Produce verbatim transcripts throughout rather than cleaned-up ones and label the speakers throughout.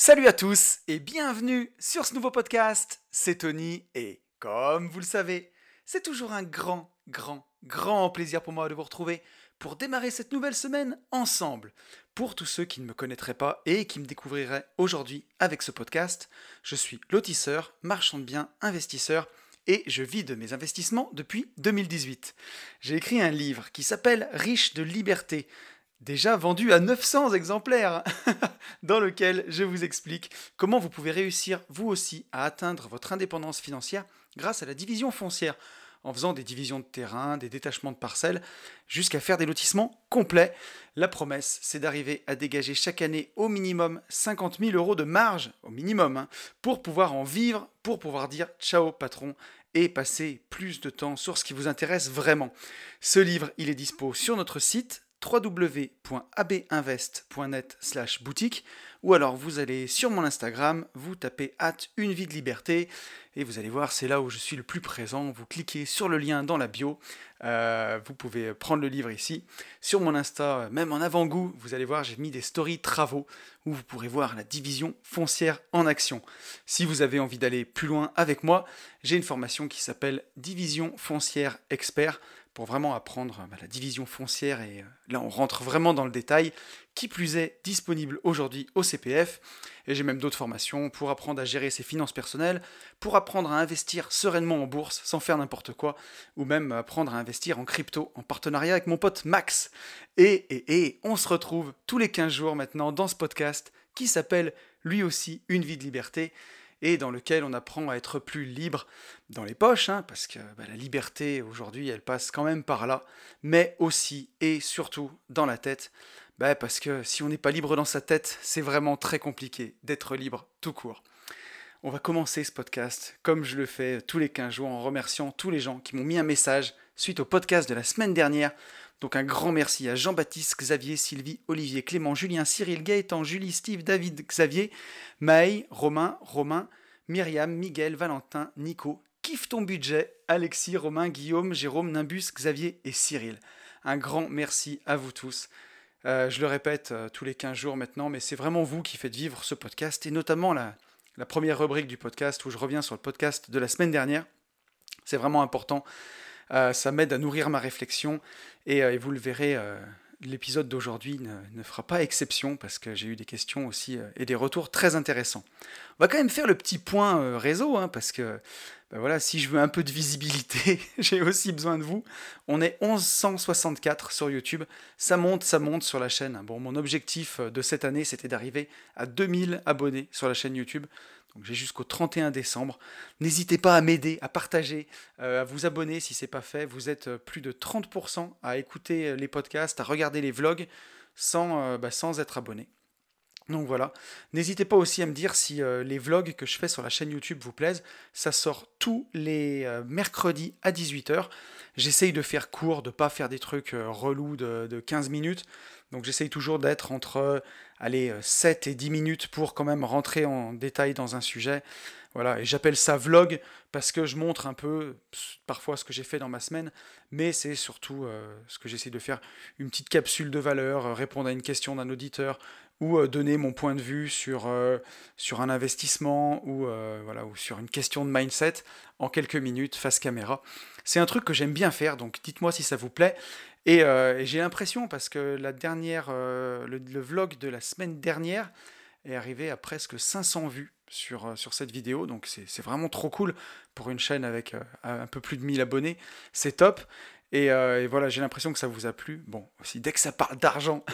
Speaker 1: Salut à tous et bienvenue sur ce nouveau podcast, c'est Tony et comme vous le savez, c'est toujours un grand, grand, grand plaisir pour moi de vous retrouver pour démarrer cette nouvelle semaine ensemble. Pour tous ceux qui ne me connaîtraient pas et qui me découvriraient aujourd'hui avec ce podcast, je suis lotisseur, marchand de biens, investisseur et je vis de mes investissements depuis deux mille dix-huit. J'ai écrit un livre qui s'appelle Riche de liberté, déjà vendu à neuf cents exemplaires, dans lequel je vous explique comment vous pouvez réussir vous aussi à atteindre votre indépendance financière grâce à la division foncière, en faisant des divisions de terrain, des détachements de parcelles, jusqu'à faire des lotissements complets. La promesse, c'est d'arriver à dégager chaque année au minimum cinquante mille euros de marge, au minimum, hein, pour pouvoir en vivre, pour pouvoir dire ciao patron, et passer plus de temps sur ce qui vous intéresse vraiment. Ce livre, il est dispo sur notre site w w w point a b invest point net slash boutique, ou alors vous allez sur mon Instagram, vous tapez hâte une vie de liberté et vous allez voir, c'est là où je suis le plus présent. Vous cliquez sur le lien dans la bio, euh, vous pouvez prendre le livre ici. Sur mon Insta, même en avant-goût, vous allez voir, j'ai mis des stories travaux où vous pourrez voir la division foncière en action. Si vous avez envie d'aller plus loin avec moi, j'ai une formation qui s'appelle Division foncière expert, pour vraiment apprendre bah, la division foncière, et euh, là on rentre vraiment dans le détail, qui plus est disponible aujourd'hui au C P F, et j'ai même d'autres formations pour apprendre à gérer ses finances personnelles, pour apprendre à investir sereinement en bourse sans faire n'importe quoi, ou même apprendre à investir en crypto en partenariat avec mon pote Max. Et, et, et on se retrouve tous les quinze jours maintenant dans ce podcast qui s'appelle lui aussi Une vie de liberté, et dans lequel on apprend à être plus libre dans les poches, hein, parce que bah, la liberté aujourd'hui elle passe quand même par là, mais aussi et surtout dans la tête, bah, parce que si on n'est pas libre dans sa tête, c'est vraiment très compliqué d'être libre tout court. On va commencer ce podcast comme je le fais tous les quinze jours en remerciant tous les gens qui m'ont mis un message suite au podcast de la semaine dernière. Donc un grand merci à Jean-Baptiste, Xavier, Sylvie, Olivier, Clément, Julien, Cyril, Gaëtan, Julie, Steve, David, Xavier, Maï, Romain, Romain, Myriam, Miguel, Valentin, Nico, Kiffe ton budget, Alexis, Romain, Guillaume, Jérôme, Nimbus, Xavier et Cyril. Un grand merci à vous tous. Euh, je le répète euh, tous les quinze jours maintenant, mais c'est vraiment vous qui faites vivre ce podcast, et notamment la, la première rubrique du podcast où je reviens sur le podcast de la semaine dernière. C'est vraiment important. Euh, ça m'aide à nourrir ma réflexion, et, euh, et vous le verrez, euh, l'épisode d'aujourd'hui ne, ne fera pas exception parce que j'ai eu des questions aussi euh, et des retours très intéressants. On va quand même faire le petit point euh, réseau, hein, parce que ben voilà, si je veux un peu de visibilité, j'ai aussi besoin de vous. On est onze cent soixante-quatre sur YouTube, ça monte, ça monte sur la chaîne. Bon, mon objectif de cette année, c'était d'arriver à deux mille abonnés sur la chaîne YouTube. Donc j'ai jusqu'au trente et un décembre. N'hésitez pas à m'aider, à partager, euh, à vous abonner si ce n'est pas fait. Vous êtes plus de trente pour cent à écouter les podcasts, à regarder les vlogs sans, euh, bah, sans être abonné. Donc voilà, n'hésitez pas aussi à me dire si euh, les vlogs que je fais sur la chaîne YouTube vous plaisent. Ça sort tous les euh, mercredis à dix-huit heures. J'essaye de faire court, de ne pas faire des trucs euh, relous de, de quinze minutes. Donc j'essaye toujours d'être entre euh, allez, sept et dix minutes pour quand même rentrer en détail dans un sujet. Voilà, et j'appelle ça vlog parce que je montre un peu parfois ce que j'ai fait dans ma semaine, mais c'est surtout euh, ce que j'essaie de faire, une petite capsule de valeur, euh, répondre à une question d'un auditeur, ou euh, donner mon point de vue sur, euh, sur un investissement, ou, euh, voilà, ou sur une question de mindset en quelques minutes face caméra. C'est un truc que j'aime bien faire, donc dites-moi si ça vous plaît. Et, euh, et j'ai l'impression, parce que la dernière, euh, le, le vlog de la semaine dernière est arrivé à presque cinq cents vues sur, euh, sur cette vidéo, donc c'est, c'est vraiment trop cool pour une chaîne avec euh, un peu plus de mille abonnés, c'est top. Et, euh, et voilà, j'ai l'impression que ça vous a plu. Bon, aussi, dès que ça parle d'argent,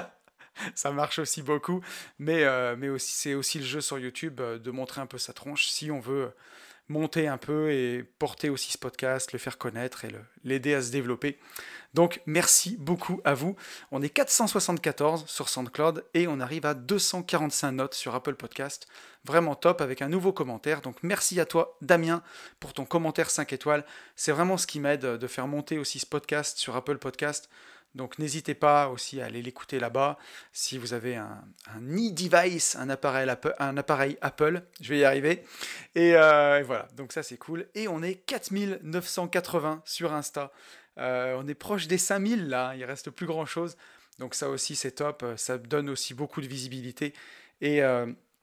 Speaker 1: ça marche aussi beaucoup, mais, euh, mais aussi, c'est aussi le jeu sur YouTube euh, de montrer un peu sa tronche si on veut monter un peu et porter aussi ce podcast, le faire connaître et le, l'aider à se développer. Donc merci beaucoup à vous. On est quatre cent soixante-quatorze sur SoundCloud et on arrive à deux cent quarante-cinq notes sur Apple Podcast. Vraiment top, avec un nouveau commentaire. Donc merci à toi Damien pour ton commentaire cinq étoiles. C'est vraiment ce qui m'aide de faire monter aussi ce podcast sur Apple Podcast. Donc n'hésitez pas aussi à aller l'écouter là-bas. Si vous avez un, un e-device, un appareil, Apple, un appareil Apple, je vais y arriver. Et, euh, et voilà, donc ça c'est cool. Et on est quatre mille neuf cent quatre-vingts sur Insta. Euh, on est proche des cinq mille là, il reste plus grand-chose. Donc ça aussi c'est top, ça donne aussi beaucoup de visibilité. Et... Euh,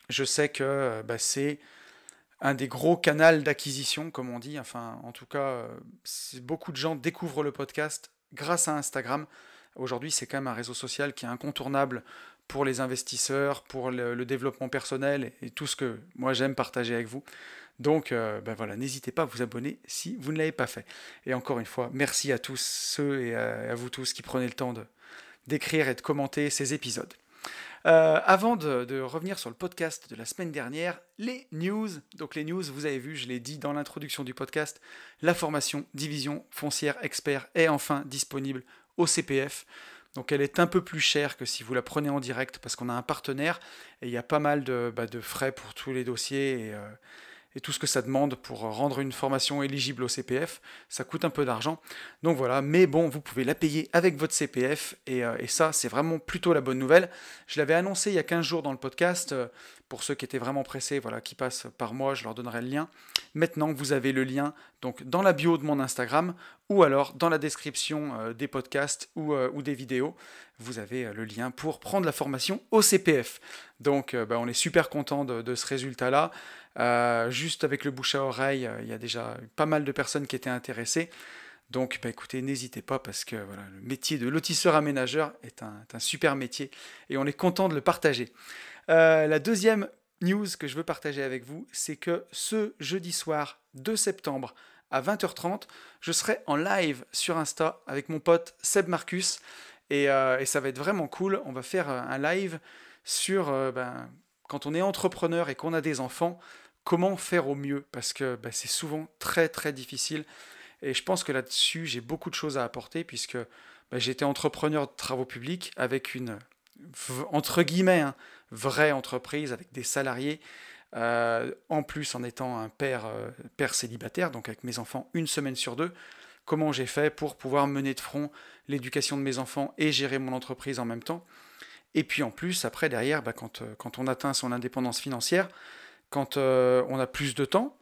Speaker 1: Je sais que euh, bah, c'est un des gros canaux d'acquisition, comme on dit. Enfin, en tout cas, euh, c'est- beaucoup de gens découvrent le podcast grâce à Instagram. Aujourd'hui, c'est quand même un réseau social qui est incontournable pour les investisseurs, pour le, le développement personnel et, et tout ce que moi j'aime partager avec vous. Donc, euh, ben voilà, n'hésitez pas à vous abonner si vous ne l'avez pas fait. Et encore une fois, merci à tous ceux et à, à vous tous qui prenez le temps de, d'écrire et de commenter ces épisodes. Euh, avant de, de revenir sur le podcast de la semaine dernière, les news. Donc les news, vous avez vu, je l'ai dit dans l'introduction du podcast, la formation Division Foncière Expert est enfin disponible au C P F. Donc elle est un peu plus chère que si vous la prenez en direct parce qu'on a un partenaire et il y a pas mal de, bah, de frais pour tous les dossiers et, euh, et tout ce que ça demande pour rendre une formation éligible au C P F. Ça coûte un peu d'argent. Donc voilà, mais bon, vous pouvez la payer avec votre C P F et, euh, et ça, c'est vraiment plutôt la bonne nouvelle. Je l'avais annoncé il y a quinze jours dans le podcast. Euh, pour ceux qui étaient vraiment pressés, voilà, qui passent par moi, je leur donnerai le lien. Maintenant, vous avez le lien donc dans la bio de mon Instagram ou alors dans la description euh, des podcasts ou, euh, ou des vidéos. Vous avez euh, le lien pour prendre la formation au C P F. Donc, euh, bah, on est super content de, de ce résultat-là. Euh, juste avec le bouche à oreille, euh, il y a déjà pas mal de personnes qui étaient intéressées. Donc bah, écoutez, n'hésitez pas parce que voilà, le métier de lotisseur aménageur est un, est un super métier et on est content de le partager. Euh, la deuxième news que je veux partager avec vous, c'est que ce jeudi soir deux septembre à vingt heures trente, je serai en live sur Insta avec mon pote Seb Marcus et, euh, et ça va être vraiment cool. On va faire un live sur euh, ben, quand on est entrepreneur et qu'on a des enfants, comment faire au mieux parce que ben, c'est souvent très très difficile et je pense que là-dessus j'ai beaucoup de choses à apporter puisque ben, j'ai été entrepreneur de travaux publics avec une entre guillemets hein, vraie entreprise avec des salariés euh, en plus en étant un père, euh, père célibataire donc avec mes enfants une semaine sur deux. Comment j'ai fait pour pouvoir mener de front l'éducation de mes enfants et gérer mon entreprise en même temps. Et puis en plus, après, derrière, bah, quand, euh, quand on atteint son indépendance financière, quand euh, on a plus de temps,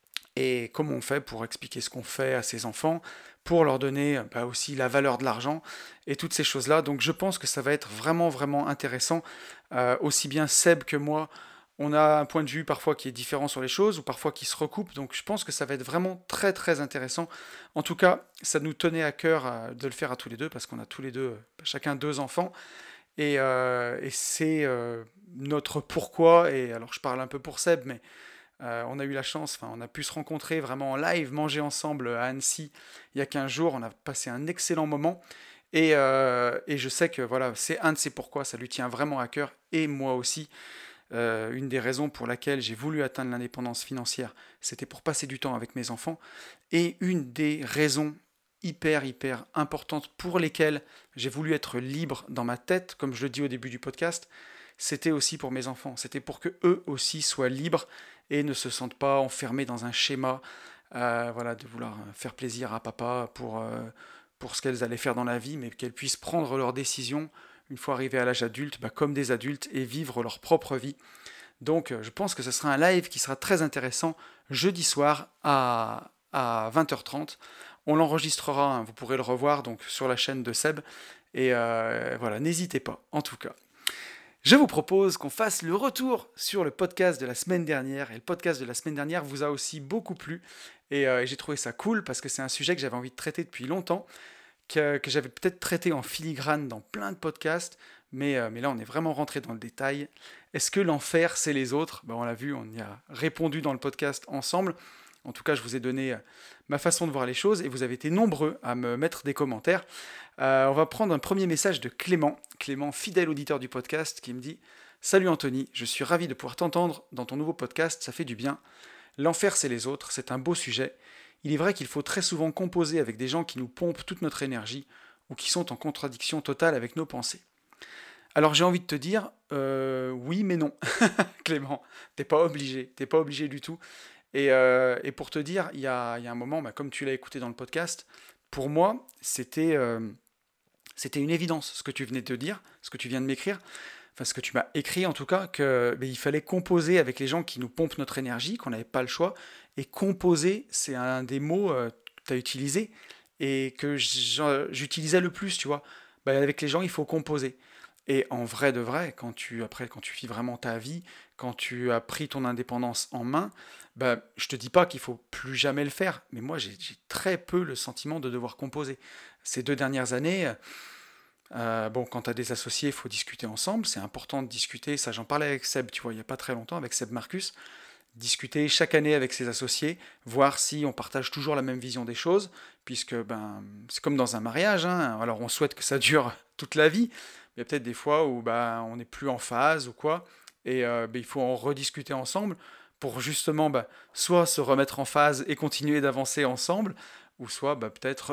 Speaker 1: et comment on fait pour expliquer ce qu'on fait à ses enfants, pour leur donner bah, aussi la valeur de l'argent et toutes ces choses-là. Donc je pense que ça va être vraiment, vraiment intéressant. Euh, aussi bien Seb que moi, on a un point de vue parfois qui est différent sur les choses, ou parfois qui se recoupe. Donc je pense que ça va être vraiment très, très intéressant. En tout cas, ça nous tenait à cœur euh, de le faire à tous les deux, parce qu'on a tous les deux, chacun deux enfants. Et, euh, et c'est euh, notre pourquoi, et alors je parle un peu pour Seb, mais euh, on a eu la chance, enfin on a pu se rencontrer vraiment en live, manger ensemble à Annecy il y a quinze jours, on a passé un excellent moment, et, euh, et je sais que voilà, c'est un de ces pourquoi, ça lui tient vraiment à cœur, et moi aussi. Euh, une des raisons pour laquelle j'ai voulu atteindre l'indépendance financière, c'était pour passer du temps avec mes enfants, et une des raisons hyper hyper importantes pour lesquelles j'ai voulu être libre dans ma tête, comme je le dis au début du podcast, c'était aussi pour mes enfants. C'était pour que eux aussi soient libres et ne se sentent pas enfermés dans un schéma, euh, voilà, de vouloir faire plaisir à papa pour, euh, pour ce qu'elles allaient faire dans la vie, mais qu'elles puissent prendre leurs décisions une fois arrivées à l'âge adulte, bah, comme des adultes et vivre leur propre vie. Donc je pense que ce sera un live qui sera très intéressant jeudi soir à, à vingt heures trente. On l'enregistrera, hein, vous pourrez le revoir donc sur la chaîne de Seb. Et euh, voilà, n'hésitez pas, en tout cas. Je vous propose qu'on fasse le retour sur le podcast de la semaine dernière. Et le podcast de la semaine dernière vous a aussi beaucoup plu. Et, euh, et j'ai trouvé ça cool parce que c'est un sujet que j'avais envie de traiter depuis longtemps, que, que j'avais peut-être traité en filigrane dans plein de podcasts. Mais, euh, mais là, on est vraiment rentré dans le détail. Est-ce que l'enfer, c'est les autres? Ben, on l'a vu, on y a répondu dans le podcast ensemble. En tout cas, je vous ai donné ma façon de voir les choses et vous avez été nombreux à me mettre des commentaires. Euh, on va prendre un premier message de Clément, Clément, fidèle auditeur du podcast, qui me dit « Salut Anthony, je suis ravi de pouvoir t'entendre dans ton nouveau podcast, ça fait du bien. L'enfer, c'est les autres, c'est un beau sujet. Il est vrai qu'il faut très souvent composer avec des gens qui nous pompent toute notre énergie ou qui sont en contradiction totale avec nos pensées. » Alors j'ai envie de te dire, euh, oui mais non, Clément, t'es pas obligé, t'es pas obligé du tout. Et, euh, et pour te dire, il y a, il y a un moment, bah, comme tu l'as écouté dans le podcast, pour moi, c'était euh, c'était une évidence ce que tu venais de dire, ce que tu viens de m'écrire, enfin ce que tu m'as écrit en tout cas, que bah, il fallait composer avec les gens qui nous pompent notre énergie, qu'on n'avait pas le choix. Et composer, c'est un des mots euh, que tu as utilisé et que j'utilisais le plus, tu vois. Bah, avec les gens, il faut composer. Et en vrai de vrai, quand tu, après, quand tu vis vraiment ta vie, quand tu as pris ton indépendance en main, bah, je te dis pas qu'il faut plus jamais le faire, mais moi j'ai j'ai très peu le sentiment de devoir composer. Ces deux dernières années, euh, bon, quand tu as des associés, il faut discuter ensemble, c'est important de discuter, ça j'en parlais avec Seb, tu vois, il n'y a pas très longtemps, avec Seb Marcus, discuter chaque année avec ses associés, voir si on partage toujours la même vision des choses, puisque ben, c'est comme dans un mariage, hein. Alors on souhaite que ça dure toute la vie, mais il y a peut-être des fois où ben, on n'est plus en phase ou quoi, et euh, ben, il faut en rediscuter ensemble pour justement ben, soit se remettre en phase et continuer d'avancer ensemble, ou soit ben, peut-être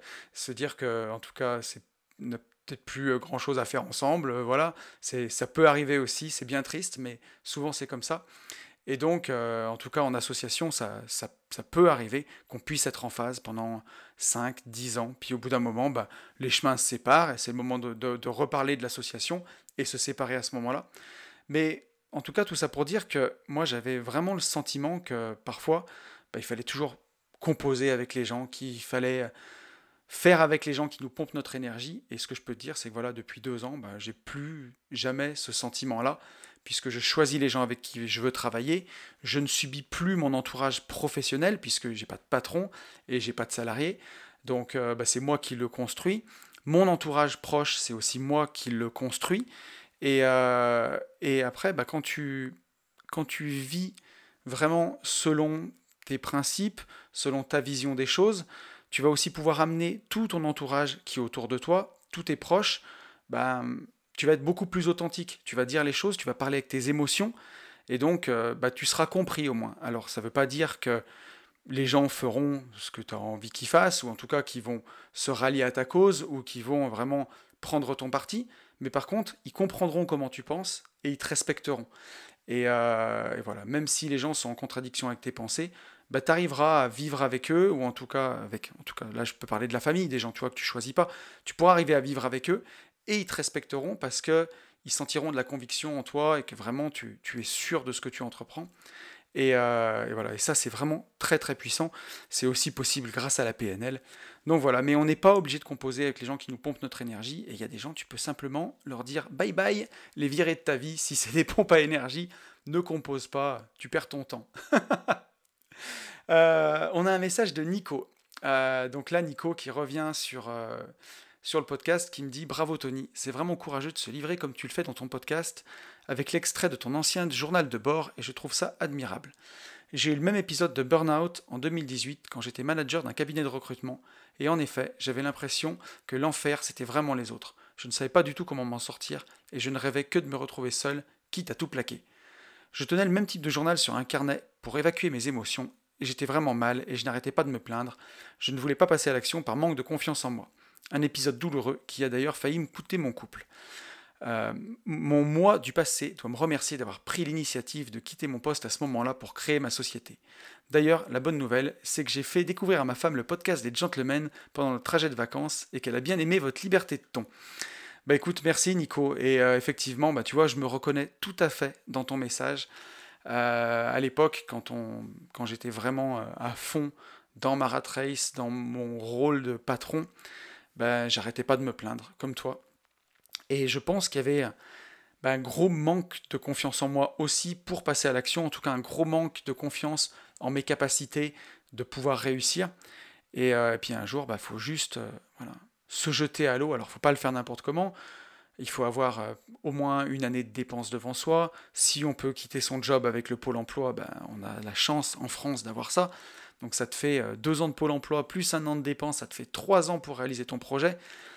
Speaker 1: se dire que en tout cas c'est n'a peut-être plus grand chose à faire ensemble, euh, voilà, c'est, ça peut arriver aussi, c'est bien triste, mais souvent c'est comme ça. Et donc, euh, en tout cas en association, ça, ça, ça peut arriver qu'on puisse être en phase pendant cinq, dix ans. Puis au bout d'un moment, bah, les chemins se séparent et c'est le moment de, de- de reparler de l'association et se séparer à ce moment-là. Mais en tout cas, tout ça pour dire que moi, j'avais vraiment le sentiment que parfois, bah, il fallait toujours composer avec les gens, qu'il fallait faire avec les gens qui nous pompent notre énergie. Et ce que je peux te dire, c'est que voilà, depuis deux ans, bah, j'ai plus jamais ce sentiment-là, puisque je choisis les gens avec qui je veux travailler. Je ne subis plus mon entourage professionnel, puisque j'ai pas de patron et j'ai pas de salarié. Donc euh, bah, c'est moi qui le construis. Mon entourage proche, c'est aussi moi qui le construis. Et, euh, et après, bah, quand tu, quand tu vis vraiment selon tes principes, selon ta vision des choses, tu vas aussi pouvoir amener tout ton entourage qui est autour de toi, tous tes proches, bah, tu vas être beaucoup plus authentique. Tu vas dire les choses, tu vas parler avec tes émotions, et donc euh, bah, tu seras compris au moins. Alors ça ne veut pas dire que les gens feront ce que tu as envie qu'ils fassent, ou en tout cas qu'ils vont se rallier à ta cause, ou qu'ils vont vraiment prendre ton parti, mais par contre, ils comprendront comment tu penses, et ils te respecteront. Et, euh, et voilà, même si les gens sont en contradiction avec tes pensées, bah, tu arriveras à vivre avec eux, ou en tout cas, avec, en tout cas, là je peux parler de la famille, des gens tu vois, que tu choisis pas, tu pourras arriver à vivre avec eux, et ils te respecteront parce que ils sentiront de la conviction en toi, et que vraiment tu, tu es sûr de ce que tu entreprends. Et, euh, et voilà, et ça c'est vraiment très très puissant. C'est aussi possible grâce à la P N L. Donc voilà, mais on n'est pas obligé de composer avec les gens qui nous pompent notre énergie. Et il y a des gens, tu peux simplement leur dire bye bye, les virer de ta vie. Si c'est des pompes à énergie, ne compose pas, tu perds ton temps. Euh, on a un message de Nico. Euh, donc là, Nico qui revient sur, euh, sur le podcast, qui me dit bravo Tony, c'est vraiment courageux de se livrer comme tu le fais dans ton podcast, avec l'extrait de ton ancien journal de bord, et je trouve ça admirable. J'ai eu le même épisode de Burnout en deux mille dix-huit quand j'étais manager d'un cabinet de recrutement, et en effet, j'avais l'impression que l'enfer c'était vraiment les autres. Je ne savais pas du tout comment m'en sortir, et je ne rêvais que de me retrouver seul, quitte à tout plaquer. Je tenais le même type de journal sur un carnet pour évacuer mes émotions, et j'étais vraiment mal et je n'arrêtais pas de me plaindre. Je ne voulais pas passer à l'action par manque de confiance en moi. Un épisode douloureux qui a d'ailleurs failli me coûter mon couple. Euh, mon moi du passé doit me remercier d'avoir pris l'initiative de quitter mon poste à ce moment-là pour créer ma société. D'ailleurs, la bonne nouvelle, c'est que j'ai fait découvrir à ma femme le podcast des Gentlemen pendant le trajet de vacances et qu'elle a bien aimé votre liberté de ton. Bah écoute, merci Nico. Et euh, effectivement, bah tu vois, je me reconnais tout à fait dans ton message. Euh, à l'époque, quand, on, quand j'étais vraiment euh, à fond dans ma rat race, dans mon rôle de patron, ben, j'arrêtais pas de me plaindre, comme toi. Et je pense qu'il y avait ben, un gros manque de confiance en moi aussi pour passer à l'action, en tout cas un gros manque de confiance en mes capacités de pouvoir réussir. Et, euh, et puis un jour, il ben, faut juste euh, voilà, se jeter à l'eau. Alors, faut pas le faire n'importe comment. Il faut avoir euh, au moins une année de dépenses devant soi. Si on peut quitter son job avec le Pôle emploi, ben, on a la chance en France d'avoir ça. Donc ça te fait euh, deux ans de Pôle emploi plus un an de dépenses, ça te fait trois ans pour réaliser ton projet.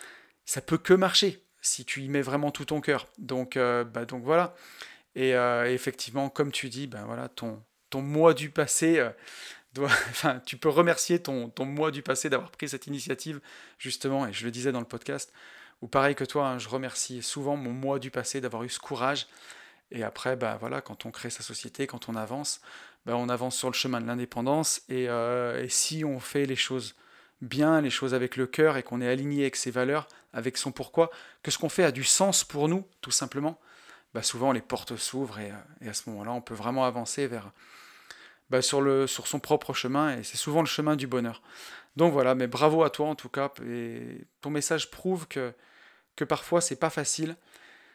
Speaker 1: Ça peut que marcher si tu y mets vraiment tout ton cœur. Donc, euh, bah, donc voilà. Et euh, effectivement, comme tu dis, ben voilà, ton, ton moi du passé euh, doit, enfin, tu peux remercier ton, ton moi du passé d'avoir pris cette initiative, justement, et je le disais dans le podcast, ou pareil que toi, hein, je remercie souvent mon moi du passé d'avoir eu ce courage. Et après, bah, voilà, quand on crée sa société, quand on avance, bah, on avance sur le chemin de l'indépendance. Et, euh, et si on fait les choses bien, les choses avec le cœur, et qu'on est aligné avec ses valeurs, avec son pourquoi, que ce qu'on fait a du sens pour nous, tout simplement, bah, souvent les portes s'ouvrent et, et à ce moment-là, on peut vraiment avancer vers, bah, sur, le, sur son propre chemin, et c'est souvent le chemin du bonheur. Donc voilà, mais bravo à toi en tout cas, et ton message prouve que, que parfois c'est pas facile,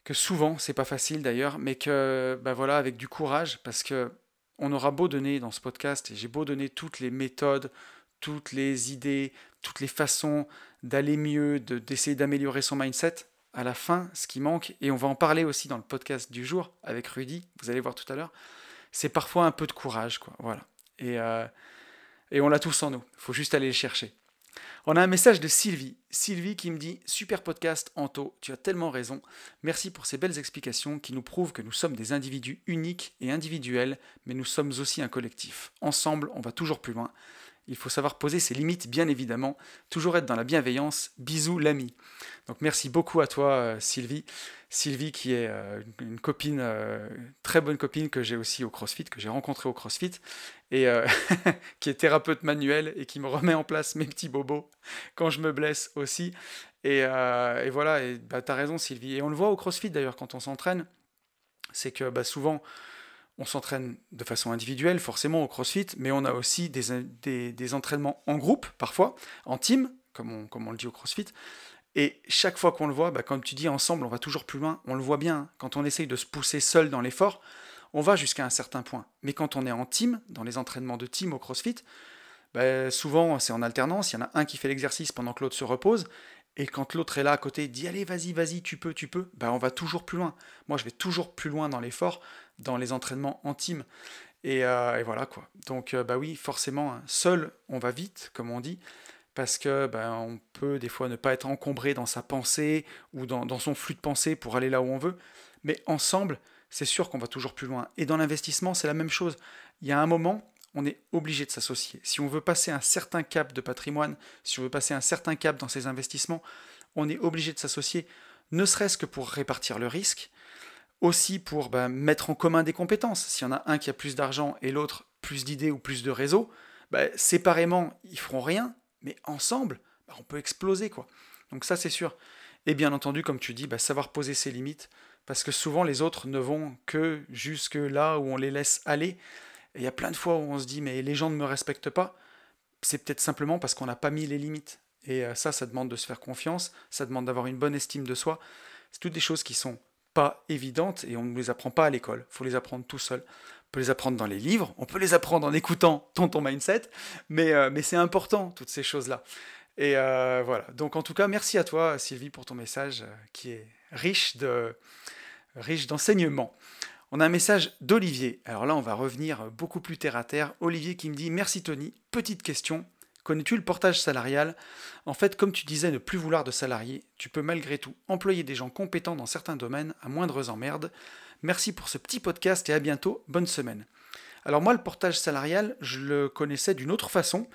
Speaker 1: que souvent, c'est pas facile d'ailleurs, mais que, bah voilà, avec du courage, parce que on aura beau donner dans ce podcast, et j'ai beau donner toutes les méthodes, toutes les idées, toutes les façons d'aller mieux, de, d'essayer d'améliorer son mindset, à la fin, ce qui manque, et on va en parler aussi dans le podcast du jour avec Rudy, vous allez voir tout à l'heure, c'est parfois un peu de courage, quoi, voilà. Et, euh, et on l'a tous en nous, il faut juste aller le chercher. On a un message de Sylvie. Sylvie qui me dit: Super podcast, Anto, tu as tellement raison. Merci pour ces belles explications qui nous prouvent que nous sommes des individus uniques et individuels, mais nous sommes aussi un collectif. Ensemble, on va toujours plus loin. Il faut savoir poser ses limites, bien évidemment. Toujours être dans la bienveillance. Bisous, l'ami. Donc merci beaucoup à toi, euh, Sylvie. Sylvie qui est euh, une copine, euh, très bonne copine que j'ai aussi au CrossFit, que j'ai rencontrée au CrossFit, et euh, qui est thérapeute manuel et qui me remet en place mes petits bobos quand je me blesse aussi. Et, euh, et voilà, et bah, t'as raison, Sylvie. Et on le voit au CrossFit d'ailleurs quand on s'entraîne, c'est que bah, souvent on s'entraîne de façon individuelle, forcément au CrossFit, mais on a aussi des, des, des entraînements en groupe, parfois, en team, comme on, comme on le dit au CrossFit. Et chaque fois qu'on le voit, bah, comme tu dis, ensemble, on va toujours plus loin. On le voit bien, hein. Quand on essaye de se pousser seul dans l'effort, on va jusqu'à un certain point. Mais quand on est en team, dans les entraînements de team au CrossFit, bah, souvent c'est en alternance, il y en a un qui fait l'exercice pendant que l'autre se repose, et quand l'autre est là à côté, dit allez, vas-y, vas-y, tu peux, tu peux, bah, on va toujours plus loin. Moi, je vais toujours plus loin dans l'effort, dans les entraînements en team. Et, euh, et voilà quoi. Donc, euh, bah oui, forcément, hein, seul, on va vite, comme on dit, parce que ben, on peut des fois ne pas être encombré dans sa pensée ou dans, dans son flux de pensée pour aller là où on veut, mais ensemble, c'est sûr qu'on va toujours plus loin. Et dans l'investissement, c'est la même chose. Il y a un moment, on est obligé de s'associer. Si on veut passer un certain cap de patrimoine, si on veut passer un certain cap dans ses investissements, on est obligé de s'associer, ne serait-ce que pour répartir le risque, aussi pour ben, mettre en commun des compétences. S'il y en a un qui a plus d'argent et l'autre plus d'idées ou plus de réseaux, ben, séparément, ils feront rien, mais ensemble, ben, on peut exploser, quoi. Donc ça, c'est sûr. Et bien entendu, comme tu dis, ben, savoir poser ses limites, parce que souvent les autres ne vont que jusque là où on les laisse aller. Et il y a plein de fois où on se dit, mais les gens ne me respectent pas. C'est peut-être simplement parce qu'on n'a pas mis les limites. Et euh, ça, ça demande de se faire confiance, ça demande d'avoir une bonne estime de soi. C'est toutes des choses qui sont pas évidentes et on ne les apprend pas à l'école. Il faut les apprendre tout seul. On peut les apprendre dans les livres, on peut les apprendre en écoutant Tonton Mindset, mais, euh, mais c'est important, toutes ces choses-là. Et euh, voilà. Donc en tout cas, merci à toi, Sylvie, pour ton message euh, qui est riche de, riche d'enseignements. On a un message d'Olivier. Alors là, on va revenir beaucoup plus terre à terre. Olivier qui me dit: Merci Tony, petite question. Connais-tu le portage salarial? En fait, comme tu disais, ne plus vouloir de salariés, tu peux malgré tout employer des gens compétents dans certains domaines à moindres emmerdes. Merci pour ce petit podcast et à bientôt. Bonne semaine. Alors moi, le portage salarial, je le connaissais d'une autre façon.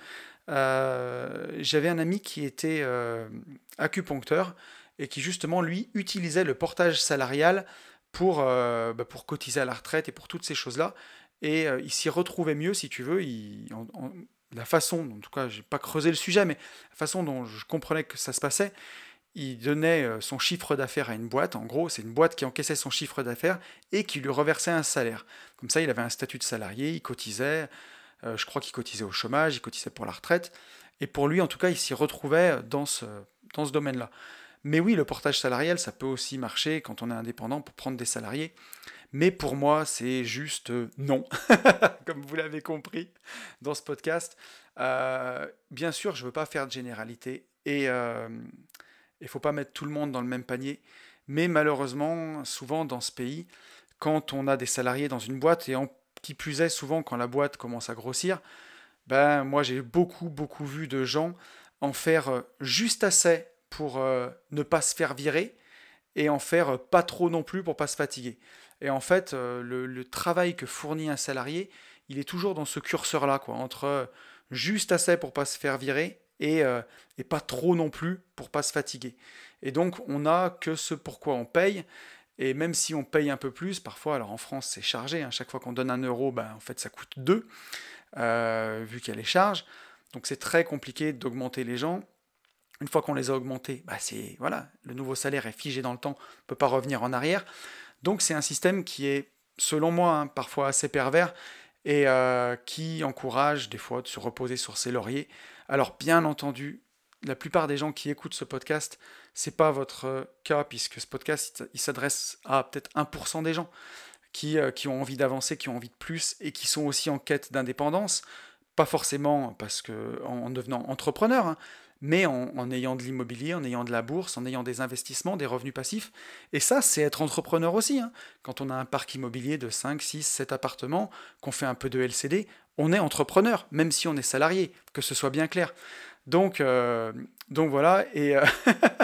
Speaker 1: Euh, j'avais un ami qui était euh, acupuncteur et qui justement, lui, utilisait le portage salarial pour, euh, bah, pour cotiser à la retraite et pour toutes ces choses-là. Et euh, il s'y retrouvait mieux, si tu veux. Il, en, en- la façon, en tout cas, j'ai pas creusé le sujet, mais la façon dont je comprenais que ça se passait, il donnait euh, son chiffre d'affaires à une boîte. En gros, c'est une boîte qui encaissait son chiffre d'affaires et qui lui reversait un salaire. Comme ça, il avait un statut de salarié, il cotisait. Euh, je crois qu'il cotisait au chômage, il cotisait pour la retraite. Et pour lui, en tout cas, il s'y retrouvait dans ce, dans ce domaine-là. Mais oui, le portage salarial, ça peut aussi marcher quand on est indépendant pour prendre des salariés. Mais pour moi, c'est juste euh, non, comme vous l'avez compris dans ce podcast. Euh, bien sûr, je ne veux pas faire de généralité et euh, il ne faut pas mettre tout le monde dans le même panier. Mais malheureusement, souvent dans ce pays, quand on a des salariés dans une boîte, et en, qui plus est, souvent quand la boîte commence à grossir, ben moi j'ai beaucoup, beaucoup vu de gens en faire euh, juste assez pour euh, ne pas se faire virer et en faire euh, pas trop non plus pour pas se fatiguer. Et en fait, euh, le, le travail que fournit un salarié, il est toujours dans ce curseur-là, quoi, entre euh, juste assez pour pas se faire virer et, euh, et pas trop non plus pour pas se fatiguer. Et donc, on n'a que ce pourquoi on paye. Et même si on paye un peu plus, parfois, alors en France c'est chargé, hein, chaque fois qu'on donne un euro, ben, en fait ça coûte deux, euh, vu qu'il y a les charges. Donc c'est très compliqué d'augmenter les gens. Une fois qu'on les a augmentés, bah c'est voilà, le nouveau salaire est figé dans le temps, on ne peut pas revenir en arrière. Donc c'est un système qui est, selon moi, hein, parfois assez pervers et euh, qui encourage des fois de se reposer sur ses lauriers. Alors bien entendu, la plupart des gens qui écoutent ce podcast, c'est pas votre euh, cas, puisque ce podcast, il s'adresse à peut-être un pour cent des gens qui, euh, qui ont envie d'avancer, qui ont envie de plus, et qui sont aussi en quête d'indépendance, pas forcément parce que en, en devenant entrepreneur, hein, mais en, en ayant de l'immobilier, en ayant de la bourse, en ayant des investissements, des revenus passifs. Et ça, c'est être entrepreneur aussi, hein. Quand on a un parc immobilier de cinq, six, sept appartements, qu'on fait un peu de L C D, on est entrepreneur, même si on est salarié, que ce soit bien clair. Donc, euh, donc voilà, et euh,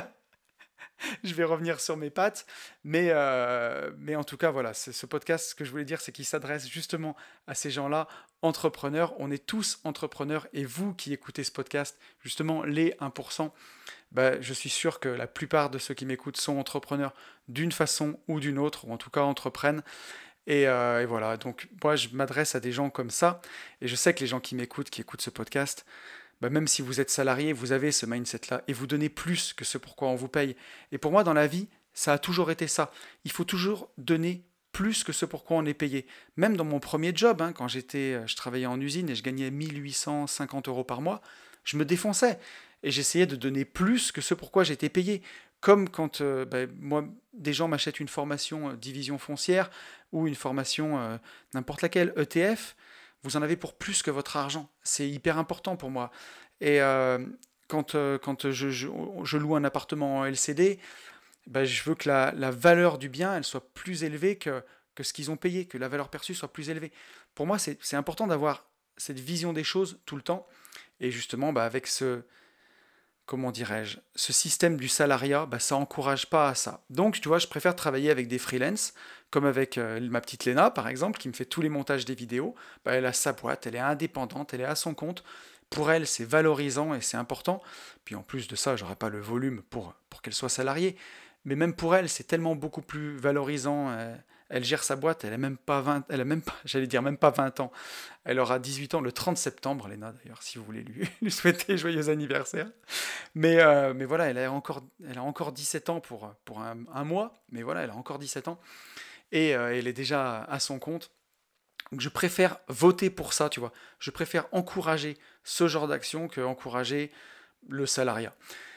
Speaker 1: je vais revenir sur mes pattes, mais, euh, mais en tout cas, voilà, c'est ce podcast, ce que je voulais dire, c'est qu'il s'adresse justement à ces gens-là, entrepreneurs. On est tous entrepreneurs, et vous qui écoutez ce podcast, justement, les un pour cent, bah, je suis sûr que la plupart de ceux qui m'écoutent sont entrepreneurs d'une façon ou d'une autre, ou en tout cas entreprennent. Et, euh, et voilà, donc moi je m'adresse à des gens comme ça, et je sais que les gens qui m'écoutent, qui écoutent ce podcast, bah, même si vous êtes salarié, vous avez ce mindset-là, et vous donnez plus que ce pourquoi on vous paye. Et pour moi, dans la vie, ça a toujours été ça. Il faut toujours donner plus que ce pourquoi on est payé. Même dans mon premier job, hein, quand j'étais, euh, je travaillais en usine et je gagnais mille huit cent cinquante euros par mois, je me défonçais. Et j'essayais de donner plus que ce pourquoi j'étais payé. Comme quand euh, bah, moi, des gens m'achètent une formation euh, division foncière ou une formation euh, n'importe laquelle, E T F, vous en avez pour plus que votre argent. C'est hyper important pour moi. Et euh, quand, euh, quand je, je- je loue un appartement en L C D, ben, je veux que la, la valeur du bien, elle soit plus élevée que, que ce qu'ils ont payé, que la valeur perçue soit plus élevée. Pour moi, c'est c'est important d'avoir cette vision des choses tout le temps. Et justement, bah, avec ce, comment dirais-je, ce système du salariat, bah, ça encourage pas à ça. Donc, tu vois, je préfère travailler avec des freelances, comme avec euh, ma petite Léna, par exemple, qui me fait tous les montages des vidéos. Bah, elle a sa boîte, elle est indépendante, elle est à son compte. Pour elle, c'est valorisant et c'est important. Puis en plus de ça, j'aurais pas le volume pour, pour qu'elle soit salariée. Mais même pour elle, c'est tellement beaucoup plus valorisant. euh, Elle gère sa boîte, elle a même pas vingt, elle a même pas, j'allais dire même pas vingt ans. Elle aura dix-huit ans le trente septembre, Léna d'ailleurs, si vous voulez lui, lui souhaiter joyeux anniversaire. Mais, euh, mais voilà, elle a encore, elle a encore dix-sept ans pour, pour un, un mois, mais voilà, elle a encore dix-sept ans, et euh, elle est déjà à son compte. Donc je préfère voter pour ça, tu vois. Je préfère encourager ce genre d'action que encourager le salariat.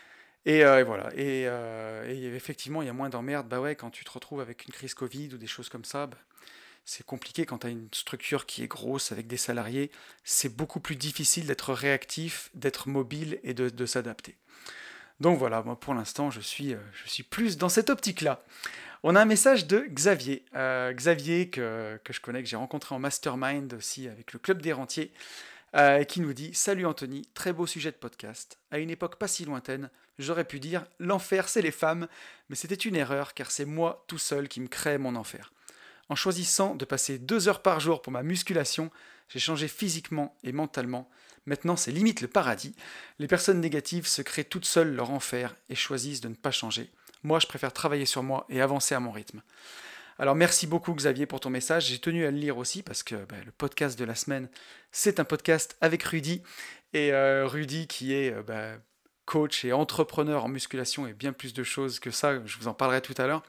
Speaker 1: Et, euh, et voilà, et, euh, et effectivement, il y a moins d'emmerdes. Bah ouais, quand tu te retrouves avec une crise Covid ou des choses comme ça, bah, c'est compliqué quand tu as une structure qui est grosse avec des salariés. C'est beaucoup plus difficile d'être réactif, d'être mobile et de, de s'adapter. Donc voilà, moi pour l'instant, je suis, euh, je suis plus dans cette optique-là. On a un message de Xavier. Euh, Xavier, que, que je connais, que j'ai rencontré en mastermind aussi avec le Club des Rentiers, euh, qui nous dit: Salut Anthony, très beau sujet de podcast. À une époque pas si lointaine, j'aurais pu dire l'enfer c'est les femmes, mais c'était une erreur car c'est moi tout seul qui me crée mon enfer. En choisissant de passer deux heures par jour pour ma musculation, j'ai changé physiquement et mentalement. Maintenant, c'est limite le paradis. Les personnes négatives se créent toutes seules leur enfer et choisissent de ne pas changer. Moi, je préfère travailler sur moi et avancer à mon rythme. Alors, merci beaucoup Xavier pour ton message. J'ai tenu à le lire aussi parce que bah, le podcast de la semaine, c'est un podcast avec Rudy. Et euh, Rudy qui est euh, bah, coach et entrepreneur en musculation et bien plus de choses que ça, je vous en parlerai tout à l'heure.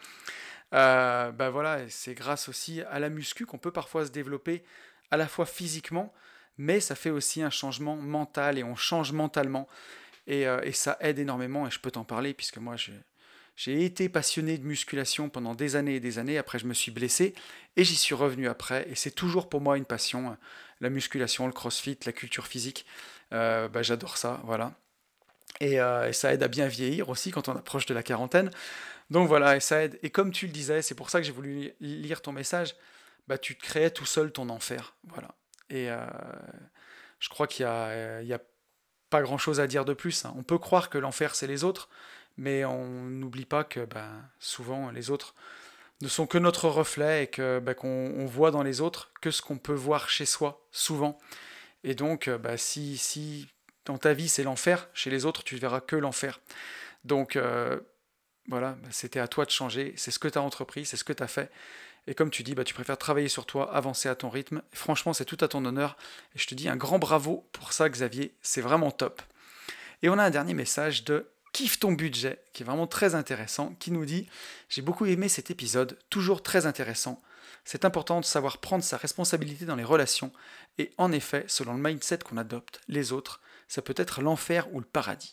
Speaker 1: Euh, bah voilà, c'est grâce aussi à la muscu qu'on peut parfois se développer à la fois physiquement, mais ça fait aussi un changement mental et on change mentalement et, euh, et ça aide énormément et je peux t'en parler puisque moi j'ai, j'ai été passionné de musculation pendant des années et des années, après je me suis blessé et j'y suis revenu après et c'est toujours pour moi une passion, la musculation, le crossfit, la culture physique, euh, bah j'adore ça, voilà. Et, euh, et ça aide à bien vieillir aussi quand on approche de la quarantaine. Donc voilà, et ça aide. Et comme tu le disais, c'est pour ça que j'ai voulu lire ton message, bah tu te créais tout seul ton enfer. Voilà. Et euh, je crois qu'il y a, il y a pas grand-chose à dire de plus, hein. On peut croire que l'enfer c'est les autres, mais on n'oublie pas que bah, souvent les autres ne sont que notre reflet et que bah, qu'on on voit dans les autres que ce qu'on peut voir chez soi, souvent. Et donc, euh, bah, si, si dans ta vie c'est l'enfer, chez les autres tu ne verras que l'enfer. Donc, euh, voilà, bah, c'était à toi de changer, c'est ce que tu as entrepris, c'est ce que tu as fait. Et comme tu dis, bah, tu préfères travailler sur toi, avancer à ton rythme. Et franchement, c'est tout à ton honneur. Et je te dis un grand bravo pour ça, Xavier, c'est vraiment top. Et on a un dernier message de Kiffe ton budget, qui est vraiment très intéressant, qui nous dit: J'ai beaucoup aimé cet épisode, toujours très intéressant. C'est important de savoir prendre sa responsabilité dans les relations. Et en effet, selon le mindset qu'on adopte, les autres, ça peut être l'enfer ou le paradis.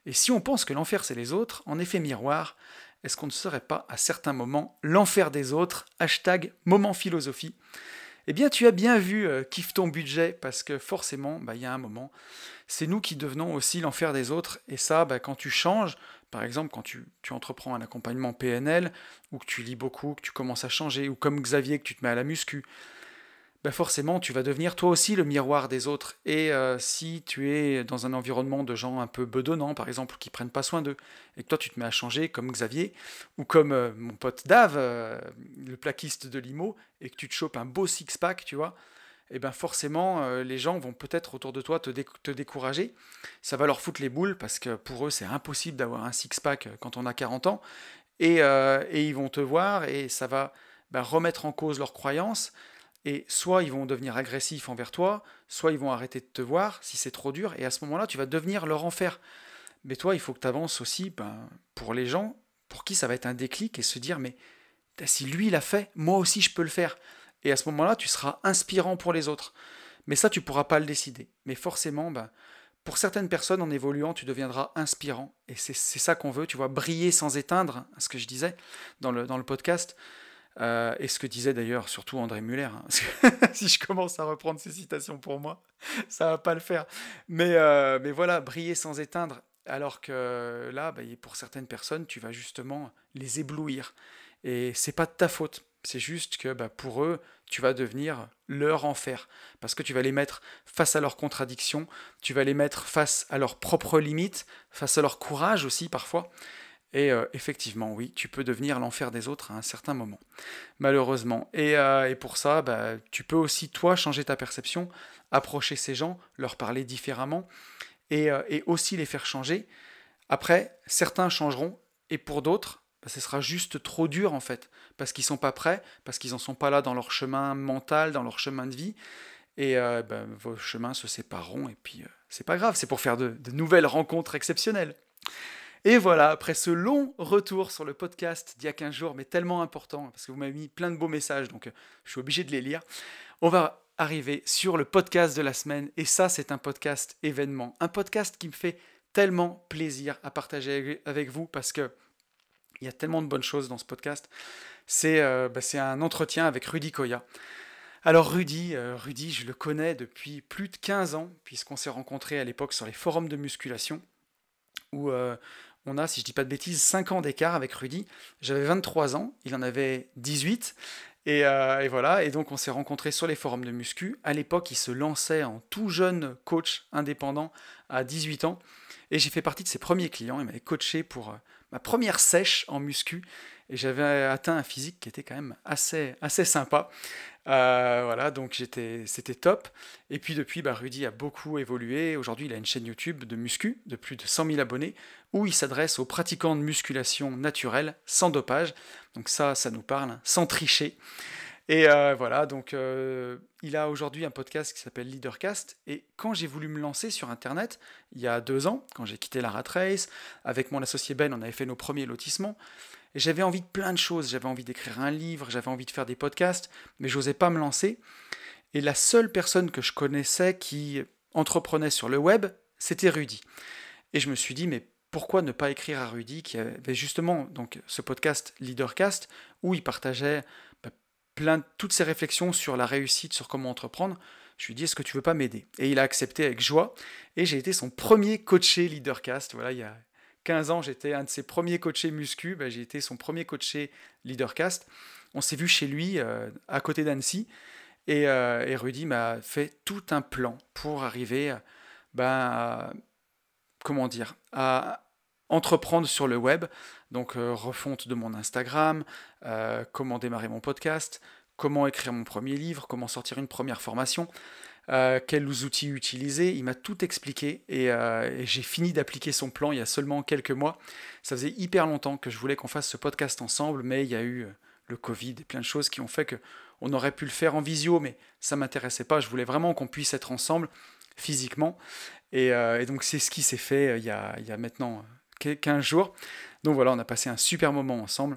Speaker 1: Et si on pense que l'enfer c'est les autres, en effet miroir, est-ce qu'on ne serait pas à certains moments l'enfer des autres? Hashtag moment philosophie. Eh bien, tu as bien vu, euh, kiffe ton budget, parce que forcément, bah, il y a un moment, c'est nous qui devenons aussi l'enfer des autres. Et ça, bah, quand tu changes, par exemple, quand tu, tu entreprends un accompagnement P N L, ou que tu lis beaucoup, que tu commences à changer, ou comme Xavier, que tu te mets à la muscu, bah forcément, tu vas devenir toi aussi le miroir des autres. Et euh, si tu es dans un environnement de gens un peu bedonnants, par exemple, qui prennent pas soin d'eux, et que toi tu te mets à changer comme Xavier, ou comme euh, mon pote Dave, euh, le plaquiste de Limo, et que tu te chopes un beau six-pack, tu vois, et ben forcément, euh, les gens vont peut-être autour de toi te, dé- te décourager. Ça va leur foutre les boules, parce que pour eux, c'est impossible d'avoir un six-pack quand on a quarante ans, et, euh, et ils vont te voir, et ça va ben, remettre en cause leurs croyances, et soit ils vont devenir agressifs envers toi, soit ils vont arrêter de te voir si c'est trop dur, et à ce moment-là, tu vas devenir leur enfer. Mais toi, il faut que tu avances aussi ben, pour les gens pour qui ça va être un déclic et se dire, mais si lui l'a fait, moi aussi je peux le faire. Et à ce moment-là, tu seras inspirant pour les autres. Mais ça, tu ne pourras pas le décider. Mais forcément, ben, pour certaines personnes, en évoluant, tu deviendras inspirant. Et c'est c'est ça qu'on veut, tu vois, briller sans éteindre, ce que je disais dans le, dans le podcast. Euh, et ce que disait d'ailleurs surtout André Muller, hein, parce que si je commence à reprendre ses citations pour moi, ça va pas le faire. Mais, euh, mais voilà, briller sans éteindre, alors que là, bah, pour certaines personnes, tu vas justement les éblouir. Et c'est pas de ta faute, c'est juste que bah, pour eux, tu vas devenir leur enfer, parce que tu vas les mettre face à leurs contradictions, tu vas les mettre face à leurs propres limites, face à leur courage aussi parfois. Et euh, effectivement, oui, tu peux devenir l'enfer des autres à un certain moment, malheureusement. Et, euh, et pour ça, bah, tu peux aussi, toi, changer ta perception, approcher ces gens, leur parler différemment, et, euh, et aussi les faire changer. Après, certains changeront, et pour d'autres, bah, ce sera juste trop dur, en fait, parce qu'ils sont pas prêts, parce qu'ils n'en sont pas là dans leur chemin mental, dans leur chemin de vie, et euh, bah, vos chemins se sépareront, et puis euh, c'est pas grave, c'est pour faire de, de nouvelles rencontres exceptionnelles. Et voilà, après ce long retour sur le podcast d'il y a quinze jours, mais tellement important, parce que vous m'avez mis plein de beaux messages, donc euh, je suis obligé de les lire, on va arriver sur le podcast de la semaine, et ça c'est un podcast événement, un podcast qui me fait tellement plaisir à partager avec vous, parce que il y a tellement de bonnes choses dans ce podcast. C'est euh, bah, c'est un entretien avec Rudy Koya. Alors Rudy, euh, Rudy, je le connais depuis plus de quinze ans, puisqu'on s'est rencontrés à l'époque sur les forums de musculation, où euh, on a, si je dis pas de bêtises, cinq ans d'écart avec Rudy. J'avais vingt-trois ans, il en avait dix-huit. Et, euh, et voilà, et donc on s'est rencontrés sur les forums de muscu. À l'époque, il se lançait en tout jeune coach indépendant à dix-huit ans. Et j'ai fait partie de ses premiers clients. Il m'avait coaché pour euh, ma première sèche en muscu. Et j'avais atteint un physique qui était quand même assez, assez sympa. Euh, voilà, donc j'étais, c'était top. Et puis depuis, bah, Rudy a beaucoup évolué. Aujourd'hui, il a une chaîne YouTube de muscu de plus de cent mille abonnés où il s'adresse aux pratiquants de musculation naturelle, sans dopage. Donc ça, ça nous parle, hein, sans tricher. Et euh, voilà, donc euh, il a aujourd'hui un podcast qui s'appelle Leadercast. Et quand j'ai voulu me lancer sur Internet, il y a deux ans, quand j'ai quitté la Rat Race, avec mon associé Ben, on avait fait nos premiers lotissements. Et j'avais envie de plein de choses. J'avais envie d'écrire un livre, j'avais envie de faire des podcasts, mais j'osais pas me lancer. Et la seule personne que je connaissais qui entreprenait sur le web, c'était Rudy. Et je me suis dit, mais pourquoi ne pas écrire à Rudy, qui avait justement donc ce podcast Leadercast, où il partageait bah, plein de, toutes ses réflexions sur la réussite, sur comment entreprendre. Je lui ai dit, est-ce que tu veux pas m'aider? Et il a accepté avec joie. Et j'ai été son premier coaché Leadercast. Voilà, il y a quinze ans, j'étais un de ses premiers coachés muscu. Bah, j'ai été son premier coaché Leadercast. On s'est vu chez lui, euh, à côté d'Annecy. Et, euh, et Rudy m'a fait tout un plan pour arriver ben, à, comment dire, à entreprendre sur le web. Donc euh, refonte de mon Instagram, euh, comment démarrer mon podcast, comment écrire mon premier livre, comment sortir une première formation, euh, quels outils utiliser. Il m'a tout expliqué et, euh, et j'ai fini d'appliquer son plan il y a seulement quelques mois. Ça faisait hyper longtemps que je voulais qu'on fasse ce podcast ensemble, mais il y a eu le Covid et plein de choses qui ont fait que on aurait pu le faire en visio, mais ça m'intéressait pas. Je voulais vraiment qu'on puisse être ensemble physiquement. Et, euh, et donc c'est ce qui s'est fait euh, il, y a, il y a maintenant quinze jours. Donc voilà, on a passé un super moment ensemble.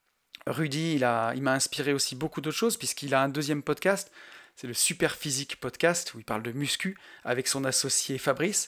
Speaker 1: Rudy, il, a, il m'a inspiré aussi beaucoup d'autres choses, puisqu'il a un deuxième podcast, c'est le Super Physique Podcast, où il parle de muscu avec son associé Fabrice.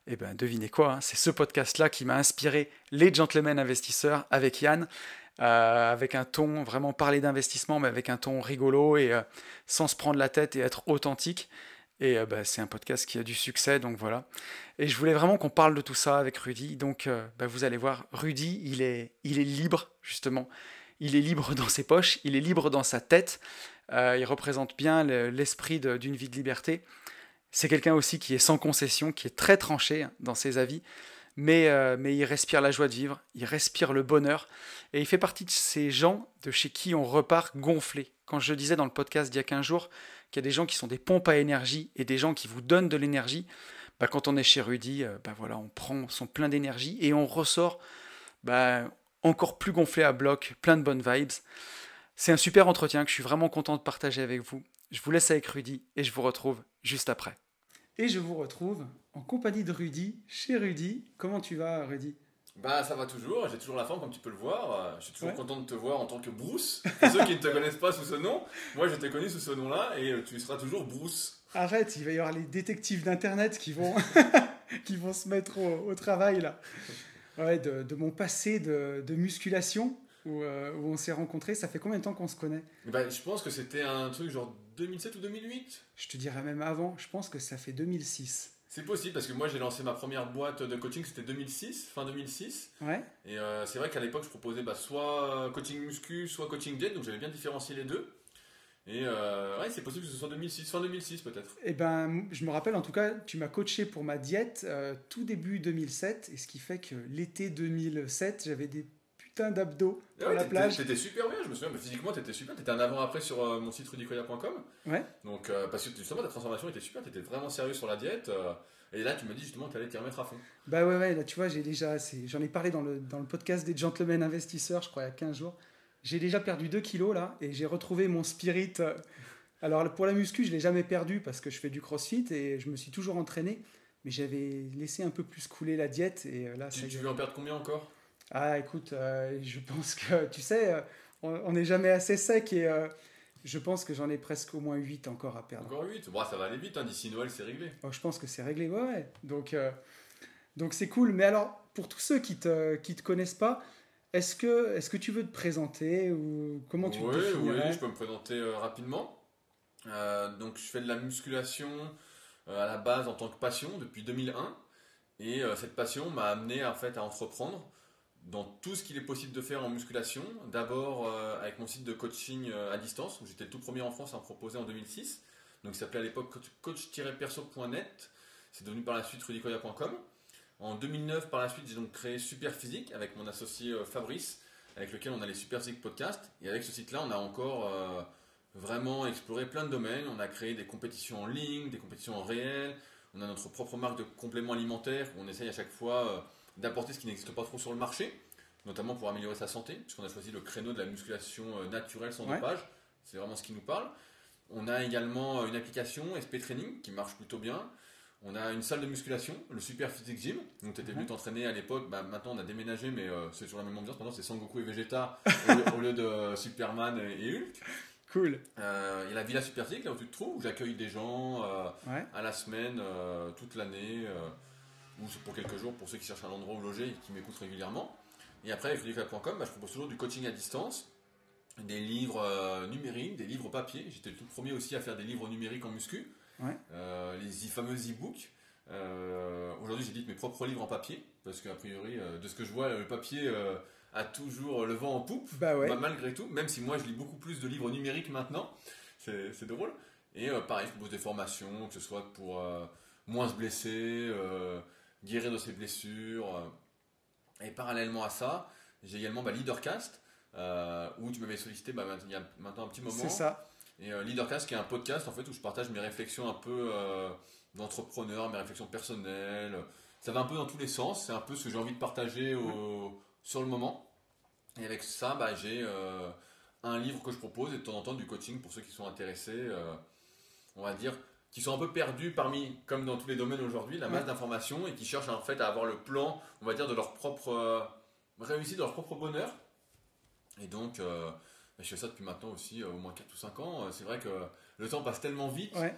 Speaker 1: Et ben devinez quoi, hein, c'est ce podcast-là qui m'a inspiré les Gentlemen Investisseurs avec Yann, euh, avec un ton vraiment parler d'investissement, mais avec un ton rigolo et euh, sans se prendre la tête et être authentique. Et euh, bah, c'est un podcast qui a du succès, donc voilà. Et je voulais vraiment qu'on parle de tout ça avec Rudy. Donc euh, bah, vous allez voir, Rudy, il est, il est libre, justement. Il est libre dans ses poches, il est libre dans sa tête. Euh, il représente bien le- l'esprit de- d'une vie de liberté. C'est quelqu'un aussi qui est sans concession, qui est très tranché hein, dans ses avis, mais, euh, mais il respire la joie de vivre, il respire le bonheur, et il fait partie de ces gens de chez qui on repart gonflé. Quand je disais dans le podcast d'il y a quinze jours qu'il y a des gens qui sont des pompes à énergie et des gens qui vous donnent de l'énergie, bah, quand on est chez Rudy, euh, bah, voilà, on prend son plein d'énergie et on ressort bah, encore plus gonflé à bloc, plein de bonnes vibes. C'est un super entretien que je suis vraiment content de partager avec vous. Je vous laisse avec Rudy et je vous retrouve juste après. Et je vous retrouve en compagnie de Rudy, chez Rudy. Comment tu vas, Rudy?
Speaker 2: Bah ça va toujours, j'ai toujours la forme comme tu peux le voir, Euh, je suis toujours
Speaker 1: Ouais.
Speaker 2: content de te voir en tant que Bruce. Pour ceux qui ne te connaissent pas sous ce nom, moi je t'ai connu sous ce nom-là et euh, tu seras toujours Bruce.
Speaker 1: Arrête, il va y avoir les détectives d'internet qui vont, qui vont se mettre au, au travail là. Ouais, de, de mon passé de, de musculation où, euh, où on s'est rencontrés. Ça fait combien de temps qu'on se connaît?
Speaker 2: Bah, je pense que c'était un truc genre deux mille sept ou deux mille huit.
Speaker 1: Je te dirais même avant, je pense que ça fait deux mille six.
Speaker 2: C'est possible parce que moi j'ai lancé ma première boîte de coaching, c'était deux mille six, fin deux mille six.
Speaker 1: Ouais.
Speaker 2: Et euh, c'est vrai qu'à l'époque je proposais bah, soit coaching muscu, soit coaching diète, donc j'avais bien différencié les deux. Et euh, ouais, c'est possible que ce soit deux mille six, fin deux mille six peut-être.
Speaker 1: Eh ben, je me rappelle en tout cas, tu m'as coaché pour ma diète euh, tout début deux mille sept, et ce qui fait que l'été deux mille sept, j'avais des putains d'abdos
Speaker 2: Ah
Speaker 1: sur
Speaker 2: ouais,
Speaker 1: la
Speaker 2: t'étais-
Speaker 1: plage.
Speaker 2: T'étais super bien, je me souviens, mais physiquement t'étais super, t'étais un avant-après sur euh, mon site rudicoya point com.
Speaker 1: Ouais.
Speaker 2: Donc, euh, parce que justement, ta transformation était super, tu étais vraiment sérieux sur la diète. euh, et là, tu m'as dit justement que tu allais t'y remettre à fond.
Speaker 1: Bah ouais, ouais, là tu vois, j'ai déjà, c'est- j'en ai parlé dans le, dans le podcast des Gentlemen Investisseurs, je crois, il y a quinze jours. J'ai déjà perdu deux kilos là, et j'ai retrouvé mon spirit. euh, Alors pour la muscu, je ne l'ai jamais perdu parce que je fais du crossfit et je me suis toujours entraîné, mais j'avais laissé un peu plus couler la diète et euh, là, ça
Speaker 2: Tu,
Speaker 1: y
Speaker 2: tu
Speaker 1: est.
Speaker 2: veux en perdre combien encore?
Speaker 1: Ah écoute, euh, je pense que, tu sais, euh, on n'est jamais assez sec et euh, je pense que j'en ai presque au moins huit encore à perdre.
Speaker 2: Encore huit. Bon, ça va aller vite, hein, d'ici Noël, c'est réglé.
Speaker 1: Oh, je pense que c'est réglé, ouais, ouais. Donc, euh, donc c'est cool. Mais alors, pour tous ceux qui te, qui te connaissent pas, est-ce que, est-ce que tu veux te présenter ou comment tu
Speaker 2: Oui,
Speaker 1: te
Speaker 2: oui,
Speaker 1: définirais?
Speaker 2: je peux me présenter euh, rapidement. Euh, donc, je fais de la musculation euh, à la base en tant que passion depuis deux mille un. Et euh, cette passion m'a amené en fait, à entreprendre dans tout ce qu'il est possible de faire en musculation. D'abord euh, avec mon site de coaching euh, à distance, où j'étais le tout premier en France à en proposer en deux mille six. Donc, il s'appelait à l'époque coach-perso point net. C'est devenu par la suite rudicoya point com. En deux mille neuf, par la suite, j'ai donc créé Super Physique avec mon associé euh, Fabrice, avec lequel on a les Super Physique Podcast. Et avec ce site-là, on a encore euh, vraiment exploré plein de domaines. On a créé des compétitions en ligne, des compétitions en réel. On a notre propre marque de compléments alimentaires où on essaye à chaque fois euh, d'apporter ce qui n'existe pas trop sur le marché, notamment pour améliorer sa santé, puisqu'on a choisi le créneau de la musculation euh, naturelle sans
Speaker 1: Ouais.
Speaker 2: dopage. C'est vraiment ce qui nous parle. On a également une application S P Training qui marche plutôt bien. On a une salle de musculation, le Super Physique Gym. Donc tu étais venu
Speaker 1: Mhm.
Speaker 2: t'entraîner à l'époque. Bah, maintenant on a déménagé, mais euh, c'est toujours la même ambiance. Maintenant c'est Sangoku et Vegeta au, lieu, au lieu de euh, Superman et, et Hulk.
Speaker 1: Cool.
Speaker 2: Euh, Il y a la Villa Super Physique, là où tu te trouves, où j'accueille des gens euh,
Speaker 1: Ouais.
Speaker 2: à la semaine, euh, toute l'année, euh, ou pour quelques jours pour ceux qui cherchent un endroit où loger et qui m'écoutent régulièrement. Et après avec rudicoya point com, bah, je propose toujours du coaching à distance, des livres euh, numériques, des livres papier. J'étais le tout premier aussi à faire des livres numériques en muscu.
Speaker 1: Ouais.
Speaker 2: Euh, les fameux e-books. Euh, Aujourd'hui, j'édite mes propres livres en papier, parce qu'a priori, euh, de ce que je vois, le papier euh, a toujours le vent en poupe,
Speaker 1: Bah ouais.
Speaker 2: bah, malgré tout, même si moi je lis beaucoup plus de livres numériques maintenant, c'est c'est drôle. Et euh, pareil, je propose des formations, que ce soit pour euh, moins se blesser, euh, guérir de ses blessures. euh. Et parallèlement à ça, j'ai également bah, Leadercast, euh, où tu m'avais sollicité bah, il y a maintenant un petit moment.
Speaker 1: C'est ça.
Speaker 2: Et euh, Leadercast, qui est un podcast en fait où je partage mes réflexions un peu euh, d'entrepreneur, mes réflexions personnelles. Ça va un peu dans tous les sens. C'est un peu ce que j'ai envie de partager au- sur le moment. Et avec ça, bah, j'ai euh, un livre que je propose et de temps en temps du coaching pour ceux qui sont intéressés. euh, on va dire qui sont un peu perdus parmi, comme dans tous les domaines aujourd'hui, la masse
Speaker 1: Ouais.
Speaker 2: d'informations et qui cherchent en fait à avoir le plan, on va dire, de leur propre euh, réussite, de leur propre bonheur. Et donc, euh, je fais ça depuis maintenant aussi euh, au moins quatre ou cinq ans. Euh, C'est vrai que le temps passe tellement vite
Speaker 1: Ouais.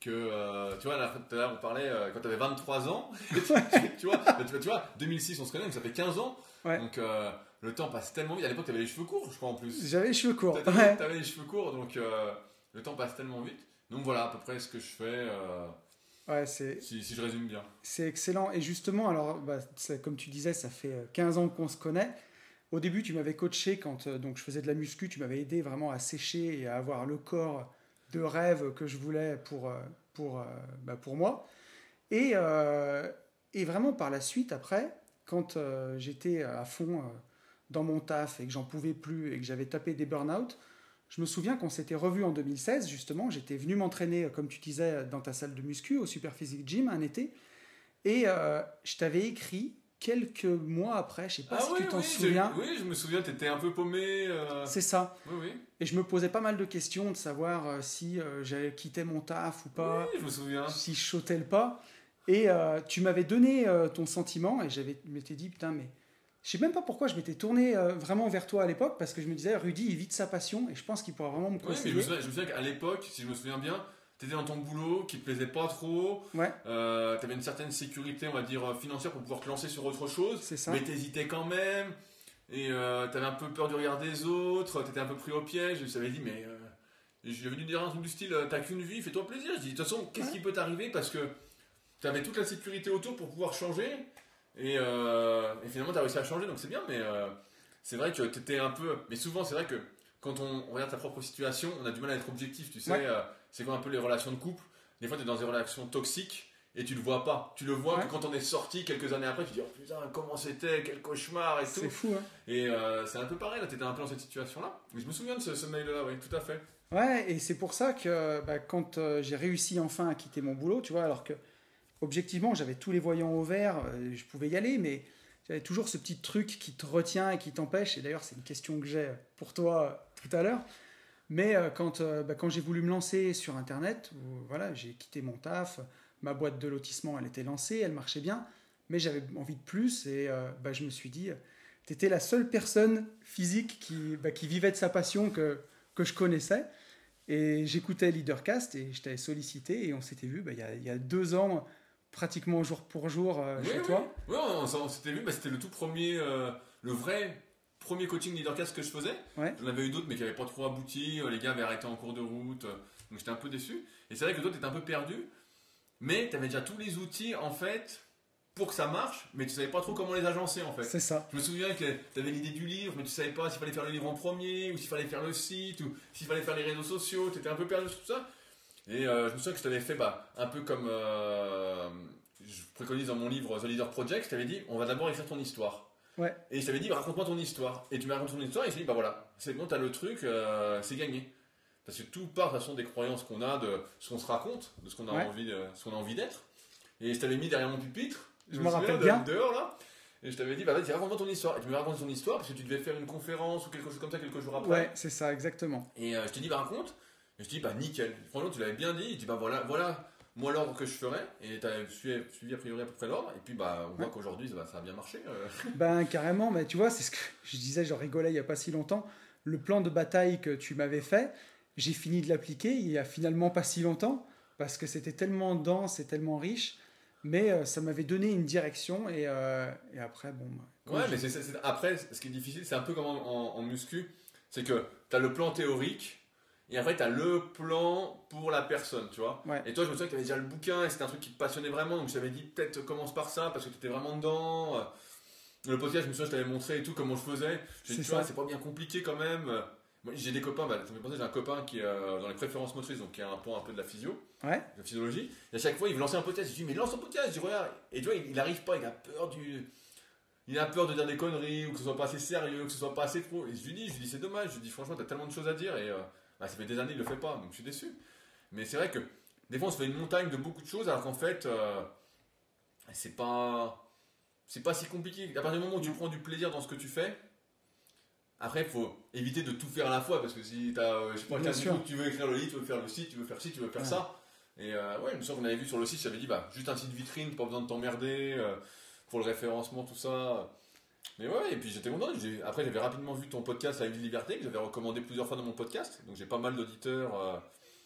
Speaker 2: que, euh, tu vois, là, tout à l'heure, on parlait euh, quand tu avais vingt-trois ans, tu, tu vois, tu, vois, tu vois, deux mille six, on se connaît, donc ça fait quinze ans.
Speaker 1: Ouais.
Speaker 2: Donc, euh, le temps passe tellement vite. À l'époque, tu avais les cheveux courts, je crois, en plus.
Speaker 1: J'avais les cheveux courts.
Speaker 2: Tu
Speaker 1: Ouais.
Speaker 2: avais les cheveux courts, donc euh, le temps passe tellement vite. Donc, voilà à peu près ce que je fais, euh,
Speaker 1: Ouais, c'est,
Speaker 2: si, si je résume bien.
Speaker 1: c'est excellent. Et justement, alors, bah, ça- comme tu disais, ça fait euh, quinze ans qu'on se connaît. Au début, tu m'avais coaché quand euh, donc, je faisais de la muscu. Tu m'avais aidé vraiment à sécher et à avoir le corps de rêve que je voulais pour, euh, pour, euh, bah, pour moi. Et, euh, et vraiment, par la suite, après, quand euh, j'étais à fond euh, dans mon taf et que j'en pouvais plus et que j'avais tapé des burn-out, je me souviens qu'on s'était revus en deux mille seize, justement. J'étais venu m'entraîner, euh, comme tu disais, dans ta salle de muscu, au Super Physique Gym, un été. Et euh, je t'avais écrit quelques mois après, je sais pas
Speaker 2: Ah
Speaker 1: si
Speaker 2: oui,
Speaker 1: tu t'en
Speaker 2: oui,
Speaker 1: souviens.
Speaker 2: je, oui, je me souviens, tu étais un peu paumé. euh,
Speaker 1: C'est ça.
Speaker 2: Oui, oui.
Speaker 1: Et je me posais pas mal de questions de savoir euh, si euh, j'allais quitter mon taf ou pas,
Speaker 2: Oui, je me souviens.
Speaker 1: si je sautais le pas. Et euh, tu m'avais donné euh, ton sentiment et j'avais, je m'étais dit, putain, mais je sais même pas pourquoi je m'étais tourné euh, vraiment vers toi à l'époque parce que je me disais, Rudy, il vit de sa passion et je pense qu'il pourra vraiment me
Speaker 2: Oui, mais je
Speaker 1: conseiller.
Speaker 2: me souviens, je me souviens qu'à l'époque, si je me souviens bien, tu étais dans ton boulot qui te plaisait pas trop.
Speaker 1: Ouais,
Speaker 2: Euh, tu avais une certaine sécurité, on va dire, financière pour pouvoir te lancer sur autre chose.
Speaker 1: c'est ça.
Speaker 2: Mais tu hésitais quand même. Et euh, tu avais un peu peur du regard des autres. Tu étais un peu pris au piège. Je t'avais dit, mais. Euh, j'avais dû dire un truc du style, euh, t'as qu'une vie, fais-toi plaisir. Je dis, de toute façon, qu'est-ce
Speaker 1: Ouais.
Speaker 2: qui peut t'arriver? Parce que tu avais toute la sécurité autour pour pouvoir changer. Et, euh, et finalement, tu as réussi à changer, donc c'est bien. Mais euh, c'est vrai que tu étais un peu. Mais souvent, c'est vrai que quand on regarde ta propre situation, on a du mal à être objectif. Tu sais,
Speaker 1: Ouais.
Speaker 2: euh, c'est comme un peu les relations de couple. Des fois, tu es dans des relations toxiques et tu le vois pas. Tu le vois
Speaker 1: Ouais.
Speaker 2: que quand on est sorti quelques années après, tu te dis, oh putain, comment c'était, quel cauchemar et tout.
Speaker 1: C'est fou, hein.
Speaker 2: Et euh, c'est un peu pareil, là, tu étais un peu dans cette situation-là. Mais je me souviens de ce, ce mail-là, oui, tout à fait.
Speaker 1: Ouais, et c'est pour ça que bah, quand euh, j'ai réussi enfin à quitter mon boulot, tu vois, alors que objectivement j'avais tous les voyants au vert, euh, je pouvais y aller, mais j'avais toujours ce petit truc qui te retient et qui t'empêche. Et d'ailleurs, c'est une question que j'ai pour toi euh, tout à l'heure. Mais euh, quand, euh, bah, quand j'ai voulu me lancer sur Internet, où, voilà, j'ai quitté mon taf, ma boîte de lotissement, elle était lancée, elle marchait bien, mais j'avais envie de plus et euh, bah, je me suis dit, tu étais la seule personne physique qui, bah, qui vivait de sa passion que, que je connaissais. Et j'écoutais Leadercast et je t'avais sollicité et on s'était vu bah, il y, a, il y a deux ans, pratiquement jour pour jour euh,
Speaker 2: Oui,
Speaker 1: chez
Speaker 2: oui.
Speaker 1: toi.
Speaker 2: Oui, on, on- on s'était vu, bah, c'était le tout premier, euh, le vrai premier coaching leadercast que je faisais.
Speaker 1: Ouais.
Speaker 2: J'en avais eu d'autres, mais qui n'avaient pas trop abouti. Euh, Les gars avaient arrêté en cours de route, euh, donc j'étais un peu déçu. Et c'est vrai que toi, tu étais un peu perdu, mais tu avais déjà tous les outils, en fait, pour que ça marche, mais tu savais pas trop comment les agencer, en fait.
Speaker 1: C'est ça.
Speaker 2: Je me souviens que tu avais l'idée du livre, mais tu savais pas s'il fallait faire le livre en premier, ou s'il fallait faire le site, ou s'il fallait faire les réseaux sociaux. Tu étais un peu perdu sur tout ça. Et euh, je me souviens que je t'avais fait bah, un peu comme euh, je préconise dans mon livre The Leader Project. Je t'avais dit, on va d'abord écrire ton histoire.
Speaker 1: Ouais.
Speaker 2: Et je t'avais dit, bah, raconte-moi ton histoire. Et tu m'as raconté ton histoire, et je t'ai dit, bah voilà, c'est bon, t'as le truc, euh, c'est gagné. Parce que tout part de toute façon des croyances qu'on a, de ce qu'on se raconte, de ce qu'on a,
Speaker 1: Ouais.
Speaker 2: envie, de, ce qu'on a envie d'être. Et je t'avais mis derrière mon pupitre,
Speaker 1: Je
Speaker 2: me
Speaker 1: me
Speaker 2: souviens,
Speaker 1: rappelle
Speaker 2: de-
Speaker 1: bien.
Speaker 2: dehors là. Et je t'avais dit, bah vas-y, raconte-moi ton histoire. Et tu m'as raconté ton histoire parce que tu devais faire une conférence ou quelque chose comme ça quelques jours après.
Speaker 1: Ouais, c'est ça, exactement.
Speaker 2: Et euh, je t'ai dit, bah raconte. Et je t'ai dit, bah nickel. Franchement, tu l'avais bien dit. Je dis, bah voilà, voilà moi l'ordre que je ferais. Et tu as suivi, suivi a priori à peu près l'ordre. Et puis, bah on voit
Speaker 1: Ouais.
Speaker 2: qu'aujourd'hui, ça, ça a bien marché. euh.
Speaker 1: Ben carrément, mais tu vois, c'est ce que je disais, j'en rigolais il n'y a pas si longtemps. Le plan de bataille que tu m'avais fait, j'ai fini de l'appliquer il y a finalement pas si longtemps, parce que c'était tellement dense et tellement riche, mais euh, ça m'avait donné une direction et, euh, et après, bon... bah, quand
Speaker 2: Ouais,
Speaker 1: je-
Speaker 2: mais c'est, c'est- c'est- après, ce qui est difficile, c'est un peu comme en, en- en muscu. C'est que tu as le plan théorique. Et après, tu as le plan pour la personne, tu vois.
Speaker 1: Ouais.
Speaker 2: Et toi, je me souviens que tu avais déjà le bouquin et c'était un truc qui te passionnait vraiment. Donc, je t'avais dit, peut-être commence par ça parce que tu étais vraiment dedans. Le podcast, je me souviens, je t'avais montré et tout, comment je faisais. J'ai dit,
Speaker 1: C'est
Speaker 2: tu vois,
Speaker 1: ça.
Speaker 2: c'est pas bien compliqué quand même. Moi, j'ai des copains, bah, ça me fait penser, j'ai un copain qui est euh, dans les préférences motrices, donc qui a un pan un peu de la physio,
Speaker 1: Ouais,
Speaker 2: de la physiologie. Et à chaque fois, il veut lancer un podcast. Je lui dis, mais lance ton podcast. Je dis, regarde. Et tu vois, il, il arrive pas, il a peur du. Il a peur de dire des conneries, ou que ce soit pas assez sérieux, que ce soit pas assez trop. Et je lui dis, je lui dis, c'est dommage. Je lui dis, franchement, t'as tellement de choses à dire. Et euh, bah, ça fait des années, il le fait pas, donc je suis déçu. Mais c'est vrai que des fois, on se fait une montagne de beaucoup de choses, alors qu'en fait, euh, c'est pas. C'est pas si compliqué. À partir du moment où tu prends du plaisir dans ce que tu fais, après, il faut éviter de tout faire à la fois. Parce que si tu as. Je sais pas,
Speaker 1: Bien
Speaker 2: quinze
Speaker 1: sûr.
Speaker 2: minutes, tu veux écrire le livre, tu veux faire le site, tu veux faire ci, tu veux faire
Speaker 1: Ouais.
Speaker 2: ça. Et euh, ouais, je me souviens qu'on avait vu sur le site, j'avais dit, bah, juste un site vitrine, pas besoin de t'emmerder euh, pour le référencement, tout ça. Mais ouais, et puis j'étais content. J'ai- Après, j'avais rapidement vu ton podcast La Vie de Liberté, que j'avais recommandé plusieurs fois dans mon podcast. Donc j'ai pas mal d'auditeurs. euh,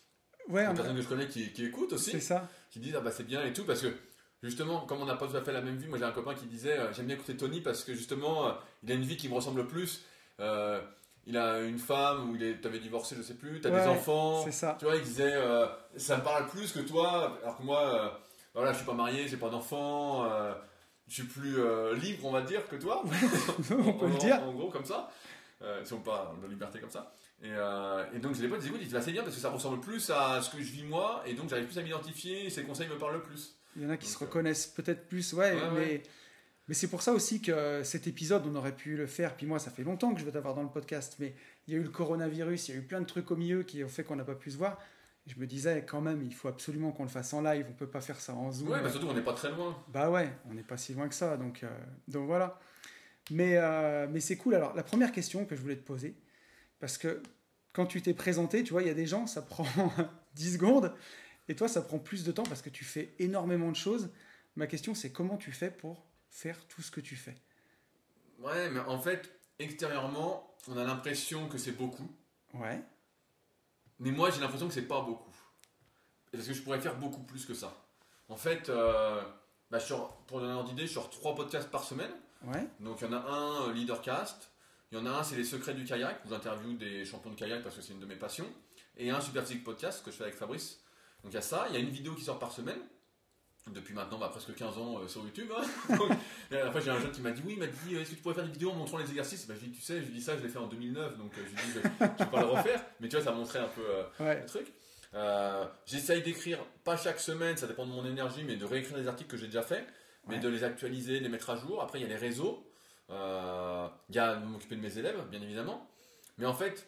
Speaker 1: ouais,
Speaker 2: des personnes a... que je connais qui, qui écoutent aussi.
Speaker 1: C'est ça.
Speaker 2: Qui disent ah bah c'est bien et tout parce que justement comme on n'a pas tout à fait la même vie, moi j'ai un copain qui disait euh, j'aime bien écouter Tony parce que justement euh, il a une vie qui me ressemble plus. Euh, il a une femme ou il est, t'avais divorcé je sais plus, t'as
Speaker 1: ouais,
Speaker 2: des enfants.
Speaker 1: C'est ça.
Speaker 2: Tu vois il disait euh, ça me parle plus que toi alors que moi euh, voilà je suis pas marié, j'ai pas d'enfants. Euh, je suis plus euh, libre on va dire que toi.
Speaker 1: On peut
Speaker 2: en,
Speaker 1: le dire.
Speaker 2: En, en gros comme ça. Euh, si on parle de liberté comme ça. Et, euh, et donc j'ai des potes qui disent écoute, bah, c'est bien parce que ça ressemble plus à ce que je vis moi et donc j'arrive plus à m'identifier et ces conseils me parlent le plus.
Speaker 1: Il y en a qui
Speaker 2: donc,
Speaker 1: se reconnaissent euh... peut-être plus, ouais,
Speaker 2: ouais,
Speaker 1: mais,
Speaker 2: ouais.
Speaker 1: mais c'est pour ça aussi que cet épisode, on aurait pu le faire. Puis moi, ça fait longtemps que je vais t'avoir dans le podcast, mais il y a eu le coronavirus, il y a eu plein de trucs au milieu qui ont fait qu'on n'a pas pu se voir. Et je me disais quand même, il faut absolument qu'on le fasse en live, on peut pas faire ça en Zoom.
Speaker 2: Ouais, bah surtout on n'est pas très loin.
Speaker 1: Bah ouais, on n'est pas si loin que ça, donc, euh, donc voilà. Mais, euh, mais c'est cool. Alors, la première question que je voulais te poser, parce que quand tu t'es présenté, tu vois, il y a des gens, ça prend dix secondes, et toi, ça prend plus de temps parce que tu fais énormément de choses. Ma question, c'est comment tu fais pour faire tout ce que tu fais ?
Speaker 2: Ouais, mais en fait, extérieurement, on a l'impression que c'est beaucoup.
Speaker 1: Ouais.
Speaker 2: Mais moi, j'ai l'impression que c'est pas beaucoup. Parce que je pourrais faire beaucoup plus que ça. En fait, euh, bah, sur, pour donner un ordre d'idée, je suis sur trois podcasts par semaine.
Speaker 1: Ouais.
Speaker 2: Donc, il y en a un, euh, Leadercast. Il y en a un, c'est Les Secrets du Kayak, où j'interviewe des champions de kayak parce que c'est une de mes passions. Et un, Super Physique Podcast, que je fais avec Fabrice. Donc, il y a ça. Il y a une vidéo qui sort par semaine. Depuis maintenant bah, presque quinze ans euh, sur YouTube. Hein. Donc, et après, j'ai un jeune qui m'a dit oui, il m'a dit est-ce que tu pourrais faire des vidéos en montrant les exercices bah, je lui ai dit tu sais, je lui ai dit ça, je l'ai fait en deux mille neuf, donc euh, je lui ai dit je ne vais pas le refaire. Mais tu vois, ça montrait un peu euh,
Speaker 1: ouais.
Speaker 2: le truc. Euh, j'essaye d'écrire, pas chaque semaine, ça dépend de mon énergie, mais de réécrire des articles que j'ai déjà faits, mais ouais. de les actualiser, de les mettre à jour. Après, il y a les réseaux. Euh, il y a m'occuper de mes élèves, bien évidemment. Mais en fait,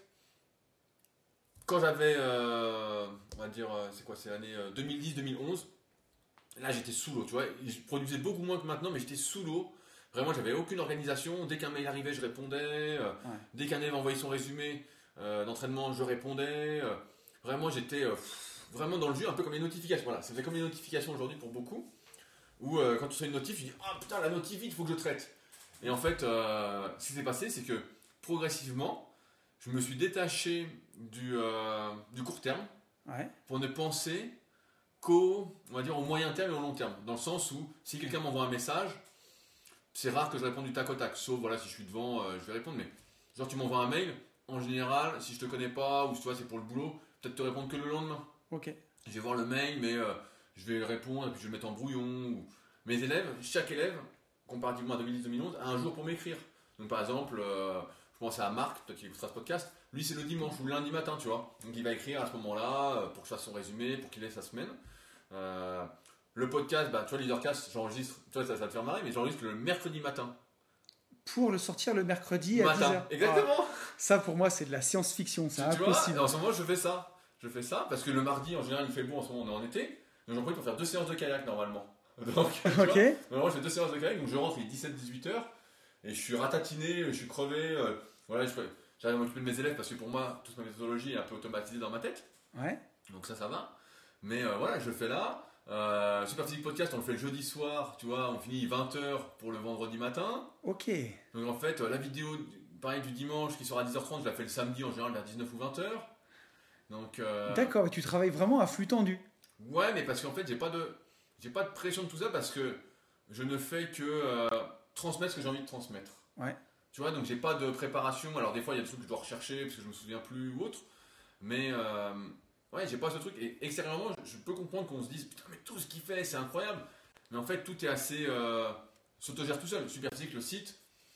Speaker 2: quand j'avais, euh, on va dire, c'est quoi, c'est l'année deux mille dix deux mille onze, là j'étais sous l'eau, tu vois. Je produisais beaucoup moins que maintenant, mais j'étais sous l'eau. Vraiment, j'avais aucune organisation. Dès qu'un mail arrivait, je répondais. Euh, ouais. Dès qu'un élève envoyait son résumé euh, d'entraînement, je répondais. Euh, vraiment, j'étais euh, vraiment dans le jus, un peu comme les notifications. Voilà, ça faisait comme les notifications aujourd'hui pour beaucoup. Où euh, quand tu reçois une notif, je dis ah putain, la notif, il faut que je traite. Et en fait, euh, ce qui s'est passé, c'est que progressivement, je me suis détaché du, euh, du court terme
Speaker 1: ouais.
Speaker 2: pour ne penser qu'au, on va dire, au moyen terme et au long terme. Dans le sens où, si quelqu'un m'envoie un message, c'est rare que je réponde du tac au tac. Sauf, voilà, si je suis devant, euh, je vais répondre. Mais genre, tu m'envoies un mail, en général, si je te connais pas, ou si tu vois, c'est pour le boulot, peut-être te répondre que le lendemain.
Speaker 1: Ok.
Speaker 2: Je vais voir le mail, mais euh, je vais répondre, et puis je vais le mettre en brouillon. Ou... Mes élèves, chaque élève, comparativement à deux mille dix deux mille onze, a un jour pour m'écrire. Donc, par exemple, euh, je pense à Marc, peut-être qu'il écoutera ce podcast. Lui, c'est le dimanche ou le lundi matin, tu vois. Donc, il va écrire à ce moment-là, euh, pour que je fasse son résumé, pour qu'il ait sa semaine. Euh, le podcast, bah, tu vois, Leadercast, j'enregistre, tu vois, ça, ça va te faire marrer, mais j'enregistre le mercredi matin.
Speaker 1: Pour le sortir le mercredi à
Speaker 2: matin.
Speaker 1: dix heures.
Speaker 2: Exactement.
Speaker 1: Ah, ça, pour moi, c'est de la science-fiction, c'est
Speaker 2: tu
Speaker 1: impossible.
Speaker 2: Vois, en ce moment, je fais ça. Je fais ça parce que le mardi, en général, il fait beau, en ce moment, on est en été. Donc, j'en profite pour faire deux séances de kayak, normalement. Donc, tu
Speaker 1: ok.
Speaker 2: vois, normalement, je fais deux séances de kayak, donc je rentre, il est dix-sept dix-huit heures, et je suis ratatiné, je suis crevé. Euh, voilà, je, j'arrive à m'occuper de mes élèves parce que pour moi, toute ma méthodologie est un peu automatisée dans ma tête.
Speaker 1: Ouais.
Speaker 2: Donc, ça, ça va. Mais euh, voilà, je le fais là. Euh, Super Physique Podcast, on le fait le jeudi soir, tu vois, on finit vingt heures pour le vendredi matin.
Speaker 1: Ok.
Speaker 2: Donc en fait, la vidéo, pareil, du dimanche qui sera à dix heures trente, je la fais le samedi en général vers dix-neuf ou vingt heures. Donc, euh...
Speaker 1: D'accord, et tu travailles vraiment à flux tendu.
Speaker 2: Ouais, mais parce qu'en fait, j'ai pas de, j'ai pas de pression de tout ça parce que je ne fais que euh, transmettre ce que j'ai envie de transmettre.
Speaker 1: Ouais.
Speaker 2: Tu vois, donc j'ai pas de préparation. Alors des fois, il y a des trucs que je dois rechercher parce que je me souviens plus ou autre. Mais euh, ouais, j'ai pas ce truc. Et extérieurement, je, je peux comprendre qu'on se dise putain, mais tout ce qu'il fait, c'est incroyable. Mais en fait, tout est assez. Euh, s'autogère tout seul. Super Physique, le site.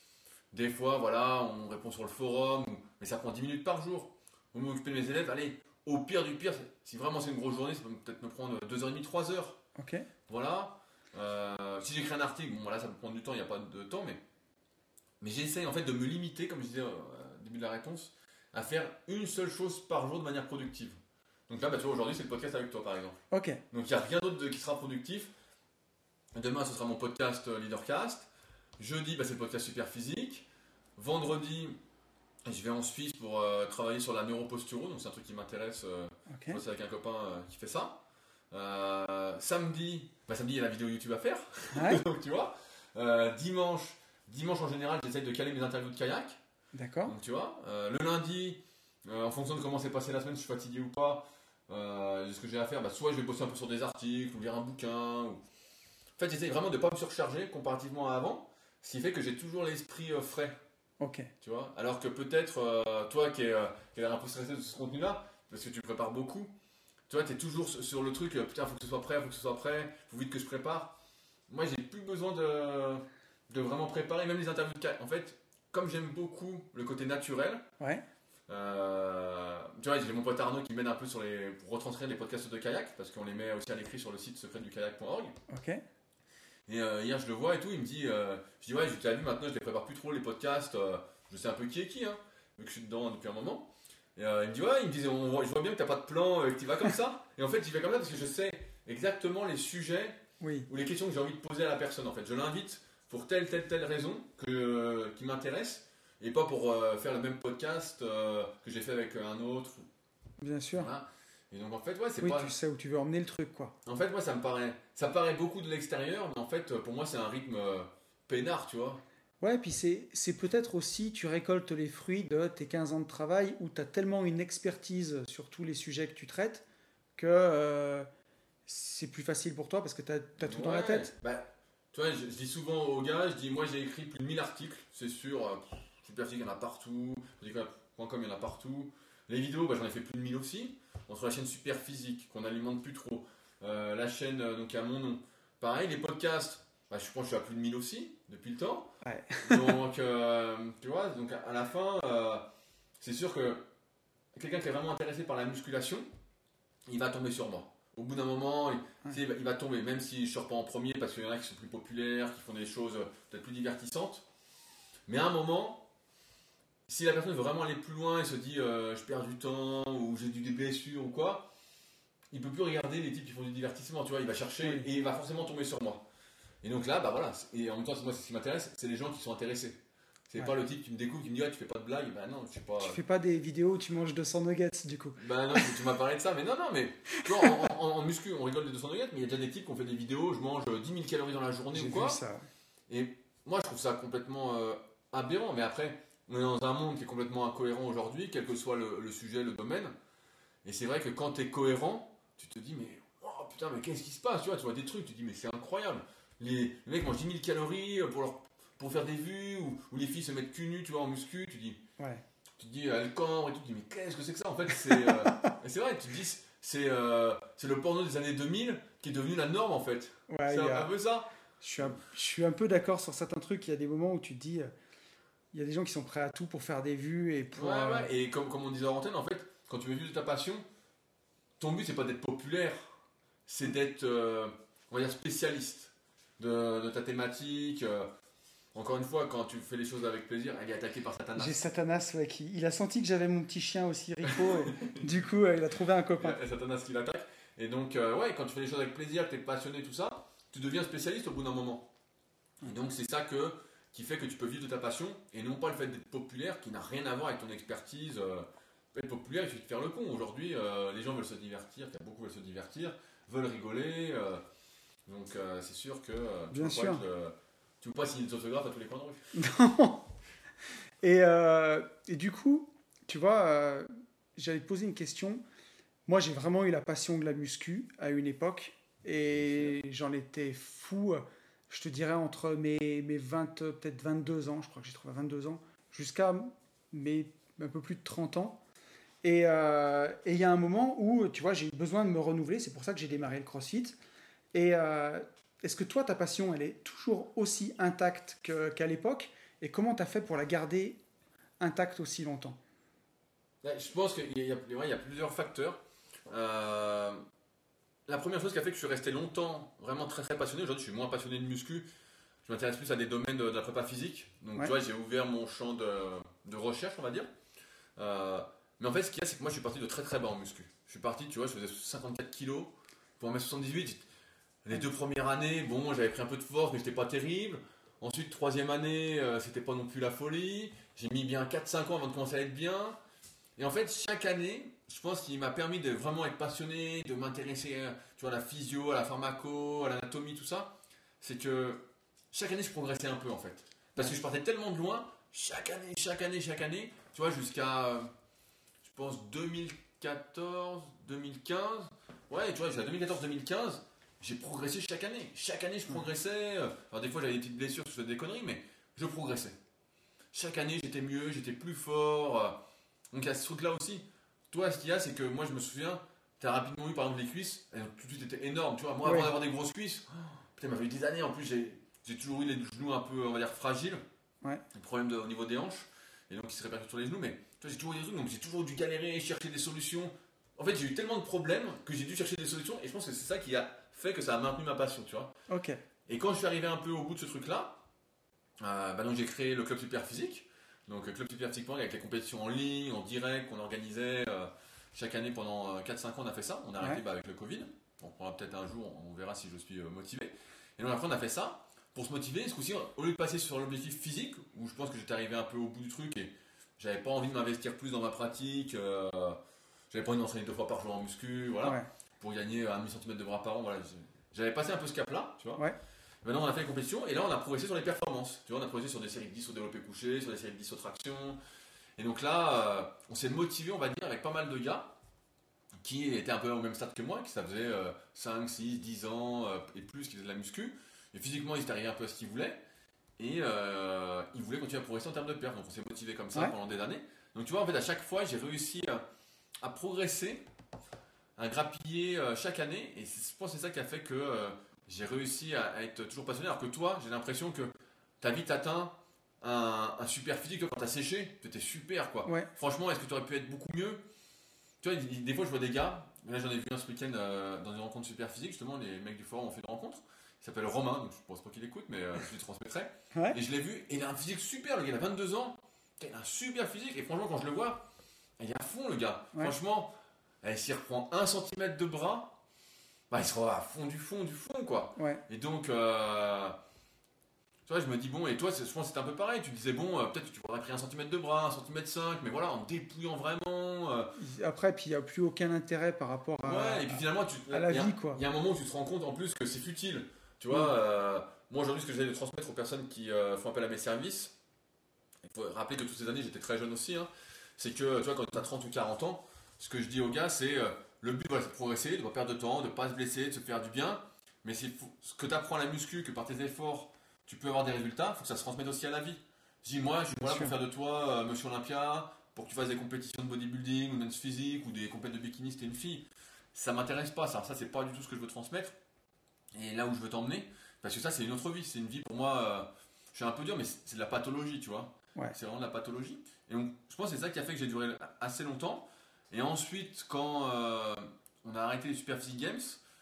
Speaker 2: Des fois, voilà, on répond sur le forum. Ou, mais ça prend dix minutes par jour. On m'occuper de mes élèves. Allez, au pire du pire, si vraiment c'est une grosse journée, ça peut peut-être me prendre deux heures trente, trois heures.
Speaker 1: Ok.
Speaker 2: Voilà. Euh, si j'écris un article, bon, là, ça peut prendre du temps, il n'y a pas de temps, mais. Mais j'essaye en fait de me limiter, comme je disais au début de la réponse, à faire une seule chose par jour de manière productive. Donc là, bah, tu vois, aujourd'hui, c'est le podcast avec toi, par exemple.
Speaker 1: Ok.
Speaker 2: Donc il n'y a rien d'autre de, qui sera productif. Demain, ce sera mon podcast euh, Leadercast. Jeudi, bah, c'est le podcast Super Physique. Vendredi, je vais en Suisse pour euh, travailler sur la neuroposturo. Donc c'est un truc qui m'intéresse. Euh,
Speaker 1: okay.
Speaker 2: C'est avec un copain euh, qui fait ça. Euh, samedi, bah, samedi, il y a la vidéo YouTube à faire.
Speaker 1: Ouais.
Speaker 2: Donc tu vois. Euh, dimanche, dimanche en général, j'essaye de caler mes interviews de kayak.
Speaker 1: D'accord.
Speaker 2: Donc tu vois. Euh, le lundi, euh, en fonction de comment s'est passée la semaine, si je suis fatigué ou pas, euh, ce que j'ai à faire, bah, soit je vais bosser un peu sur des articles ou lire un bouquin. Ou... En fait, j'essaie vraiment de ne pas me surcharger comparativement à avant, ce qui fait que j'ai toujours l'esprit euh, frais.
Speaker 1: Ok.
Speaker 2: Tu vois, alors que peut-être euh, toi qui es, euh, qui a l'air un peu stressé de ce contenu-là, parce que tu prépares beaucoup, tu vois, tu es toujours sur sur le truc, euh, putain, faut que ce soit prêt, faut que ce soit prêt, faut vite que je prépare. Moi, j'ai plus besoin de, de vraiment préparer, même les interviews de kayak. En fait, comme j'aime beaucoup le côté naturel,
Speaker 1: Ouais.
Speaker 2: euh, tu vois, j'ai mon pote Arnaud qui m'aide un peu sur les, pour retranscrire les podcasts de kayak, parce qu'on les met aussi à l'écrit sur le site secret du kayak point org.
Speaker 1: Ok.
Speaker 2: Et euh, hier, je le vois et tout, il me dit, euh, je dis, ouais, tu as vu, maintenant, je les prépare plus trop, les podcasts, euh, je sais un peu qui est qui, hein, vu que je suis dedans depuis un moment. Et euh, il me dit, ouais, il me dit, on voit, je vois bien que tu n'as pas de plan, euh, que tu vas comme ça. Et en fait, j'y vais comme ça parce que je sais exactement les sujets
Speaker 1: Oui.
Speaker 2: ou les questions que j'ai envie de poser à la personne. En fait, je l'invite pour telle, telle, telle raison que, euh, qui m'intéresse et pas pour euh, faire le même podcast euh, que j'ai fait avec un autre.
Speaker 1: Bien sûr.
Speaker 2: Voilà. Et donc, en fait, ouais, c'est
Speaker 1: Oui,
Speaker 2: pas.
Speaker 1: tu sais où tu veux emmener le truc, quoi.
Speaker 2: En fait, moi, ça me paraît, ça paraît beaucoup de l'extérieur, mais en fait, pour moi, c'est un rythme euh, peinard, tu vois.
Speaker 1: Ouais, puis c'est, c'est peut-être aussi, tu récoltes les fruits de tes quinze ans de travail où tu as tellement une expertise sur tous les sujets que tu traites que euh, c'est plus facile pour toi parce que tu as, tout dans la
Speaker 2: Ouais,
Speaker 1: tête.
Speaker 2: bah, tu vois, je, je dis souvent aux gars, je dis, moi, j'ai écrit plus de mille articles, c'est sûr. Euh, pff, Superphysique, il y en a partout. Je dis quoi, point com, il y en a partout. Les vidéos, bah, j'en ai fait plus de mille aussi. Entre la chaîne Superphysique, qu'on alimente plus trop, euh, la chaîne euh, donc à mon nom. Pareil, les podcasts, bah, je pense que je suis à plus de mille aussi, depuis le temps.
Speaker 1: Ouais.
Speaker 2: Donc, euh, tu vois, donc à la fin, euh, c'est sûr que quelqu'un qui est vraiment intéressé par la musculation, il va tomber sur moi. Au bout d'un moment, il,
Speaker 1: Ouais.
Speaker 2: tu sais, il, va, il va tomber, même si je ne sors pas en premier, parce qu'il y en a qui sont plus populaires, qui font des choses euh, peut-être plus divertissantes. Mais à un moment, si la personne veut vraiment aller plus loin et se dit euh, je perds du temps, ou j'ai des blessures ou quoi, il ne peut plus regarder les types qui font du divertissement, tu vois, il va chercher
Speaker 1: Oui.
Speaker 2: et il va forcément tomber sur moi. Et donc là, bah voilà, et en même temps, moi, c'est ce qui m'intéresse, c'est les gens qui sont intéressés. C'est
Speaker 1: Ouais.
Speaker 2: pas le type qui me découvre, qui me dit ah, tu fais pas de blague, bah non, je sais pas.
Speaker 1: Tu fais pas des vidéos où tu manges deux cents nuggets, du coup.
Speaker 2: Bah non, tu, tu m'as parlé de ça, mais non, non, mais tu vois, en, en, en muscu, on rigole des deux cents nuggets, mais il y a déjà des types qui ont fait des vidéos, je mange dix mille calories dans la journée
Speaker 1: J'ai
Speaker 2: ou quoi.
Speaker 1: vu ça.
Speaker 2: Et moi, je trouve ça complètement euh, aberrant, mais après, on est dans un monde qui est complètement incohérent aujourd'hui, quel que soit le, le sujet, le domaine. Et c'est vrai que quand tu es cohérent, tu te dis, mais oh, putain, mais qu'est-ce qui se passe, tu vois, tu vois des trucs, tu te dis, mais c'est incroyable. Les, les mecs mangent dix mille calories pour, leur, pour faire des vues, ou, ou les filles se mettent cul nu, tu vois, en muscu, tu dis,
Speaker 1: Ouais.
Speaker 2: tu te dis, euh, le cambre et tout, tu te dis, mais qu'est-ce que c'est que ça en fait, c'est, euh, et c'est vrai, tu te dis, c'est, euh, c'est le porno des années deux mille qui est devenu la norme en fait.
Speaker 1: Ouais,
Speaker 2: C'est
Speaker 1: il y
Speaker 2: un,
Speaker 1: a-
Speaker 2: un peu ça.
Speaker 1: je suis un, je suis un peu d'accord sur certains trucs. Il y a des moments où tu te dis, euh, il y a des gens qui sont prêts à tout pour faire des vues et pour.
Speaker 2: Ouais,
Speaker 1: euh,
Speaker 2: ouais, et comme, comme on disait en antenne, en fait, quand tu veux vivre de ta passion, ton but c'est pas d'être populaire, c'est d'être, euh, on va dire, spécialiste de, de ta thématique. euh. Encore une fois, quand tu fais les choses avec plaisir, elle est attaquée par Satanas.
Speaker 1: J'ai Satanas, ouais, qui, il a senti que j'avais mon petit chien aussi, Rico, et du coup, euh, il a trouvé un copain.
Speaker 2: Il y a Satanas qui l'attaque. Et donc, euh, ouais, quand tu fais les choses avec plaisir, que tu es passionné, tout ça, tu deviens spécialiste au bout d'un moment. Et donc, c'est ça que, qui fait que tu peux vivre de ta passion et non pas le fait d'être populaire qui n'a rien à voir avec ton expertise. Euh, être populaire, il suffit de faire le con. Aujourd'hui, euh, les gens veulent se divertir, beaucoup veulent se divertir, veulent rigoler. euh, donc, euh, c'est sûr que euh, tu
Speaker 1: Bien
Speaker 2: peux
Speaker 1: sûr.
Speaker 2: pas être le- tu peux pas signer des autographes à tous les coins de rue.
Speaker 1: Non. Et, euh, et du coup, tu vois, euh, j'allais te poser une question. Moi, j'ai vraiment eu la passion de la muscu à une époque et j'en étais fou. Je te dirais entre mes, mes vingt, peut-être vingt-deux ans, je crois que j'ai trouvé vingt-deux ans, jusqu'à mes un peu plus de trente ans. Et euh, et il y a un moment où, tu vois, j'ai eu besoin de me renouveler. C'est pour ça que j'ai démarré le CrossFit. Et euh, est-ce que toi, ta passion, elle est toujours aussi intacte que- qu'à l'époque? Et comment tu as fait pour la garder intacte aussi longtemps?
Speaker 2: Ouais, je pense qu'il y, a- ouais, il y a plusieurs facteurs. Euh, la première chose qui a fait que je suis resté longtemps vraiment très très passionné, aujourd'hui je suis moins passionné de muscu, je m'intéresse plus à des domaines de, de la prépa physique. Donc
Speaker 1: Ouais.
Speaker 2: tu vois, j'ai ouvert mon champ de, de recherche, on va dire. Euh, mais en fait, ce qu'il y a, c'est que moi je suis parti de très très bas en muscu. Je suis parti, tu vois, je faisais cinquante-quatre kilos pour un mètre soixante-dix-huit. Les deux premières années, bon, j'avais pris un peu de force, mais j'étais pas terrible. Ensuite, troisième année, euh, c'était pas non plus la folie. J'ai mis bien quatre cinq ans avant de commencer à être bien. Et en fait, chaque année, je pense qu'il m'a permis de vraiment être passionné, de m'intéresser euh, tu vois, à la physio, à la pharmaco, à l'anatomie, tout ça. C'est que chaque année, je progressais un peu en fait. Parce que je partais tellement de loin, chaque année, chaque année, chaque année, tu vois, jusqu'à, euh, je pense, deux mille quatorze, deux mille quinze. Ouais, tu vois, j'ai à deux mille quatorze, deux mille quinze, j'ai progressé chaque année. Chaque année, je progressais. Alors, des fois, j'avais des petites blessures, je faisais des conneries, mais je progressais. Chaque année, j'étais mieux, j'étais plus fort. Donc, il y a ce truc-là aussi. Toi, ce qu'il y a, c'est que moi, je me souviens, tu as rapidement eu, par exemple, les cuisses. Elles ont tout de suite été énormes. Tu vois, moi,
Speaker 1: Ouais.
Speaker 2: avant d'avoir des grosses cuisses, oh, putain, il m'a fallu des années. En plus, j'ai, j'ai toujours eu les genoux un peu, on va dire, fragiles.
Speaker 1: Ouais.
Speaker 2: Des problèmes de- au niveau des hanches. Et donc, qui se répercutent sur les genoux. Mais tu vois, j'ai toujours eu des trucs. Donc, j'ai toujours dû galérer, chercher des solutions. En fait, j'ai eu tellement de problèmes que j'ai dû chercher des solutions. Et je pense que c'est ça qui a fait que ça a maintenu ma passion, tu vois.
Speaker 1: Ok.
Speaker 2: Et quand je suis arrivé un peu au bout de ce truc-là, euh, bah donc j'ai créé le club super physique. Donc, euh, club super physique avec les compétitions en ligne, en direct, qu'on organisait euh, chaque année pendant euh, quatre cinq ans. On a fait ça. On a arrêté
Speaker 1: Ouais.
Speaker 2: bah, avec le Covid. On prendra peut-être un jour, on verra si je suis euh, motivé. Et donc après, on a fait ça pour se motiver. Ce coup-ci, au lieu de passer sur l'objectif physique, où je pense que j'étais arrivé un peu au bout du truc et j'avais pas envie de m'investir plus dans ma pratique. Euh, j'avais pas envie d'entraîner deux fois par jour en muscu, voilà,
Speaker 1: Ouais.
Speaker 2: pour gagner un demi centimètre de bras par an. Voilà, j'avais passé un peu ce cap-là, tu vois.
Speaker 1: Ouais.
Speaker 2: Maintenant, on a fait les compétitions et là, on a progressé sur les performances. Tu vois, on a progressé sur des séries de dix au développé couché, sur des séries de dix au traction. Et donc là, euh, on s'est motivé, on va dire, avec pas mal de gars qui étaient un peu au même stade que moi, qui ça faisait euh, cinq, six, dix ans euh, et plus, qui faisaient de la muscu. Et physiquement, ils étaient arrivés un peu à ce qu'ils voulaient. Et euh, ils voulaient continuer à progresser en termes de perf. Donc on s'est motivé comme ça
Speaker 1: Ouais.
Speaker 2: pendant des années. Donc tu vois, en fait, à chaque fois, j'ai réussi à, à progresser, à grappiller euh, chaque année. Et c'est- je pense que c'est ça qui a fait que euh, j'ai réussi à, à être toujours passionné. Alors que toi, j'ai l'impression que tu as vite atteint un, un super physique. Toi, quand tu as séché, tu étais super, quoi.
Speaker 1: Ouais.
Speaker 2: Franchement, est-ce que tu aurais pu être beaucoup mieux? Tu vois, des fois, je vois des gars. Là, j'en ai vu un ce week-end euh, dans une rencontre super physique. Justement, les mecs du forum ont fait une rencontre. Il s'appelle Romain, donc je pense pas qu'il écoute, mais euh, je lui transmettrai.
Speaker 1: Ouais.
Speaker 2: Et je l'ai vu, et il a un physique super. Le gars, il a vingt-deux ans. Il a un super physique. Et franchement, quand je le vois, il est à fond, le gars.
Speaker 1: Ouais.
Speaker 2: Franchement, eh, s'il reprend un centimètre de bras, bah, il sera à fond du fond du fond, quoi.
Speaker 1: Ouais.
Speaker 2: Et donc, euh, tu vois, je me dis, bon, et toi, c'est- je pense que c'était un peu pareil. Tu disais, bon, euh, peut-être que tu pourrais pris un centimètre de bras, un centimètre cinq, mais voilà, en dépouillant vraiment. euh,
Speaker 1: Après, puis il n'y a plus aucun intérêt par rapport à,
Speaker 2: Ouais, et puis finalement, tu,
Speaker 1: à la
Speaker 2: il y a-
Speaker 1: vie, quoi.
Speaker 2: il y a un moment où tu te rends compte en plus que c'est futile. Tu
Speaker 1: Mm.
Speaker 2: vois, euh, moi aujourd'hui, ce que j'essaie de transmettre aux personnes qui euh, font appel à mes services, il faut rappeler que toutes ces années, j'étais très jeune aussi, hein, c'est que tu vois, quand tu as trente ou quarante ans, ce que je dis aux gars, c'est euh, le but, voilà, c'est de progresser, de ne pas perdre de temps, de ne pas se blesser, de se faire du bien. Mais c'est fou- ce que tu apprends à la muscu, que par tes efforts, tu peux avoir des résultats, il faut que ça se transmette aussi à la vie. Je dis, moi, je suis
Speaker 1: Bien
Speaker 2: là pour
Speaker 1: sûr.
Speaker 2: faire de toi euh, Monsieur Olympia, pour que tu fasses des compétitions de bodybuilding ou dance physique ou des compétitions de bikini si t'es une fille. Ça m'intéresse pas, ça. Ça, c'est pas du tout ce que je veux transmettre. Et là où je veux t'emmener, parce que ça, c'est une autre vie. C'est une vie pour moi, euh, je suis un peu dur, mais c'est c'est de la pathologie, tu vois.
Speaker 1: Ouais.
Speaker 2: C'est vraiment de la pathologie. Et donc, je pense que c'est ça qui a fait que j'ai duré assez longtemps. Et ensuite, quand euh, on a arrêté les Super Physique Games,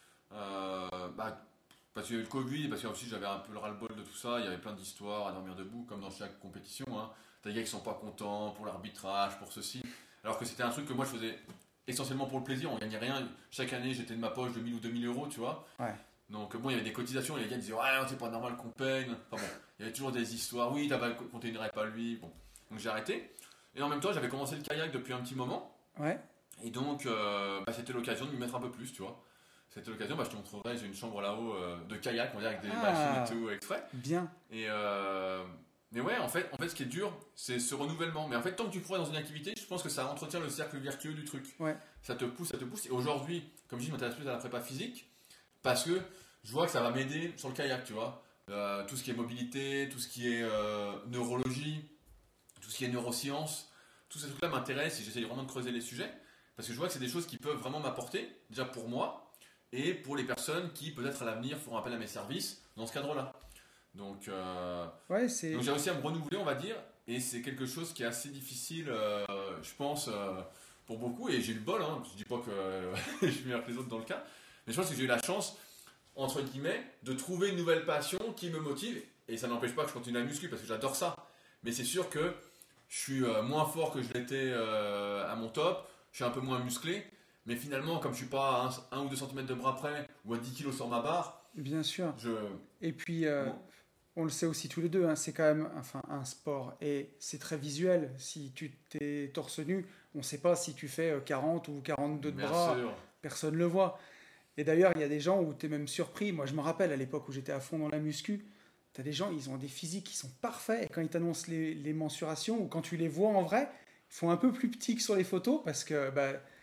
Speaker 2: euh, bah, parce qu'il y a eu le Covid, parce que aussi j'avais un peu le ras-le-bol de tout ça, il y avait plein d'histoires à dormir debout, comme dans chaque compétition. Hein. T'as des gars qui sont pas contents pour l'arbitrage, pour ceci. Alors que c'était un truc que moi je faisais essentiellement pour le plaisir, on gagnait rien. Chaque année j'étais de ma poche de mille ou deux mille euros, tu vois.
Speaker 1: Ouais.
Speaker 2: Donc bon, il y avait des cotisations, et les gars disaient ouais, non, c'est pas normal qu'on paye. Enfin bon, il y avait toujours des histoires, oui, t'as pas compté une rep à lui. Bon. Donc j'ai arrêté. Et en même temps, j'avais commencé le kayak depuis un petit moment.
Speaker 1: Ouais.
Speaker 2: Et donc, euh, bah, c'était l'occasion de m'y mettre un peu plus, tu vois. C'était l'occasion, bah, je te montrerai, j'ai une chambre là-haut euh, de kayak, on va dire, avec des
Speaker 1: Ah.
Speaker 2: machines et tout exprès.
Speaker 1: Bien.
Speaker 2: Et euh, mais ouais, en fait, en fait, ce qui est dur, c'est ce renouvellement. Mais en fait, tant que tu pourrais dans une activité, je pense que ça entretient le cercle vertueux du truc.
Speaker 1: Ouais.
Speaker 2: Ça te pousse, ça te pousse. Et aujourd'hui, comme je dis, je m'intéresse plus à la prépa physique parce que je vois que ça va m'aider sur le kayak, tu vois. Euh, tout ce qui est mobilité, tout ce qui est euh, neurologie, tout ce qui est neurosciences, tous ces trucs-là m'intéressent et j'essaie vraiment de creuser les sujets parce que je vois que c'est des choses qui peuvent vraiment m'apporter, déjà pour moi et pour les personnes qui peut-être à l'avenir feront appel à mes services dans ce cadre-là. Donc, euh,
Speaker 1: Ouais, c'est.
Speaker 2: donc j'ai réussi à me renouveler, on va dire, et c'est quelque chose qui est assez difficile, euh, je pense, euh, pour beaucoup. Et j'ai eu le bol, hein, je dis pas que euh, je suis meilleur que les autres dans le cas, mais je pense que j'ai eu la chance, entre guillemets, de trouver une nouvelle passion qui me motive. Et ça n'empêche pas que je continue la muscu parce que j'adore ça. Mais c'est sûr que je suis euh, moins fort que je l'étais euh, à mon top, je suis un peu moins musclé. Mais finalement, comme je suis pas à un ou deux centimètres de bras près ou à dix kilos sur ma barre,
Speaker 1: Bien sûr.
Speaker 2: je.
Speaker 1: Et puis, euh,
Speaker 2: Bon.
Speaker 1: on le sait aussi tous les deux, hein, c'est quand même enfin, un sport et c'est très visuel. Si tu t'es torse nu, on ne sait pas si tu fais euh, quarante ou quarante-deux de
Speaker 2: Bien
Speaker 1: bras,
Speaker 2: sûr.
Speaker 1: personne ne le voit. Et d'ailleurs, il y a des gens où tu es même surpris. Moi, je me rappelle à l'époque où j'étais à fond dans la muscu, tu as des gens, ils ont des physiques qui sont parfaits. Et quand ils t'annoncent les, les mensurations ou quand tu les vois en vrai, ils font un peu plus petits que sur les photos parce que bah,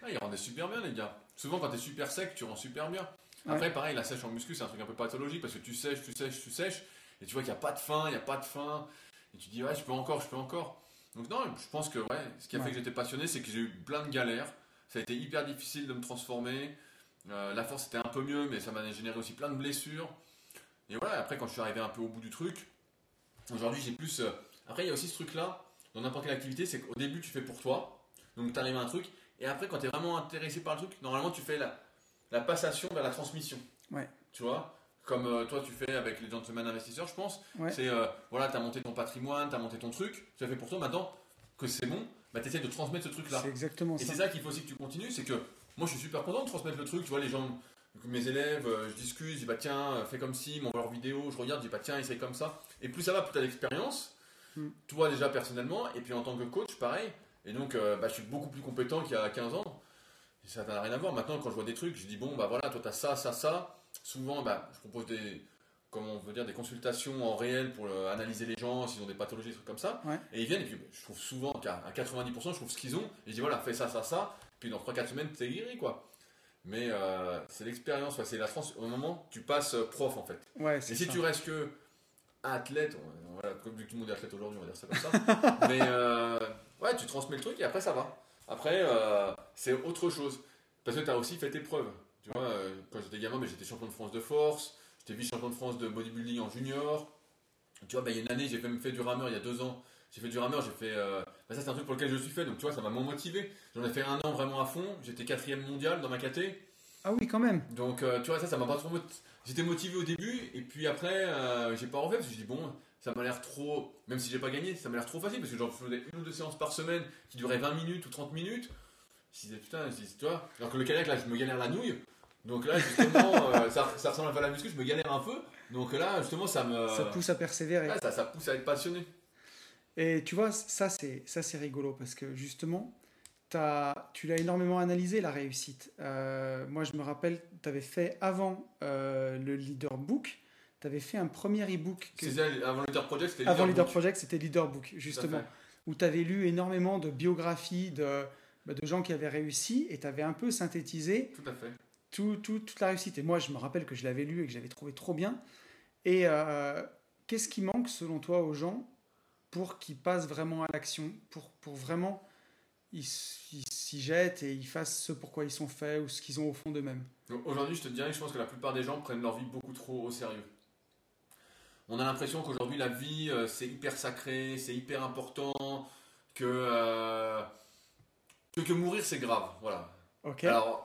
Speaker 2: Ah, ils rendaient super bien, les gars. Souvent, quand t'es super sec, tu rends super bien. Après, ouais. Pareil, la sèche en muscu, c'est un truc un peu pathologique parce que tu sèches, tu sèches, tu sèches, et tu vois qu'il n'y a pas de fin, il n'y a pas de fin, et tu dis, ouais, je peux encore, je peux encore. Donc, non, je pense que, ouais, ce qui a ouais. fait que j'étais passionné, c'est que j'ai eu plein de galères. Ça a été hyper difficile de me transformer. Euh, la force, c'était un peu mieux, mais ça m'a généré aussi plein de blessures. Et voilà, après, quand je suis arrivé un peu au bout du truc, aujourd'hui, j'ai plus. Euh... Après, il y a aussi ce truc-là, dans n'importe quelle activité, c'est qu'au début, tu fais pour toi, donc tu arrives à un truc, et après, quand tu es vraiment intéressé par le truc, normalement, tu fais la, la passation vers la transmission.
Speaker 1: Ouais.
Speaker 2: Tu vois, comme euh, toi, tu fais avec les gentlemen investisseurs, je pense.
Speaker 1: Ouais.
Speaker 2: C'est, euh, voilà, tu as monté ton patrimoine, tu as monté ton truc, tu as fait pour toi, maintenant que c'est bon, bah, tu essaies de transmettre ce truc-là.
Speaker 1: C'est exactement
Speaker 2: et
Speaker 1: ça.
Speaker 2: Et c'est ça qu'il faut aussi que tu continues, c'est que moi, je suis super content de transmettre le truc, tu vois, les gens. Mes élèves, euh, je discute, je dis bah tiens, fais comme ci, ils m'envoient leur vidéo, je regarde, je dis bah tiens, essaye comme ça. Et plus ça va, plus tu as d'expérience, mm. toi déjà personnellement, et puis en tant que coach, pareil. Et donc, euh, bah, je suis beaucoup plus compétent qu'il y a quinze ans. Et ça n'a rien à voir. Maintenant, quand je vois des trucs, je dis bon, bah voilà, toi tu as ça, ça, ça. Souvent, bah, je propose des, comment on veut dire, des consultations en réel pour euh, analyser les gens, s'ils ont des pathologies, des trucs comme ça.
Speaker 1: Ouais.
Speaker 2: Et ils viennent, et puis je trouve souvent qu'à quatre-vingt-dix pour cent, je trouve ce qu'ils ont. Et je dis voilà, fais ça, ça, ça. Puis dans trois quatre semaines, t'es guéri, quoi. Mais euh, c'est l'expérience, ouais, c'est la trans... au moment tu passes prof en fait.
Speaker 1: Ouais,
Speaker 2: et si
Speaker 1: ça.
Speaker 2: tu restes que athlète, voilà, comme tout le monde est athlète aujourd'hui, on va dire ça comme ça. Mais euh, ouais, tu transmets le truc et après ça va. Après, euh, c'est autre chose. Parce que tu as aussi fait tes preuves. Tu vois, euh, quand j'étais gamin, mais j'étais champion de France de force, j'étais vice-champion de France de bodybuilding en junior. Tu vois, bah, il y a une année, j'ai même fait du rameur il y a deux ans. J'ai fait du rameur, j'ai fait. Euh... Bah, ça, c'est un truc pour lequel je suis fait, donc tu vois, ça m'a motivé. J'en ai fait un an vraiment à fond. J'étais quatrième mondial dans ma caté.
Speaker 1: Ah oui, quand même.
Speaker 2: Donc, euh, tu vois, ça, ça m'a pas trop. Mot... J'étais motivé au début, et puis après, euh, j'ai pas refait parce que je dis, bon, ça m'a l'air trop. Même si j'ai pas gagné, ça m'a l'air trop facile parce que j'en faisais une ou deux séances par semaine qui duraient vingt minutes ou trente minutes. Je disais, putain, je dis, tu vois, alors que le kayak, là, je me galère la nouille. Donc là, justement, euh, ça, ça ressemble un peu à la muscu, je me galère un peu. Donc là, justement, ça me.
Speaker 1: Ça pousse à persévérer.
Speaker 2: Ouais, ça, ça pousse à être passionné.
Speaker 1: Et tu vois, ça c'est, ça, c'est rigolo parce que justement, t'as, tu l'as énormément analysé, la réussite. Euh, moi, je me rappelle, tu avais fait avant euh, le Leader Book, tu avais fait un premier e-book. Que...
Speaker 2: C'était avant Leader Project, c'était Leader
Speaker 1: Avant
Speaker 2: Book.
Speaker 1: Leader Project, c'était Leader Book, justement. Où tu avais lu énormément de biographies de, de gens qui avaient réussi et tu avais un peu synthétisé
Speaker 2: tout à fait.
Speaker 1: Tout, tout, toute la réussite. Et moi, je me rappelle que je l'avais lu et que j'avais trouvé trop bien. Et euh, qu'est-ce qui manque, selon toi, aux gens pour qu'ils passent vraiment à l'action, pour, pour vraiment ils, ils s'y jettent et ils fassent ce pourquoi ils sont faits ou ce qu'ils ont au fond d'eux-mêmes?
Speaker 2: Aujourd'hui, je te dirais que je pense que la plupart des gens prennent leur vie beaucoup trop au sérieux. On a l'impression qu'aujourd'hui, la vie, euh, c'est hyper sacré, c'est hyper important, que, euh, que, que mourir, c'est grave. Voilà.
Speaker 1: Ok.
Speaker 2: Alors,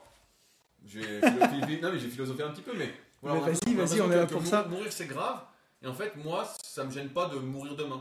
Speaker 2: j'ai philosophé, non, mais j'ai philosophé un petit peu, mais...
Speaker 1: Voilà, mais vas-y, vas-y, on est là pour
Speaker 2: mourir,
Speaker 1: ça.
Speaker 2: Mourir, c'est grave. Et en fait, moi, ça me gêne pas de mourir demain.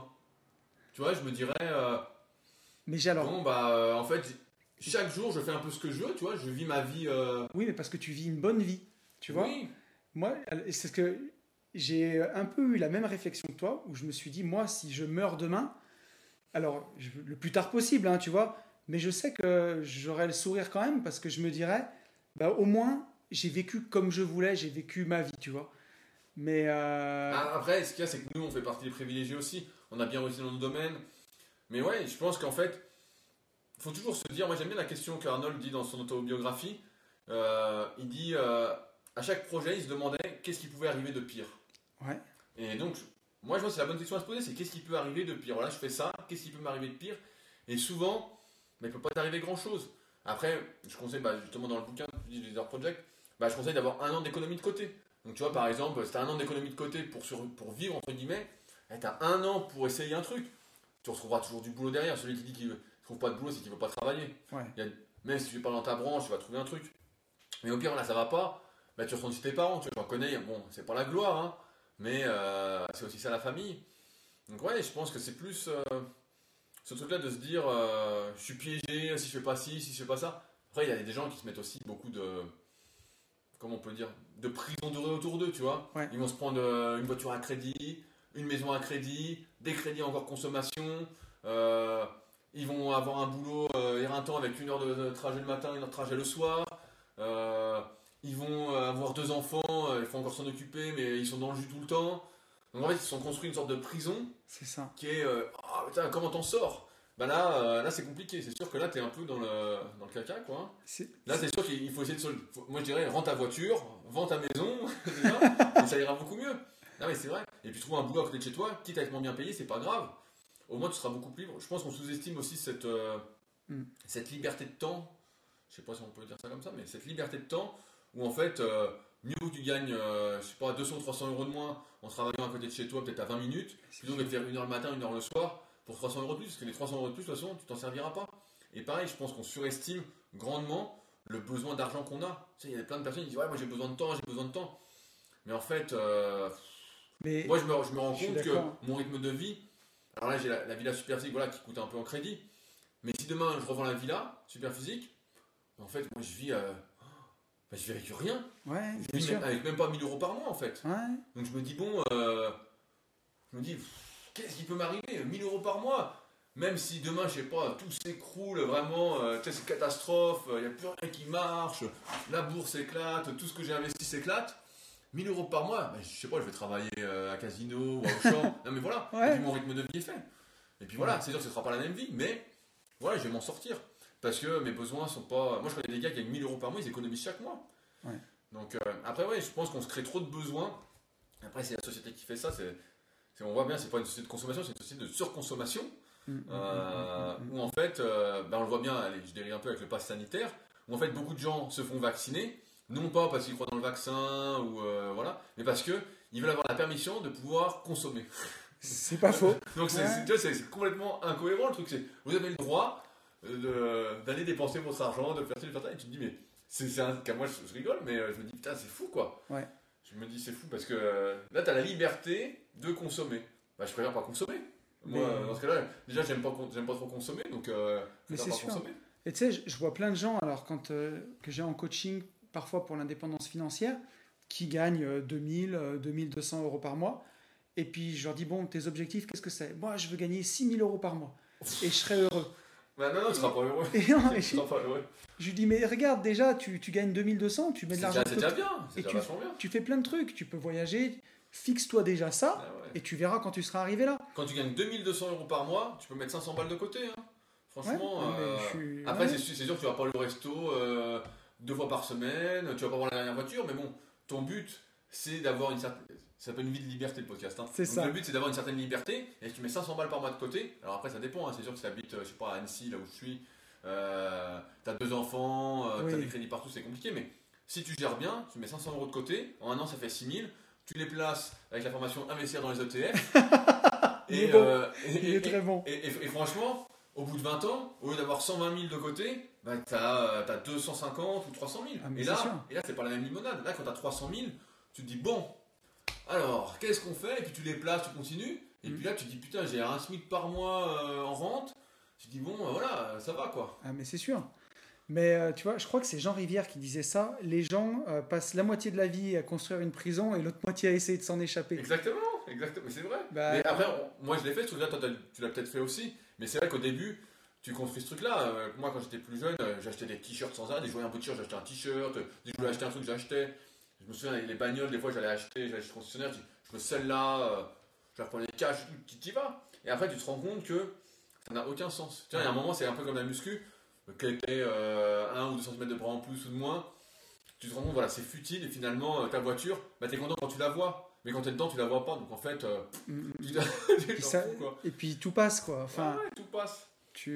Speaker 2: Tu vois, je me dirais... Euh,
Speaker 1: mais alors...
Speaker 2: Bon, bah, euh, en fait, chaque jour, je fais un peu ce que je veux, tu vois, je vis ma vie... Euh...
Speaker 1: Oui, mais parce que tu vis une bonne vie, tu vois.
Speaker 2: Oui.
Speaker 1: Moi, c'est ce que... J'ai un peu eu la même réflexion que toi, où je me suis dit, moi, si je meurs demain, alors, je, le plus tard possible, hein, tu vois, mais je sais que j'aurai le sourire quand même, parce que je me dirais, bah, au moins, j'ai vécu comme je voulais, j'ai vécu ma vie, tu vois. Mais euh...
Speaker 2: Après, ce qu'il y a, c'est que nous, on fait partie des privilégiés aussi. On a bien réussi dans nos domaines. Mais ouais, je pense qu'en fait, il faut toujours se dire, moi j'aime bien la question qu'Arnold dit dans son autobiographie. Euh, il dit, euh, à chaque projet, il se demandait qu'est-ce qui pouvait arriver de pire.
Speaker 1: Ouais.
Speaker 2: Et donc, moi je pense que c'est la bonne question à se poser, c'est qu'est-ce qui peut arriver de pire. Voilà, je fais ça, qu'est-ce qui peut m'arriver de pire? Et souvent, bah, il ne peut pas t'arriver grand-chose. Après, je conseille, bah, justement dans le bouquin, tu dis Leader Project, bah, je conseille d'avoir un an d'économie de côté. Donc tu vois, par exemple, si tu as un an d'économie de côté pour, sur, pour vivre, entre guillemets, tu as un an pour essayer un truc. Tu retrouveras toujours du boulot derrière. Celui qui dit qu'il ne trouve pas de boulot, c'est qu'il ne veut pas travailler.
Speaker 1: Ouais.
Speaker 2: Il y a, même si tu n'es pas dans ta branche, tu vas trouver un truc. Mais au pire, là, ça va pas. Bah, tu retournes chez tes parents. Tu vois, j'en connais, bon, c'est pas la gloire, hein, mais euh, c'est aussi ça la famille. Donc ouais, je pense que c'est plus euh, ce truc-là de se dire, euh, je suis piégé, si je fais pas ci, si je fais pas ça. Après, il y a des gens qui se mettent aussi beaucoup de... Comment on peut dire, de prison dorée autour d'eux, tu vois.
Speaker 1: Ouais.
Speaker 2: Ils vont se prendre euh, une voiture à crédit, une maison à crédit, des crédits encore consommation. Euh, ils vont avoir un boulot euh, éreintant avec une heure de, de trajet le matin, une heure de trajet le soir. Euh, ils vont euh, avoir deux enfants, euh, il faut encore s'en occuper, mais ils sont dans le jus tout le temps. Donc en fait, ils se sont construits une sorte de prison.
Speaker 1: C'est ça.
Speaker 2: Qui est, euh, oh, putain, comment t'en sors? Bah là, euh, là c'est compliqué. C'est sûr que là, tu es un peu dans le, dans le caca, quoi. Hein.
Speaker 1: C'est-
Speaker 2: Là, c'est sûr qu'il faut essayer de. sol- faut- Moi, je dirais, rends ta voiture, vends ta maison, déjà, et ça ira beaucoup mieux. Non, mais c'est vrai. Et puis, trouve un boulot à côté de chez toi, quitte à être moins bien payé, c'est pas grave. Au moins, tu seras beaucoup plus libre. Je pense qu'on sous-estime aussi cette, euh,
Speaker 1: Mm.
Speaker 2: cette liberté de temps. Je sais pas si on peut dire ça comme ça, mais cette liberté de temps où, en fait, euh, mieux vaut que tu gagnes, euh, je sais pas, deux cents ou trois cents euros de moins en travaillant à côté de chez toi, peut-être à vingt minutes, plutôt que de faire une heure le matin, une heure le soir, pour trois cents euros de plus, parce que les trois cents euros de plus, de toute façon, tu t'en serviras pas. Et pareil, je pense qu'on surestime grandement le besoin d'argent qu'on a. Tu sais, il y a plein de personnes qui disent ouais, moi j'ai besoin de temps, j'ai besoin de temps. Mais en fait, euh,
Speaker 1: Mais
Speaker 2: moi je me, je me rends
Speaker 1: je suis
Speaker 2: compte que
Speaker 1: d'accord.
Speaker 2: mon rythme de vie, alors là j'ai la, la villa super physique voilà, qui coûte un peu en crédit. Mais si demain je revends la villa super physique, en fait, moi je vis, euh, bah, je vis avec rien.
Speaker 1: ouais,
Speaker 2: Je
Speaker 1: bien
Speaker 2: vis
Speaker 1: sûr.
Speaker 2: même- avec même pas mille euros par mois en fait.
Speaker 1: Ouais.
Speaker 2: Donc je me dis, bon, euh, je me dis, pff, qu'est-ce qui peut m'arriver mille euros par mois. Même si demain, je sais pas, tout s'écroule, vraiment, euh, tu sais, c'est catastrophe, il n'y a plus rien qui marche, la bourse éclate, tout ce que j'ai investi s'éclate. mille euros par mois, bah, je sais pas, je vais travailler euh, à Casino ou à Auchan. Non mais voilà,
Speaker 1: Ouais.
Speaker 2: et puis mon rythme de vie est fait. Et puis voilà, c'est sûr que ce sera pas la même vie, mais voilà, je vais m'en sortir. Parce que mes besoins sont pas. Moi, je connais des gars qui gagnent mille euros par mois, ils économisent chaque mois.
Speaker 1: Ouais.
Speaker 2: Donc, euh, après, ouais, je pense qu'on se crée trop de besoins. Après, c'est la société qui fait ça. C'est, c'est- on voit bien, c'est pas une société de consommation, c'est une société de surconsommation.
Speaker 1: Mm, mm,
Speaker 2: Euh,
Speaker 1: mm, mm, mm.
Speaker 2: où en fait, euh, ben, on le voit bien, allez, je dérive un peu avec le pass sanitaire, où en fait, beaucoup de gens se font vacciner, non pas parce qu'ils croient dans le vaccin, ou euh, voilà, mais parce qu'ils veulent avoir la permission de pouvoir consommer.
Speaker 1: C'est pas faux.
Speaker 2: Donc, c'est,
Speaker 1: Ouais.
Speaker 2: c'est- tu vois, c'est, c'est complètement incohérent le truc. C'est, vous avez le droit euh, de- d'aller dépenser votre argent, de faire ci, de faire ça, et tu te dis, mais c'est, c'est un, qu'à moi je, je rigole, mais euh, je me dis, putain, c'est fou quoi.
Speaker 1: Ouais.
Speaker 2: Je me dis, c'est fou parce que euh, là, tu as la liberté de consommer. Bah, je préfère pas consommer. Moi,
Speaker 1: Mais-
Speaker 2: euh, dans ce cas-là, déjà, j'aime pas, con- j'aime pas trop consommer, donc euh, je
Speaker 1: Mais
Speaker 2: préfère
Speaker 1: c'est
Speaker 2: pas
Speaker 1: sûr.
Speaker 2: consommer.
Speaker 1: Et tu sais, je, je vois plein de gens, alors quand euh, que j'ai en coaching, parfois pour l'indépendance financière, qui gagnent euh, deux mille, euh, deux mille deux cents euros par mois. Et puis je leur dis, bon, tes objectifs, qu'est-ce que c'est? Moi, je veux gagner six mille euros par mois. Et je serai heureux.
Speaker 2: Bah, non, non, tu seras pas heureux.
Speaker 1: Et, non, et
Speaker 2: Tu
Speaker 1: je,
Speaker 2: seras pas heureux.
Speaker 1: je lui dis, mais regarde, déjà, tu, tu gagnes deux mille deux cents, tu mets de
Speaker 2: C'est
Speaker 1: l'argent
Speaker 2: déjà,
Speaker 1: de
Speaker 2: c'est
Speaker 1: côté.
Speaker 2: déjà bien, c'est
Speaker 1: Et
Speaker 2: déjà
Speaker 1: tu-
Speaker 2: vachement bien.
Speaker 1: Tu fais plein de trucs, tu peux voyager, fixe-toi déjà ça,
Speaker 2: Ah ouais.
Speaker 1: et tu verras quand tu seras arrivé là.
Speaker 2: Quand tu gagnes deux mille deux cents euros par mois, tu peux mettre cinq cents balles de côté. Hein. Franchement,
Speaker 1: Ouais, mais
Speaker 2: euh,
Speaker 1: je suis-
Speaker 2: après,
Speaker 1: ouais.
Speaker 2: c'est, sûr- c'est sûr que tu vas pas au resto euh, deux fois par semaine, tu vas pas avoir la dernière voiture, mais bon, ton but, c'est d'avoir une certaine. Ça s'appelle une vie de liberté le podcast. Hein.
Speaker 1: C'est
Speaker 2: Donc,
Speaker 1: ça.
Speaker 2: le but, c'est d'avoir une certaine liberté, et tu mets cinq cents balles par mois de côté. Alors après, ça dépend. Hein. C'est sûr que si tu habites, euh, je sais pas, à Annecy, là où je suis, euh, tu as deux enfants, euh, tu as
Speaker 1: Oui.
Speaker 2: des crédits partout, c'est compliqué, mais si tu gères bien, tu mets cinq cents euros de côté, en un an, ça fait six mille. Tu les places avec la formation investir dans les E T F.
Speaker 1: Il est bon.
Speaker 2: euh, et-
Speaker 1: Il
Speaker 2: et-
Speaker 1: est très bon.
Speaker 2: et, et- et franchement, au bout de vingt ans, au lieu d'avoir cent vingt mille de côté, bah t'as as deux cent cinquante ou trois cent mille.
Speaker 1: Ah, mais
Speaker 2: et,
Speaker 1: c'est sûr.
Speaker 2: là, et là, c'est pas la même limonade. Là, quand t'as trois cent mille, tu te dis bon, alors qu'est-ce qu'on fait? Et puis tu les places, tu continues. Et
Speaker 1: Mm.
Speaker 2: puis là, tu te dis putain, j'ai un SMIC par mois euh, en rente. Tu te dis bon, euh, voilà, ça va quoi.
Speaker 1: Ah, mais c'est sûr. Mais euh, tu vois, je crois que c'est Jean Rivière qui disait ça. Les gens euh, passent la moitié de la vie à construire une prison et l'autre moitié à essayer de s'en échapper.
Speaker 2: Exactement, exactement, mais c'est vrai.
Speaker 1: Bah,
Speaker 2: mais après, on- moi je l'ai fait, ce truc-là, toi t'as- tu l'as peut-être fait aussi. Mais c'est vrai qu'au début, tu construis ce truc-là. Euh, moi, quand j'étais plus jeune, euh, j'achetais des t-shirts sans arrêt. Dès que je voyais un peu de t-shirt, j'achetais un t-shirt. Dès que je voulais acheter un truc, j'achetais. Je me souviens, les bagnoles, des fois, j'allais acheter, j'allais chez le concessionnaire, je dis, je veux celle-là, euh, je la reprenais cash, tu t'y vas. Et après, tu te rends compte que ça n'a aucun sens. Tu vois, il y a un moment, c'est un peu comme la muscu, quel est euh, un ou deux centimètres de bras en plus ou de moins. Tu te rends compte, voilà, c'est futile et finalement, euh, ta voiture, bah, t'es content quand tu la vois. Mais quand t'es dedans, tu la vois pas. Donc en fait, euh,
Speaker 1: mm, mm.
Speaker 2: tu t'en
Speaker 1: Puis
Speaker 2: fous,
Speaker 1: ça-
Speaker 2: quoi.
Speaker 1: Et puis tout passe, quoi. Enfin,
Speaker 2: Ouais, ouais, tout passe.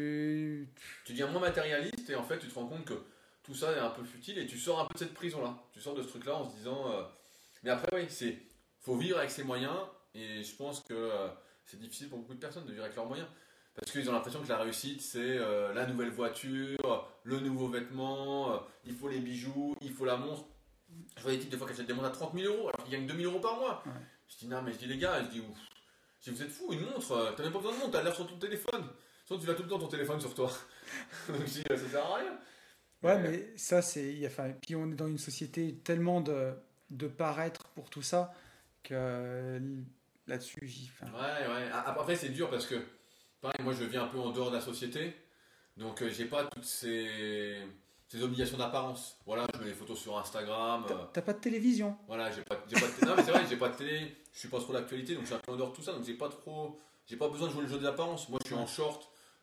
Speaker 1: tu.
Speaker 2: Tu deviens moins matérialiste et en fait, tu te rends compte que tout ça est un peu futile et tu sors un peu de cette prison-là. Tu sors de ce truc-là en se disant. euh, Mais après, oui, c'est. Faut vivre avec ses moyens et je pense que euh, c'est difficile pour beaucoup de personnes de vivre avec leurs moyens. Parce qu'ils ont l'impression que la réussite, c'est euh, la nouvelle voiture, le nouveau vêtement, euh, il faut les bijoux, il faut la montre. Je vois des types des fois qui achètent des montres à trente mille euros alors qu'ils gagnent deux mille euros par mois.
Speaker 1: Ouais.
Speaker 2: Je dis non, mais je dis les gars, je dis ouf, si vous êtes fous, une montre, euh, t'as même pas besoin de montre, t'as l'air sur ton téléphone. Sinon, tu l'as tout le temps ton téléphone sur toi. Donc je dis, euh, ça sert à rien.
Speaker 1: Ouais, mais ça, c'est. il y a- Enfin, puis on est dans une société tellement de, de paraître pour tout ça que euh, là-dessus, j'y. Enfin,
Speaker 2: Ouais, ouais. A- Après, c'est dur parce que, pareil, moi je vis un peu en dehors de la société. Donc, euh, j'ai pas toutes ces, ces obligations d'apparence. Voilà, je mets des photos sur Instagram. euh,
Speaker 1: T'as pas de télévision.
Speaker 2: voilà, j'ai pas, j'ai pas de télé. Non, mais c'est vrai, j'ai pas de télé. Je suis pas trop l'actualité, donc je suis un peu en dehors de tout ça. Donc, j'ai pas trop. J'ai pas besoin de jouer le jeu des apparences. Moi, je suis en short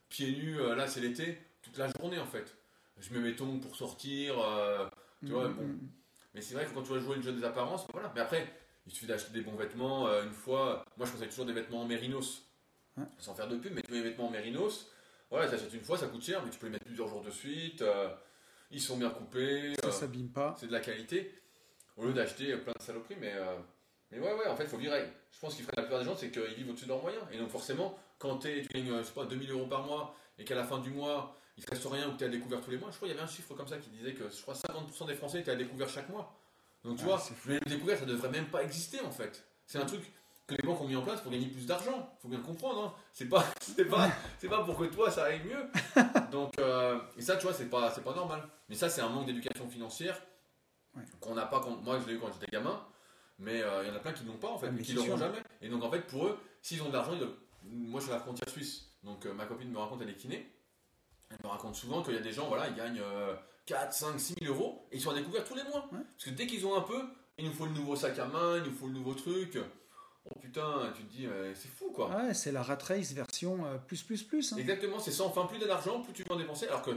Speaker 2: pieds nus, euh, là c'est l'été, toute la journée en fait. Je mets mes tongs pour sortir, euh, tu vois, bon. Mais c'est vrai que quand tu vas jouer le jeu des apparences, voilà. Mais après, il suffit d'acheter des bons vêtements. Euh, une fois, moi je conseille toujours des vêtements en mérinos. Ouais. Sans faire de pub, mais tous les vêtements en mérinos, voilà, tu achètes une fois, ça coûte cher, mais tu peux les mettre plusieurs jours de suite. Euh, ils sont bien coupés.
Speaker 1: Ça
Speaker 2: euh,
Speaker 1: s'abîme pas.
Speaker 2: C'est de la qualité. Au lieu d'acheter plein de saloperies, mais, euh, mais ouais, ouais, en fait, il faut virer. Je pense qu'il ferait la plupart des gens, c'est qu'ils vivent au-dessus de leurs moyens. Et donc, forcément, quand tu gagnes, je sais pas, deux mille euros par mois et qu'à la fin du mois, il ne te reste rien ou que tu es à découvert tous les mois, je crois qu'il y avait un chiffre comme ça qui disait que je crois cinquante pour cent des Français étaient à découvert chaque mois. Donc, tu ah, vois, le découvert, ça devrait même pas exister en fait. C'est un truc que les banques ont mis en place pour gagner plus d'argent. Il faut bien le comprendre. Hein. C'est pas, c'est pas, c'est pas pour que toi ça aille mieux. Donc, euh, et ça, tu vois, c'est pas, c'est pas normal. Mais ça, c'est un manque d'éducation financière. Ouais. Qu'on n'a pas, quand, moi je l'ai eu quand j'étais gamin, mais il euh, y en a plein qui n'ont pas en fait, ah, mais qui l'auront jamais. Et donc en fait pour eux, s'ils ont de l'argent, doivent... moi je suis à la frontière suisse, donc euh, ma copine me raconte, elle est kiné, elle me raconte souvent qu'il y a des gens, voilà, ils gagnent euh, quatre, cinq, six mille euros et ils sont à découvert tous les mois. Ouais. Parce que dès qu'ils ont un peu, il nous faut le nouveau sac à main, il nous faut le nouveau truc. Oh putain, tu te dis, euh, c'est fou quoi.
Speaker 1: Ouais, c'est la rat race version euh, plus plus plus. Hein.
Speaker 2: Exactement, c'est ça, enfin plus t'as d'argent, plus tu vas en dépenser, alors que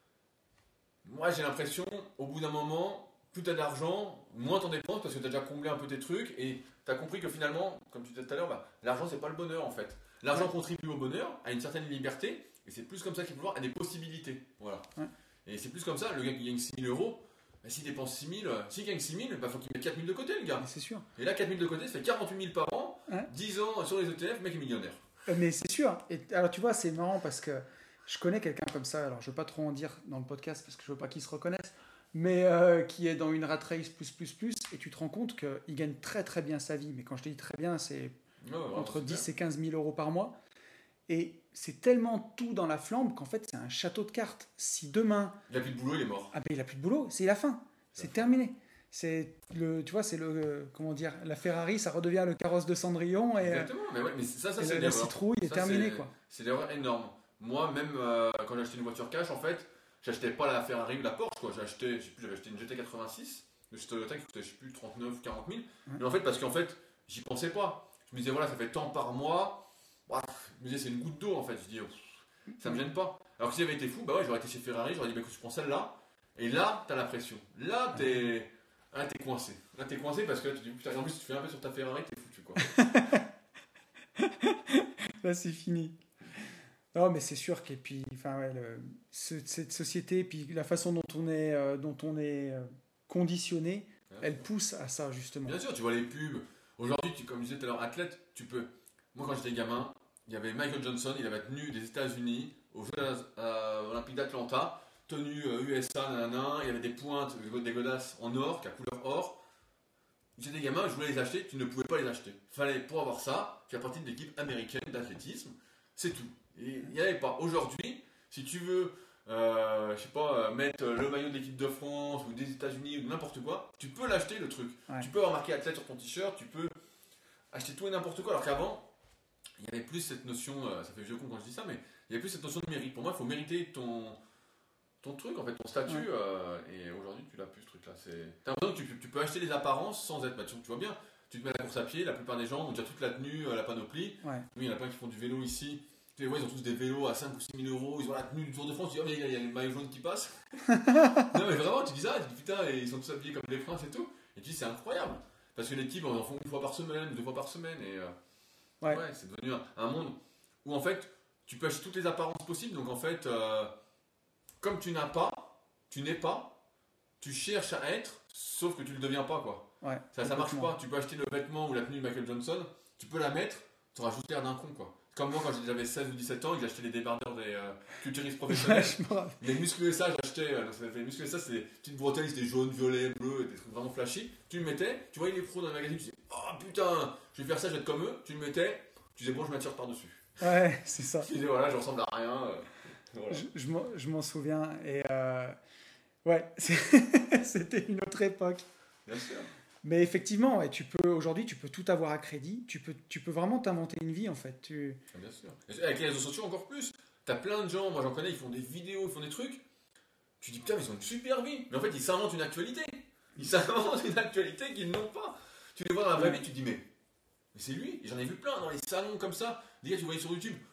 Speaker 2: moi j'ai l'impression, au bout d'un moment, plus tu as d'argent, moins tu en dépenses parce que tu as déjà comblé un peu tes trucs et tu as compris que finalement, comme tu disais tout à l'heure, bah, l'argent c'est pas le bonheur en fait. L'argent ouais. contribue au bonheur, à une certaine liberté et c'est plus comme ça qu'il faut voir, à des possibilités. Voilà. Ouais. Et c'est plus comme ça, le gars qui gagne six mille euros, bah, s'il dépense six mille, s'il gagne six mille, il bah, faut qu'il mette quatre mille de côté le gars.
Speaker 1: Mais c'est sûr.
Speaker 2: Et là quatre mille de côté, ça fait quarante-huit mille par an, ouais. dix ans sur les E T F, le mec est millionnaire.
Speaker 1: Mais c'est sûr. Et alors tu vois, c'est marrant parce que je connais quelqu'un comme ça, alors je ne veux pas trop en dire dans le podcast parce que je ne veux pas qu'il se reconnaisse. Mais euh, qui est dans une rat race plus plus plus et tu te rends compte qu'il gagne très très bien sa vie, mais quand je te dis très bien, c'est oh, entre c'est dix bien. Et quinze mille euros par mois et c'est tellement tout dans la flamme qu'en fait c'est un château de cartes. Si demain
Speaker 2: il n'a plus de boulot, il est mort.
Speaker 1: Ah ben il a plus de boulot, c'est la fin, c'est, c'est terminé. C'est le, tu vois, c'est le, comment dire, la Ferrari, ça redevient le carrosse de Cendrillon et
Speaker 2: exactement, mais ouais, mais ça, ça
Speaker 1: et
Speaker 2: c'est
Speaker 1: la, la citrouille est
Speaker 2: ça,
Speaker 1: terminée
Speaker 2: c'est,
Speaker 1: quoi.
Speaker 2: C'est l'erreur énorme. Moi même euh, quand j'ai acheté une voiture cash en fait. J'achetais pas la Ferrari ou la Porsche, quoi. J'ai acheté, je sais plus, j'avais acheté une G T quatre-vingt-six de chez Toyota qui coûtait, je sais plus, trente-neuf ou quarante mille. Ouais. Mais en fait, parce qu'en fait, j'y pensais pas. Je me disais, voilà, ça fait tant par mois. Bah, je me disais, c'est une goutte d'eau, en fait. Je dis, pff, ça me gêne pas. Alors que si j'avais été fou, bah ouais, j'aurais été chez Ferrari, j'aurais dit, bah écoute, je prends celle-là. Et là, t'as la pression. Là, t'es, là, t'es coincé. Là, t'es coincé parce que là, tu dis, putain, en plus, tu fais un peu sur ta Ferrari, t'es foutu, quoi.
Speaker 1: Là, c'est fini. Non, mais c'est sûr que puis, enfin, ouais, le, ce, cette société, puis la façon dont on est, euh, dont on est euh, conditionné, ouais. Elle pousse à ça justement.
Speaker 2: Bien sûr, tu vois les pubs. Aujourd'hui, tu, comme je disais tout à l'heure, athlète, tu peux. Moi, quand j'étais gamin, il y avait Michael Johnson, il avait tenu des États-Unis aux Jeux euh, Olympiques d'Atlanta, tenue euh, U S A, nanana, il y avait des pointes, des godasses en or, qui a couleur or. J'étais gamin, je voulais les acheter, tu ne pouvais pas les acheter. Fallait, pour avoir ça, faire partie de l'équipe américaine d'athlétisme, c'est tout. Il n'y avait pas. Aujourd'hui, si tu veux, euh, je sais pas, mettre le maillot de l'équipe de France ou des États-Unis ou n'importe quoi, tu peux l'acheter le truc. Ouais. Tu peux avoir marqué athlète sur ton t-shirt, tu peux acheter tout et n'importe quoi. Alors qu'avant, il y avait plus cette notion, euh, ça fait vieux con quand je dis ça, mais il y avait plus cette notion de mérite. Pour moi, il faut mériter ton, ton truc, en fait, ton statut. Ouais. Euh, et aujourd'hui, tu l'as plus ce truc-là. C'est... T'as l'impression que tu, tu peux acheter les apparences sans être mature. Tu vois bien, tu te mets à la course à pied, la plupart des gens ont déjà toute la tenue, la panoplie. Ouais. Oui, il y en a plein qui font du vélo ici. Ouais, ils ont tous des vélos à cinq ou six mille euros, ils ont la tenue du Tour de France, tu dis oh mais il y a le maillot jaune qui passe. Non mais vraiment, tu dis ça, tu dis putain, et ils sont tous habillés comme des princes et tout. Et tu dis c'est incroyable. Parce que les types, ils en font une fois par semaine, deux fois par semaine. Et euh, ouais. ouais, c'est devenu un, un monde où en fait, tu peux acheter toutes les apparences possibles. Donc en fait, euh, comme tu n'as pas, tu n'es pas, tu cherches à être, sauf que tu ne le deviens pas quoi. Ouais, ça, ça marche pas. Tu peux acheter le vêtement ou la tenue de Michael Johnson, tu peux la mettre, tu auras juste l'air d'un con quoi. Comme moi quand j'avais seize ou dix-sept ans, j'ai acheté les débardeurs des euh, culturistes professionnels. Les muscles S A, j'achetais, euh, les muscles S A, c'est des petites bretelles, c'était jaune, violet, bleu, des trucs vraiment flashy. Tu le mettais, tu voyais les pros dans le magazine, tu disais oh putain, je vais faire ça, je vais être comme eux. Tu le mettais, tu disais bon, je m'attire par-dessus.
Speaker 1: Ouais, c'est ça.
Speaker 2: Tu disais voilà, je ressemble à rien. Euh, voilà.
Speaker 1: Je, je, m'en, je m'en souviens et euh, ouais, c'était une autre époque.
Speaker 2: Bien sûr.
Speaker 1: Mais effectivement, ouais, tu peux, aujourd'hui, tu peux tout avoir à crédit. Tu peux, tu peux vraiment t'inventer une vie, en fait. Tu...
Speaker 2: Bien sûr. Et avec les réseaux sociaux, encore plus. T'as plein de gens, moi j'en connais, ils font des vidéos, ils font des trucs. Tu dis, putain, ils ont une super vie. Mais en fait, ils s'inventent une actualité. Ils s'inventent une actualité qu'ils n'ont pas. Tu les vois dans la vraie vie, tu te dis, mais, mais c'est lui. Et j'en ai vu plein dans les salons comme ça. Des gars, tu voyais sur YouTube,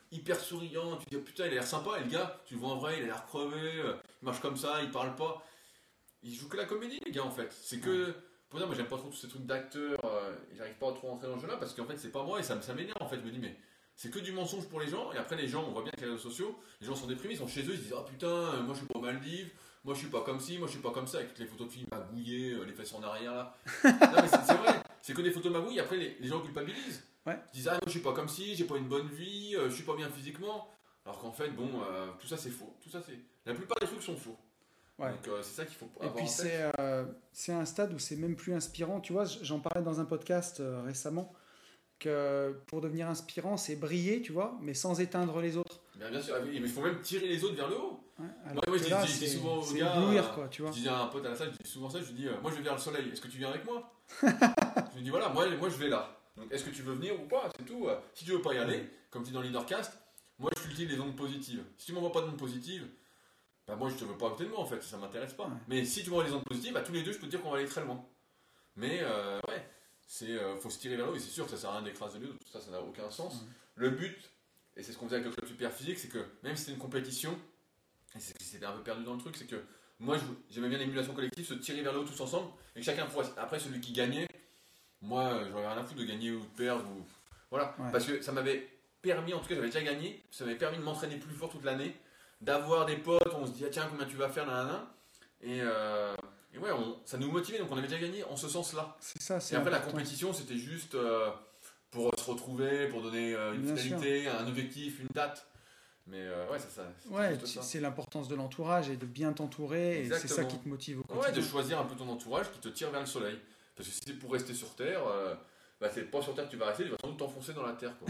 Speaker 2: hyper souriant, tu te dis oh, putain il a l'air sympa et le gars, tu le vois en vrai, il a l'air crevé, euh, il marche comme ça, il parle pas. Il joue que la comédie les gars en fait. C'est que, pour dire moi j'aime pas trop tous ces trucs d'acteurs, euh, j'arrive pas à trop rentrer dans le jeu là parce qu'en fait c'est pas moi et ça, me- ça m'énerve en fait. Je me dis mais c'est que du mensonge pour les gens et après les gens, on voit bien que les réseaux sociaux, les gens sont déprimés, ils sont chez eux, ils se disent oh putain, euh, moi je suis pas aux Maldives, moi je suis pas comme ci, moi je suis pas comme ça, avec toutes les photos de filles magouillées, euh, les fesses en arrière là. Non mais c'est c'est vrai, c'est que des photos magouilles, après les, les gens culpabilisent.
Speaker 1: Ouais.
Speaker 2: Ils disent ah moi je suis pas comme ci, j'ai pas une bonne vie, euh, je suis pas bien physiquement. Alors qu'en fait bon, euh, tout ça c'est faux, tout ça c'est. La plupart des trucs sont faux.
Speaker 1: Ouais.
Speaker 2: Donc euh, c'est ça qu'il faut
Speaker 1: Et
Speaker 2: avoir
Speaker 1: puis
Speaker 2: en tête.
Speaker 1: c'est euh, c'est un stade où c'est même plus inspirant. Tu vois, j'en parlais dans un podcast euh, récemment que pour devenir inspirant, c'est briller, tu vois, mais sans éteindre les autres.
Speaker 2: Bien, bien sûr, ah oui, mais il faut même tirer les autres vers le haut.
Speaker 1: Ouais, alors
Speaker 2: Moi, moi,
Speaker 1: que
Speaker 2: je dis,
Speaker 1: là,
Speaker 2: je dis
Speaker 1: c'est
Speaker 2: souvent aux
Speaker 1: c'est
Speaker 2: gars,
Speaker 1: éblouir,
Speaker 2: euh,
Speaker 1: quoi, tu
Speaker 2: je
Speaker 1: vois.
Speaker 2: dis à un pote à la salle, je dis souvent ça, je lui dis, euh, moi je vais vers le soleil, est-ce que tu viens avec moi? Je lui dis voilà, moi, moi je vais là. Donc est-ce que tu veux venir ou pas? C'est tout. euh. Si tu veux pas y aller, comme tu dis dans Leadercast, moi je cultive les ondes positives. Si tu m'envoies pas d'ondes positives, bah moi je te veux pas à côté de moi en fait, ça m'intéresse pas.
Speaker 1: Ouais.
Speaker 2: Mais si tu m'envoies les ondes positives, bah tous les deux je peux te dire qu'on va aller très loin. Mais euh, ouais, c'est euh, faut se tirer vers le haut et c'est sûr que ça sert à rien d'écraser les autres, tout ça ça n'a aucun sens.
Speaker 1: Ouais.
Speaker 2: Le but, et c'est ce qu'on faisait avec le club super physique, c'est que même si c'était une compétition, et c'est- c'était un peu perdu dans le truc, c'est que moi je- j'aimais bien l'émulation collective, se tirer vers le haut tous ensemble, et que chacun progresse. Après celui qui gagnait, moi euh, j'en avais rien à foutre de gagner ou de perdre, ou... voilà,
Speaker 1: Ouais.
Speaker 2: parce que ça m'avait permis, en tout cas j'avais déjà gagné, ça m'avait permis de m'entraîner plus fort toute l'année, d'avoir des potes, on se dit ah tiens combien tu vas faire, nanana, et, euh, et ouais, on- ça nous motivait, donc on avait déjà gagné en ce sens-là.
Speaker 1: C'est ça,
Speaker 2: Et
Speaker 1: c'est
Speaker 2: après la
Speaker 1: important.
Speaker 2: compétition c'était juste euh, pour se retrouver, pour donner euh, une
Speaker 1: Bien
Speaker 2: finalité, un objectif, une date. Mais euh, ouais, c'est ça. c'est
Speaker 1: Ouais,
Speaker 2: juste ça.
Speaker 1: c'est l'importance de l'entourage et de bien t'entourer, et c'est ça
Speaker 2: Exactement.
Speaker 1: qui te motive au
Speaker 2: Ouais, de
Speaker 1: quotidien.
Speaker 2: choisir un peu ton entourage qui te tire vers le soleil. Parce que si c'est pour rester sur Terre, euh, bah c'est pas sur Terre que tu vas rester, tu vas sans doute t'enfoncer dans la Terre. Quoi.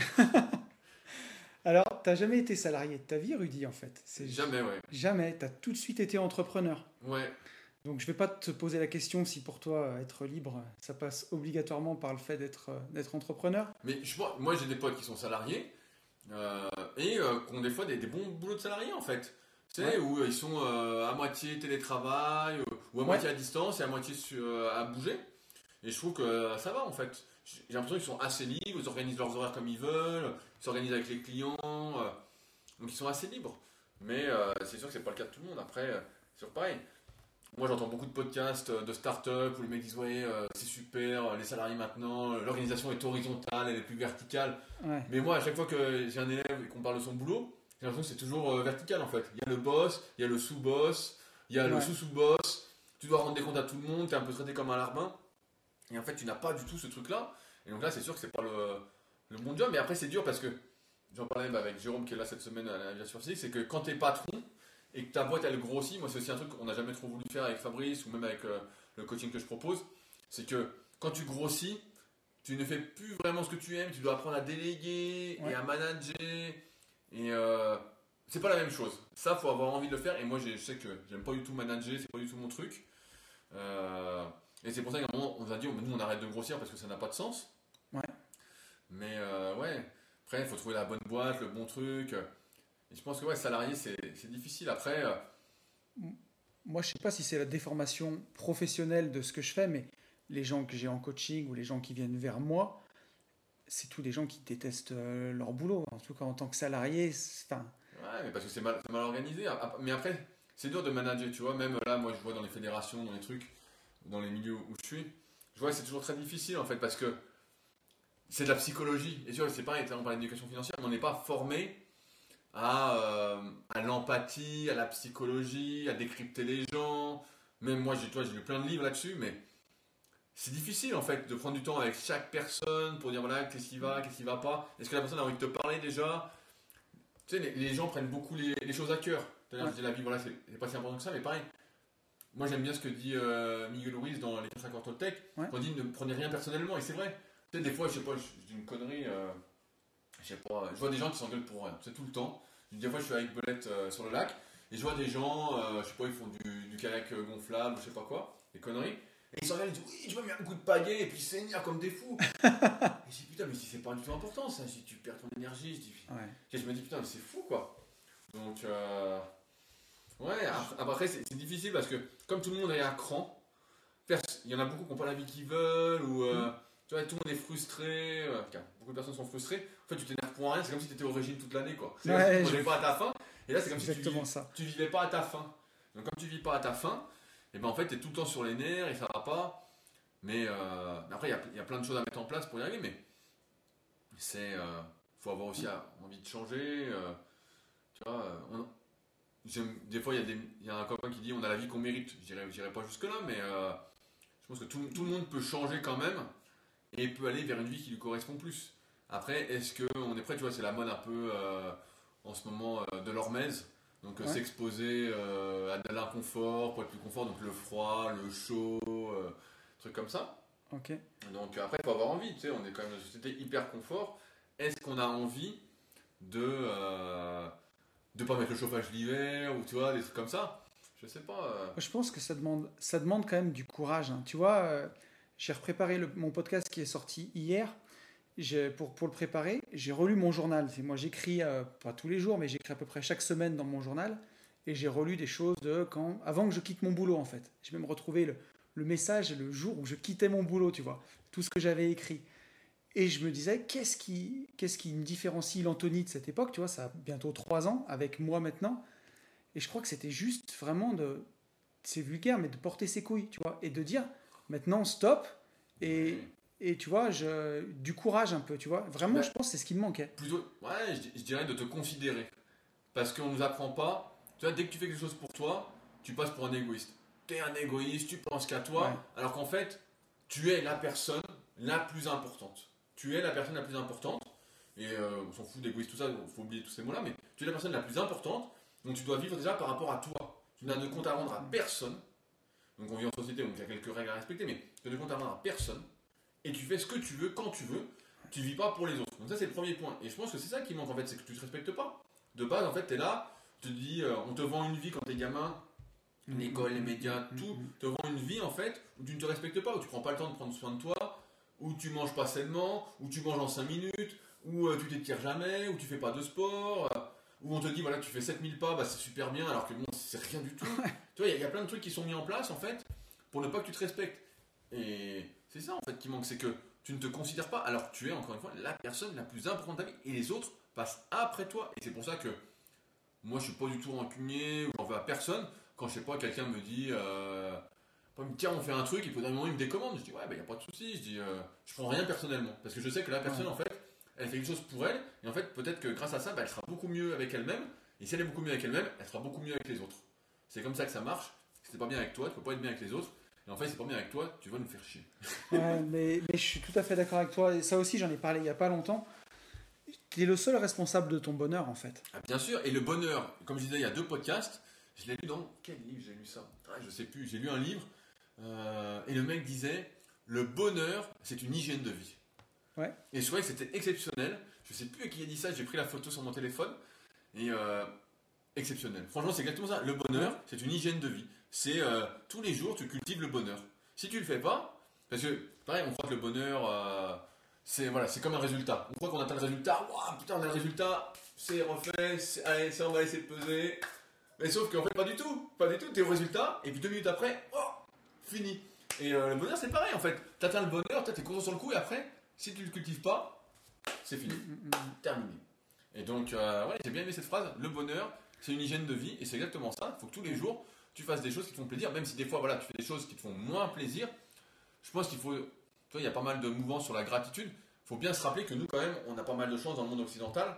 Speaker 1: Alors, t'as jamais été salarié de ta vie, Rudy, en fait. C'est
Speaker 2: Jamais, ouais.
Speaker 1: Jamais. T'as tout de suite été entrepreneur.
Speaker 2: Ouais.
Speaker 1: Donc, je vais pas te poser la question si pour toi, euh, être libre, ça passe obligatoirement par le fait d'être euh, d'être entrepreneur.
Speaker 2: Mais je, vois- moi j'ai des potes qui sont salariés euh, et euh, qui ont des fois des, des bons boulots de salariés en fait. Tu sais,
Speaker 1: Ouais.
Speaker 2: où euh, ils sont euh, à moitié télétravail, euh, ou à
Speaker 1: Ouais.
Speaker 2: moitié à distance et à moitié sur- euh, à bouger. Et je trouve que euh, ça va en fait. J'ai j'ai l'impression qu'ils sont assez libres, ils organisent leurs horaires comme ils veulent, ils s'organisent avec les clients, euh, donc ils sont assez libres. Mais euh, c'est sûr que c'est pas le cas de tout le monde. Après, euh, c'est toujours pareil. Moi j'entends beaucoup de podcasts euh, de start-up où les mecs disent ouais euh, c'est super, euh, les salariés maintenant, euh, l'organisation est horizontale, elle est plus verticale.
Speaker 1: Ouais.
Speaker 2: Mais moi à chaque fois que j'ai un élève et qu'on parle de son boulot, j'ai l'impression que c'est toujours euh, vertical en fait. Il y a le boss, il y a le sous-boss, il y a le
Speaker 1: Ouais.
Speaker 2: sous-sous-boss, tu dois rendre des comptes à tout le monde, tu es un peu traité comme un larbin. Et en fait tu n'as pas du tout ce truc là. Et donc là c'est sûr que c'est pas le, le bon job. Mais après c'est dur parce que j'en parlais bah, avec Jérôme qui est là cette semaine à l'aviation physique, c'est que quand tu es patron, et que ta boîte elle grossit, moi c'est aussi un truc qu'on n'a jamais trop voulu faire avec Fabrice ou même avec euh, le coaching que je propose, c'est que quand tu grossis, tu ne fais plus vraiment ce que tu aimes, tu dois apprendre à déléguer
Speaker 1: Ouais.
Speaker 2: et à manager, et euh, c'est pas la même chose. Ça, faut avoir envie de le faire, et moi j'ai- je sais que j'aime pas du tout manager, c'est pas du tout mon truc. Euh, et c'est pour ça qu'à un moment on nous a dit, nous on arrête de grossir parce que ça n'a pas de sens.
Speaker 1: Ouais.
Speaker 2: Mais euh, ouais, après il faut trouver la bonne boîte, le bon truc. Et je pense que ouais, salarié c'est c'est difficile. Après, euh,
Speaker 1: Moi, je sais pas si c'est la déformation professionnelle de ce que je fais, mais les gens que j'ai en coaching ou les gens qui viennent vers moi, c'est tous des gens qui détestent euh, leur boulot. En tout cas, en tant que salarié, c'est- enfin,
Speaker 2: ouais, mais parce que c'est mal, c'est mal organisé. Ap- Mais après, c'est dur de manager, tu vois. Même là, moi je vois dans les fédérations, dans les trucs, dans les milieux où je suis, je vois que c'est toujours très difficile en fait parce que c'est de la psychologie. Et tu vois, c'est pareil, on parle d'éducation financière, mais on n'est pas formé à, euh, à l'empathie, à la psychologie, à décrypter les gens. Même moi, j'ai, toi, j'ai lu plein de livres là-dessus, mais c'est difficile en fait de prendre du temps avec chaque personne pour dire voilà, qu'est-ce qui va, qu'est-ce qui va pas. Est-ce que la personne a envie de te parler déjà? Tu sais, les, les gens prennent beaucoup les, les choses à cœur. C'est-à-dire,
Speaker 1: Ouais.
Speaker 2: je dis la vie, voilà, c'est, c'est pas si important que ça, mais pareil. Moi, j'aime bien ce que dit euh, Miguel Ruiz dans les quatre accords Toltec.
Speaker 1: Ouais.
Speaker 2: On dit ne prenez rien personnellement, et c'est vrai. Tu sais, des fois, je sais pas, je, je dis une connerie. euh, je sais pas, je vois des gens qui s'engueulent pour rien. C'est tout le temps. Des fois, je suis avec Belette euh, sur le lac et je vois des gens, euh, je sais pas, ils font du, du kayak euh, gonflable ou je sais pas quoi, des conneries. Et ils s'engueulent, ils disent oui, tu vas mettre un coup de pagaie et puis ils s'énervent comme des fous. Et je dis putain, mais si c'est pas du tout important ça, si tu perds ton énergie, je dis.
Speaker 1: ouais.
Speaker 2: Et je me dis putain, mais c'est fou quoi. Donc, euh, ouais, après, après, c'est, c'est difficile parce que comme tout le monde est à cran, pers- il y en a beaucoup qui n'ont pas la vie qu'ils veulent ou. Euh,
Speaker 1: Mm.
Speaker 2: tu vois, tout le monde est frustré, euh, beaucoup de personnes sont frustrées. En fait, tu t'énerves pour rien, c'est comme si tu étais au régime toute l'année, quoi. C'est
Speaker 1: ouais,
Speaker 2: comme si tu
Speaker 1: je...
Speaker 2: mangeais pas à ta faim, et là, c'est comme
Speaker 1: Exactement
Speaker 2: si tu,
Speaker 1: ça.
Speaker 2: tu vivais pas à ta faim. Donc, comme tu vis pas à ta faim, et ben en fait, tu es tout le temps sur les nerfs et ça va pas. Mais euh, après, il y, y a plein de choses à mettre en place pour y arriver, mais c'est. Euh, faut avoir aussi envie de changer. Euh, tu vois, on, des fois, il y, y a un copain qui dit on a la vie qu'on mérite. Je dirais, je dirais pas jusque-là, mais euh, je pense que tout, tout le monde peut changer quand même et peut aller vers une vie qui lui correspond plus. Après, est-ce qu'on est prêt? Tu vois, c'est la mode un peu euh, en ce moment euh, de l'hormèse. Donc, ouais. S'exposer euh, à de l'inconfort pour être plus confort. Donc, le froid, le chaud, euh, trucs comme ça.
Speaker 1: Ok.
Speaker 2: Donc, après, il faut avoir envie. Tu sais, on est quand même dans une société hyper confort. Est-ce qu'on a envie de. Euh, de pas mettre le chauffage l'hiver ou tu vois des trucs comme ça, je sais pas. Euh...
Speaker 1: Je pense que ça demande ça demande quand même du courage. Hein. Tu vois, euh, j'ai repréparé le, mon podcast qui est sorti hier. J'ai, pour pour le préparer, j'ai relu mon journal. C'est, moi, j'écris euh, pas tous les jours, mais j'écris à peu près chaque semaine dans mon journal. Et j'ai relu des choses de quand avant que je quitte mon boulot en fait. J'ai même retrouvé le, le message le jour où je quittais mon boulot. Tu vois, tout ce que j'avais écrit. Et je me disais, qu'est-ce qui, qu'est-ce qui me différencie l'Anthony de cette époque, tu vois, ça a bientôt trois ans, avec moi maintenant. Et je crois que c'était juste vraiment de, c'est vulgaire, mais de porter ses couilles, tu vois, et de dire, maintenant, stop, et, et tu vois, je, du courage un peu, tu vois. Vraiment, ouais. Je pense que c'est ce qui me manquait.
Speaker 2: Plutôt, ouais, je, je dirais de te considérer. Parce qu'on ne nous apprend pas, tu vois, dès que tu fais quelque chose pour toi, tu passes pour un égoïste. Tu es un égoïste, tu penses qu'à toi, ouais. Alors qu'en fait, tu es la personne la plus importante. Tu es la personne la plus importante, et euh, on s'en fout d'égoïste, tout ça, il faut oublier tous ces mots-là, mais tu es la personne la plus importante, donc tu dois vivre déjà par rapport à toi. Tu n'as de compte à rendre à personne, donc on vit en société, donc il y a quelques règles à respecter, mais tu n'as de compte à rendre à personne, et tu fais ce que tu veux, quand tu veux, tu ne vis pas pour les autres. Donc ça c'est le premier point, et je pense que c'est ça qui manque en fait, c'est que tu ne te respectes pas. De base, en fait, tu es là, tu te dis, euh, on te vend une vie quand tu es gamin, l'école, les médias, tout, te vend une vie en fait, où tu ne te respectes pas, où tu ne prends pas le temps de prendre soin de toi, où tu manges pas sainement, où tu manges en cinq minutes, où euh, tu t'étires jamais, où tu fais pas de sport, euh, où on te dit voilà tu fais sept mille pas, bah c'est super bien alors que bon c'est rien du tout. Tu vois, il y, y a plein de trucs qui sont mis en place en fait pour ne pas que tu te respectes. Et c'est ça en fait qui manque, c'est que tu ne te considères pas alors que tu es encore une fois la personne la plus importante de ta vie et les autres passent après toi. Et c'est pour ça que moi je suis pas du tout rancunier ou j'en veux à personne quand je sais pas quelqu'un me dit euh, tiens on fait un truc et puis d'un moment il me décommande, je dis ouais bah y a pas de souci, je dis euh, je prends rien personnellement parce que je sais que la personne ouais. En fait elle fait quelque chose pour elle et en fait peut-être que grâce à ça bah, elle sera beaucoup mieux avec elle-même et si elle est beaucoup mieux avec elle-même elle sera beaucoup mieux avec les autres. C'est comme ça que ça marche. Si t'es pas bien avec toi tu peux pas être bien avec les autres et en fait si c'est pas bien avec toi tu vas nous faire chier.
Speaker 1: Ouais, mais, mais je suis tout à fait d'accord avec toi et ça aussi j'en ai parlé il y a pas longtemps. Tu es le seul responsable de ton bonheur en fait.
Speaker 2: Ah, bien sûr, et le bonheur comme je disais il y a deux podcasts, je l'ai lu dans quel livre j'ai lu ça ah, je sais plus, j'ai lu un livre Euh, et le mec disait le bonheur c'est une hygiène de vie.
Speaker 1: Ouais.
Speaker 2: Et je trouvais que c'était exceptionnel. Je sais plus à qui a dit ça, j'ai pris la photo sur mon téléphone et euh, exceptionnel. Franchement c'est exactement ça. Le bonheur c'est une hygiène de vie. C'est euh, tous les jours tu cultives le bonheur. Si tu le fais pas, parce que pareil on croit que le bonheur euh, c'est voilà c'est comme un résultat. On croit qu'on atteint le résultat. Waouh putain on a le résultat, c'est refait, c'est, allez ça on va essayer de peser. Mais sauf qu'en fait pas du tout, pas du tout. T'es au résultat et puis deux minutes après, oh fini. Et euh, le bonheur c'est pareil en fait. T'atteins le bonheur, t'es content sur le coup et après, si tu le cultives pas, c'est fini. Mm, mm, mm. Terminé. Et donc, euh, ouais, j'ai bien aimé cette phrase. Le bonheur, c'est une hygiène de vie et c'est exactement ça. Il faut que tous les jours, tu fasses des choses qui te font plaisir, même si des fois, voilà, tu fais des choses qui te font moins plaisir. Je pense qu'il faut, tu vois, il y a pas mal de mouvements sur la gratitude. Il faut bien se rappeler que nous, quand même, on a pas mal de chance dans le monde occidental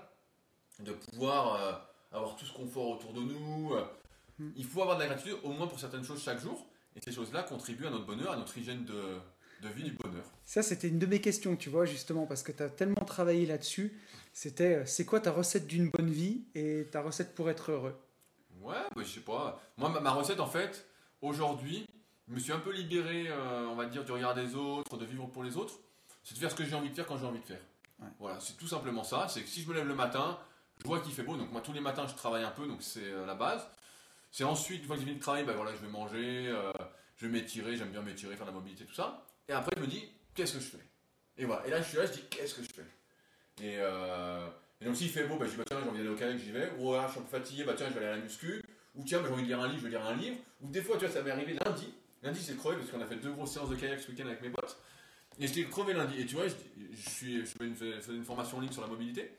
Speaker 2: de pouvoir euh, avoir tout ce confort autour de nous. Mm. Il faut avoir de la gratitude, au moins pour certaines choses chaque jour. Et ces choses-là contribuent à notre bonheur, à notre hygiène de, de vie du bonheur.
Speaker 1: Ça, c'était une de mes questions, tu vois, justement, parce que tu as tellement travaillé là-dessus. C'était, c'est quoi ta recette d'une bonne vie et ta recette pour être heureux?
Speaker 2: Ouais, bah, je sais pas. Moi, ma, ma recette, en fait, aujourd'hui, je me suis un peu libéré, euh, on va dire, du regard des autres, de vivre pour les autres. C'est de faire ce que j'ai envie de faire quand j'ai envie de faire. Ouais. Voilà, c'est tout simplement ça. C'est que si je me lève le matin, je vois qu'il fait beau. Donc moi, tous les matins, je travaille un peu, donc c'est euh, la base. C'est ensuite, une fois que j'ai fini de travailler, ben voilà, je vais manger, euh, je vais m'étirer, j'aime bien m'étirer, faire de la mobilité, tout ça. Et après, je me dis, qu'est-ce que je fais? Et voilà. Et là, je suis là, je dis, qu'est-ce que je fais? Et, euh, et donc, s'il fait beau, ben, je dis, bah, tiens, j'ai envie d'aller au kayak, j'y vais. Ou alors, je suis un peu fatigué, bah, tiens, je vais aller à la muscu. Ou tiens, bah, j'ai envie de lire un livre, je vais lire un livre. Ou des fois, tu vois, ça m'est arrivé lundi. Lundi, c'est crevé parce qu'on a fait deux grosses séances de kayak ce week-end avec mes potes. Et j'étais crevé lundi. Et tu vois, je, je, suis, je fais une, je faisais une formation en ligne sur la mobilité.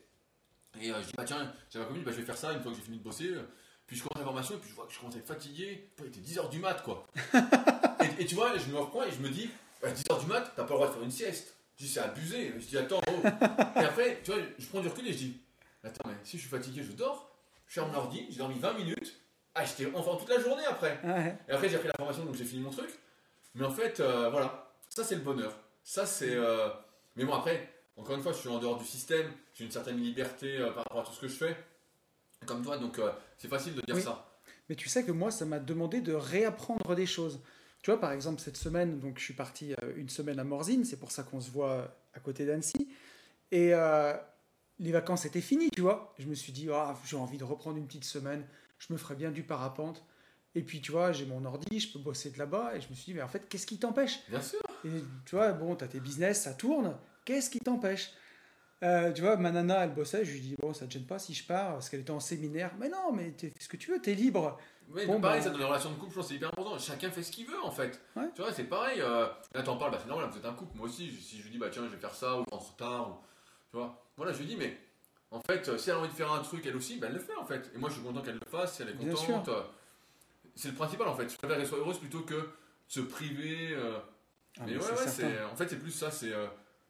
Speaker 2: Et euh, je dis, bah tiens, j'avais commis, bah, je vais faire ça une fois que j'ai fini de bosser. Puis je commence la formation et puis je vois que je commence à être fatigué. Il était dix heures du mat, quoi. et, et tu vois, je me reprends et je me dis, à dix heures du mat, t'as pas le droit de faire une sieste. Je dis, c'est abusé. Je dis, attends, oh. Et après, tu vois, je prends du recul et je dis, attends, mais si je suis fatigué, je dors. Je ferme l'ordi, j'ai dormi vingt minutes. Ah, j'étais en forme toute la journée après.
Speaker 1: Ouais.
Speaker 2: Et après, j'ai appris la formation, donc j'ai fini mon truc. Mais en fait, euh, voilà, ça c'est le bonheur. Ça c'est. Euh... Mais bon, après, encore une fois, je suis en dehors du système. J'ai une certaine liberté euh, par rapport à tout ce que je fais. Comme toi, donc euh, c'est facile de dire
Speaker 1: Oui.
Speaker 2: ça.
Speaker 1: Mais tu sais que moi, ça m'a demandé de réapprendre des choses. Tu vois, par exemple, cette semaine, donc je suis parti euh, une semaine à Morzine, c'est pour ça qu'on se voit à côté d'Annecy. Et euh, les vacances étaient finies, tu vois. Je me suis dit, ah, j'ai envie de reprendre une petite semaine, je me ferais bien du parapente. Et puis, tu vois, j'ai mon ordi, je peux bosser de là-bas. Et je me suis dit, mais en fait, qu'est-ce qui t'empêche?
Speaker 2: Bien sûr.
Speaker 1: Et tu vois, bon, t'as tes business, ça tourne, qu'est-ce qui t'empêche? Euh, tu vois, ma nana, elle bossait, je lui dis, bon, ça te gêne pas si je pars, parce qu'elle était en séminaire. Mais non, mais tu fais ce que tu veux, t'es libre.
Speaker 2: Oui,
Speaker 1: Bon,
Speaker 2: mais pareil,
Speaker 1: bah,
Speaker 2: ça dans les relations de couple, je pense que c'est hyper important. Chacun fait ce qu'il veut en fait.
Speaker 1: Ouais.
Speaker 2: Tu vois, c'est pareil. Euh, là, t'en parles, bah, c'est normal, vous êtes un couple. Moi aussi, si je lui dis, bah tiens, je vais faire ça, ou je rentre tard, ou, tu vois. Voilà, je lui dis, mais en fait, si elle a envie de faire un truc, elle aussi, bah, elle le fait en fait. Et moi, je suis content qu'elle le fasse, si elle est
Speaker 1: Bien
Speaker 2: contente.
Speaker 1: sûr.
Speaker 2: euh, C'est le principal en fait. Je préfère qu'elle soit heureuse plutôt que de se priver. euh.
Speaker 1: Ah,
Speaker 2: mais
Speaker 1: mais
Speaker 2: ouais,
Speaker 1: c'est
Speaker 2: ouais,
Speaker 1: certain.
Speaker 2: c'est, en fait, c'est plus ça, c'est euh,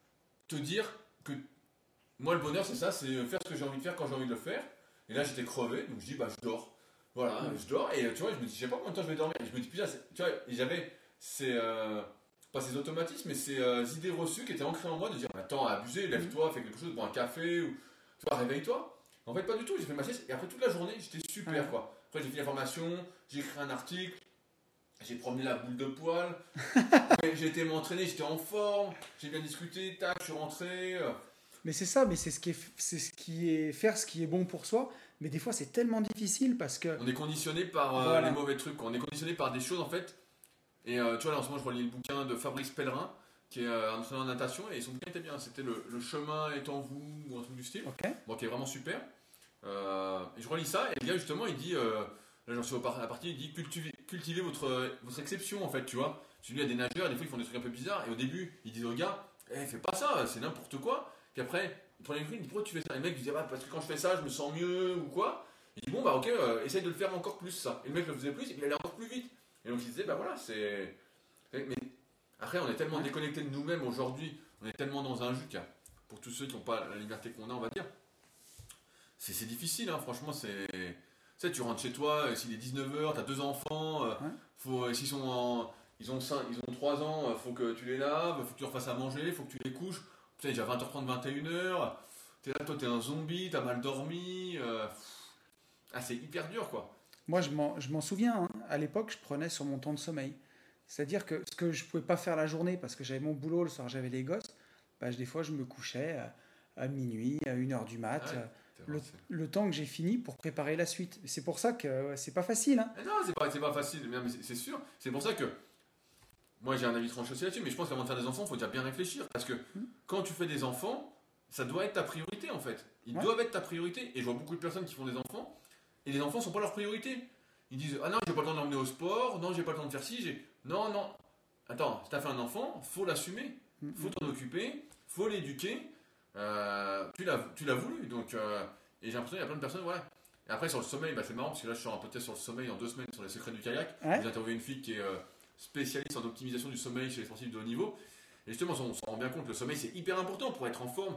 Speaker 2: te dire que moi, le bonheur, c'est ça, c'est faire ce que j'ai envie de faire quand j'ai envie de le faire. Et là, j'étais crevé, donc je dis, bah, je dors. Voilà,
Speaker 1: Ouais.
Speaker 2: je dors. Et tu vois, je me dis, je sais pas combien de temps je vais dormir. Et je me dis, putain, c'est- tu vois, et j'avais ces, euh, pas ces automatismes, mais ces euh, idées reçues qui étaient ancrées en moi de dire, bah, attends, abusé, lève-toi, fais quelque chose, bois un café, ou tu vois, réveille-toi. En fait, pas du tout, j'ai fait ma sieste. Et après, toute la journée, j'étais super,
Speaker 1: Ouais.
Speaker 2: quoi. Après, j'ai fini la formation, j'ai écrit un article, j'ai promené la boule de poil, j'ai j'ai été m'entraîner, j'étais en forme, j'ai bien discuté, tac, je suis rentré. euh,
Speaker 1: Mais c'est ça, mais c'est ce qui est, c'est ce qui est faire ce qui est bon pour soi. Mais des fois, c'est tellement difficile parce que,
Speaker 2: On est conditionné par euh,
Speaker 1: voilà.
Speaker 2: les mauvais trucs, quoi. On est conditionné par des choses en fait. Et euh, tu vois, là en ce moment, je relis le bouquin de Fabrice Pellerin, qui est euh, un entraîneur de natation, et son bouquin était bien. C'était le, le chemin est en vous, ou un truc du style.
Speaker 1: Ok.
Speaker 2: Bon, qui est vraiment super. Euh, et je relis ça, et le gars, justement, il dit, euh, là j'en suis au par- à la partie, il dit cultivez, cultivez votre, votre exception en fait, tu vois. Tu dis, il y a des nageurs, des fois ils font des trucs un peu bizarres, et au début, ils disent au gars, eh, fais pas ça, c'est n'importe quoi. Puis après, il prend les trucs, il dit, pourquoi tu fais ça? Et le mec, il dit, ah, bah, parce que quand je fais ça, je me sens mieux, ou quoi. Il dit, bon, bah ok, euh, essaye de le faire encore plus ça. Et le mec le faisait plus, et puis il allait encore plus vite. Et donc il disait, bah voilà, c'est. Mais après, on est tellement
Speaker 1: Ouais.
Speaker 2: déconnecté de nous-mêmes aujourd'hui, on est tellement dans un jus qu'il y a, pour tous ceux qui n'ont pas la liberté qu'on a, on va dire, c'est c'est difficile, hein, franchement, c'est. Tu sais, tu rentres chez toi, euh, s'il est dix-neuf heures, t'as deux enfants, euh,
Speaker 1: Ouais.
Speaker 2: faut, euh, s'ils sont en- ils ont cinq, ils ont trois ans, euh, faut que tu les laves, faut que tu leur fasses à manger, faut que tu les couches. Putain, il est déjà vingt heures trente, vingt et une heures, t'es là, toi, t'es un zombie, t'as mal dormi. euh, Ah, c'est hyper dur, quoi.
Speaker 1: Moi, je m'en, je m'en souviens, hein. À l'époque, je prenais sur mon temps de sommeil. C'est-à-dire que ce que je pouvais pas faire la journée parce que j'avais mon boulot, le soir j'avais les gosses, bah, je- des fois je me couchais à, à minuit, à une heure du mat,
Speaker 2: Ah ouais,
Speaker 1: euh,
Speaker 2: c'est
Speaker 1: le,
Speaker 2: vrai, c'est-
Speaker 1: le temps que j'ai fini pour préparer la suite. C'est pour ça que euh, c'est pas facile, hein.
Speaker 2: Eh non, c'est pas, c'est pas facile, mais c'est c'est sûr. C'est pour ça que moi j'ai un avis tranché aussi là-dessus, mais je pense qu'avant de faire des enfants, il faut déjà bien réfléchir. Parce que
Speaker 1: Hmm.
Speaker 2: quand tu fais des enfants, ça doit être ta priorité en fait. Ils
Speaker 1: Ouais.
Speaker 2: doivent être ta priorité. Et je vois beaucoup de personnes qui font des enfants, et les enfants sont pas leur priorité. Ils disent, ah non, j'ai pas le temps de l'emmener au sport, non, j'ai pas le temps de faire ci, j'ai. Non, non. Attends, si t'as fait un enfant, faut l'assumer,
Speaker 1: Mm,
Speaker 2: faut
Speaker 1: mm.
Speaker 2: t'en occuper, faut l'éduquer. Euh, tu l'as tu l'as voulu. Donc, euh, et j'ai l'impression qu'il y a plein de personnes, voilà. Et après, sur le sommeil, bah, c'est marrant parce que là, je sors un peu peut-être sur le sommeil en deux semaines sur les secrets du kayak.
Speaker 1: Ouais.
Speaker 2: J'ai interviewé une fille qui est euh, spécialiste en optimisation du sommeil chez les sportifs de haut niveau. Et justement, on s'en rend bien compte, le sommeil c'est hyper important pour être en forme.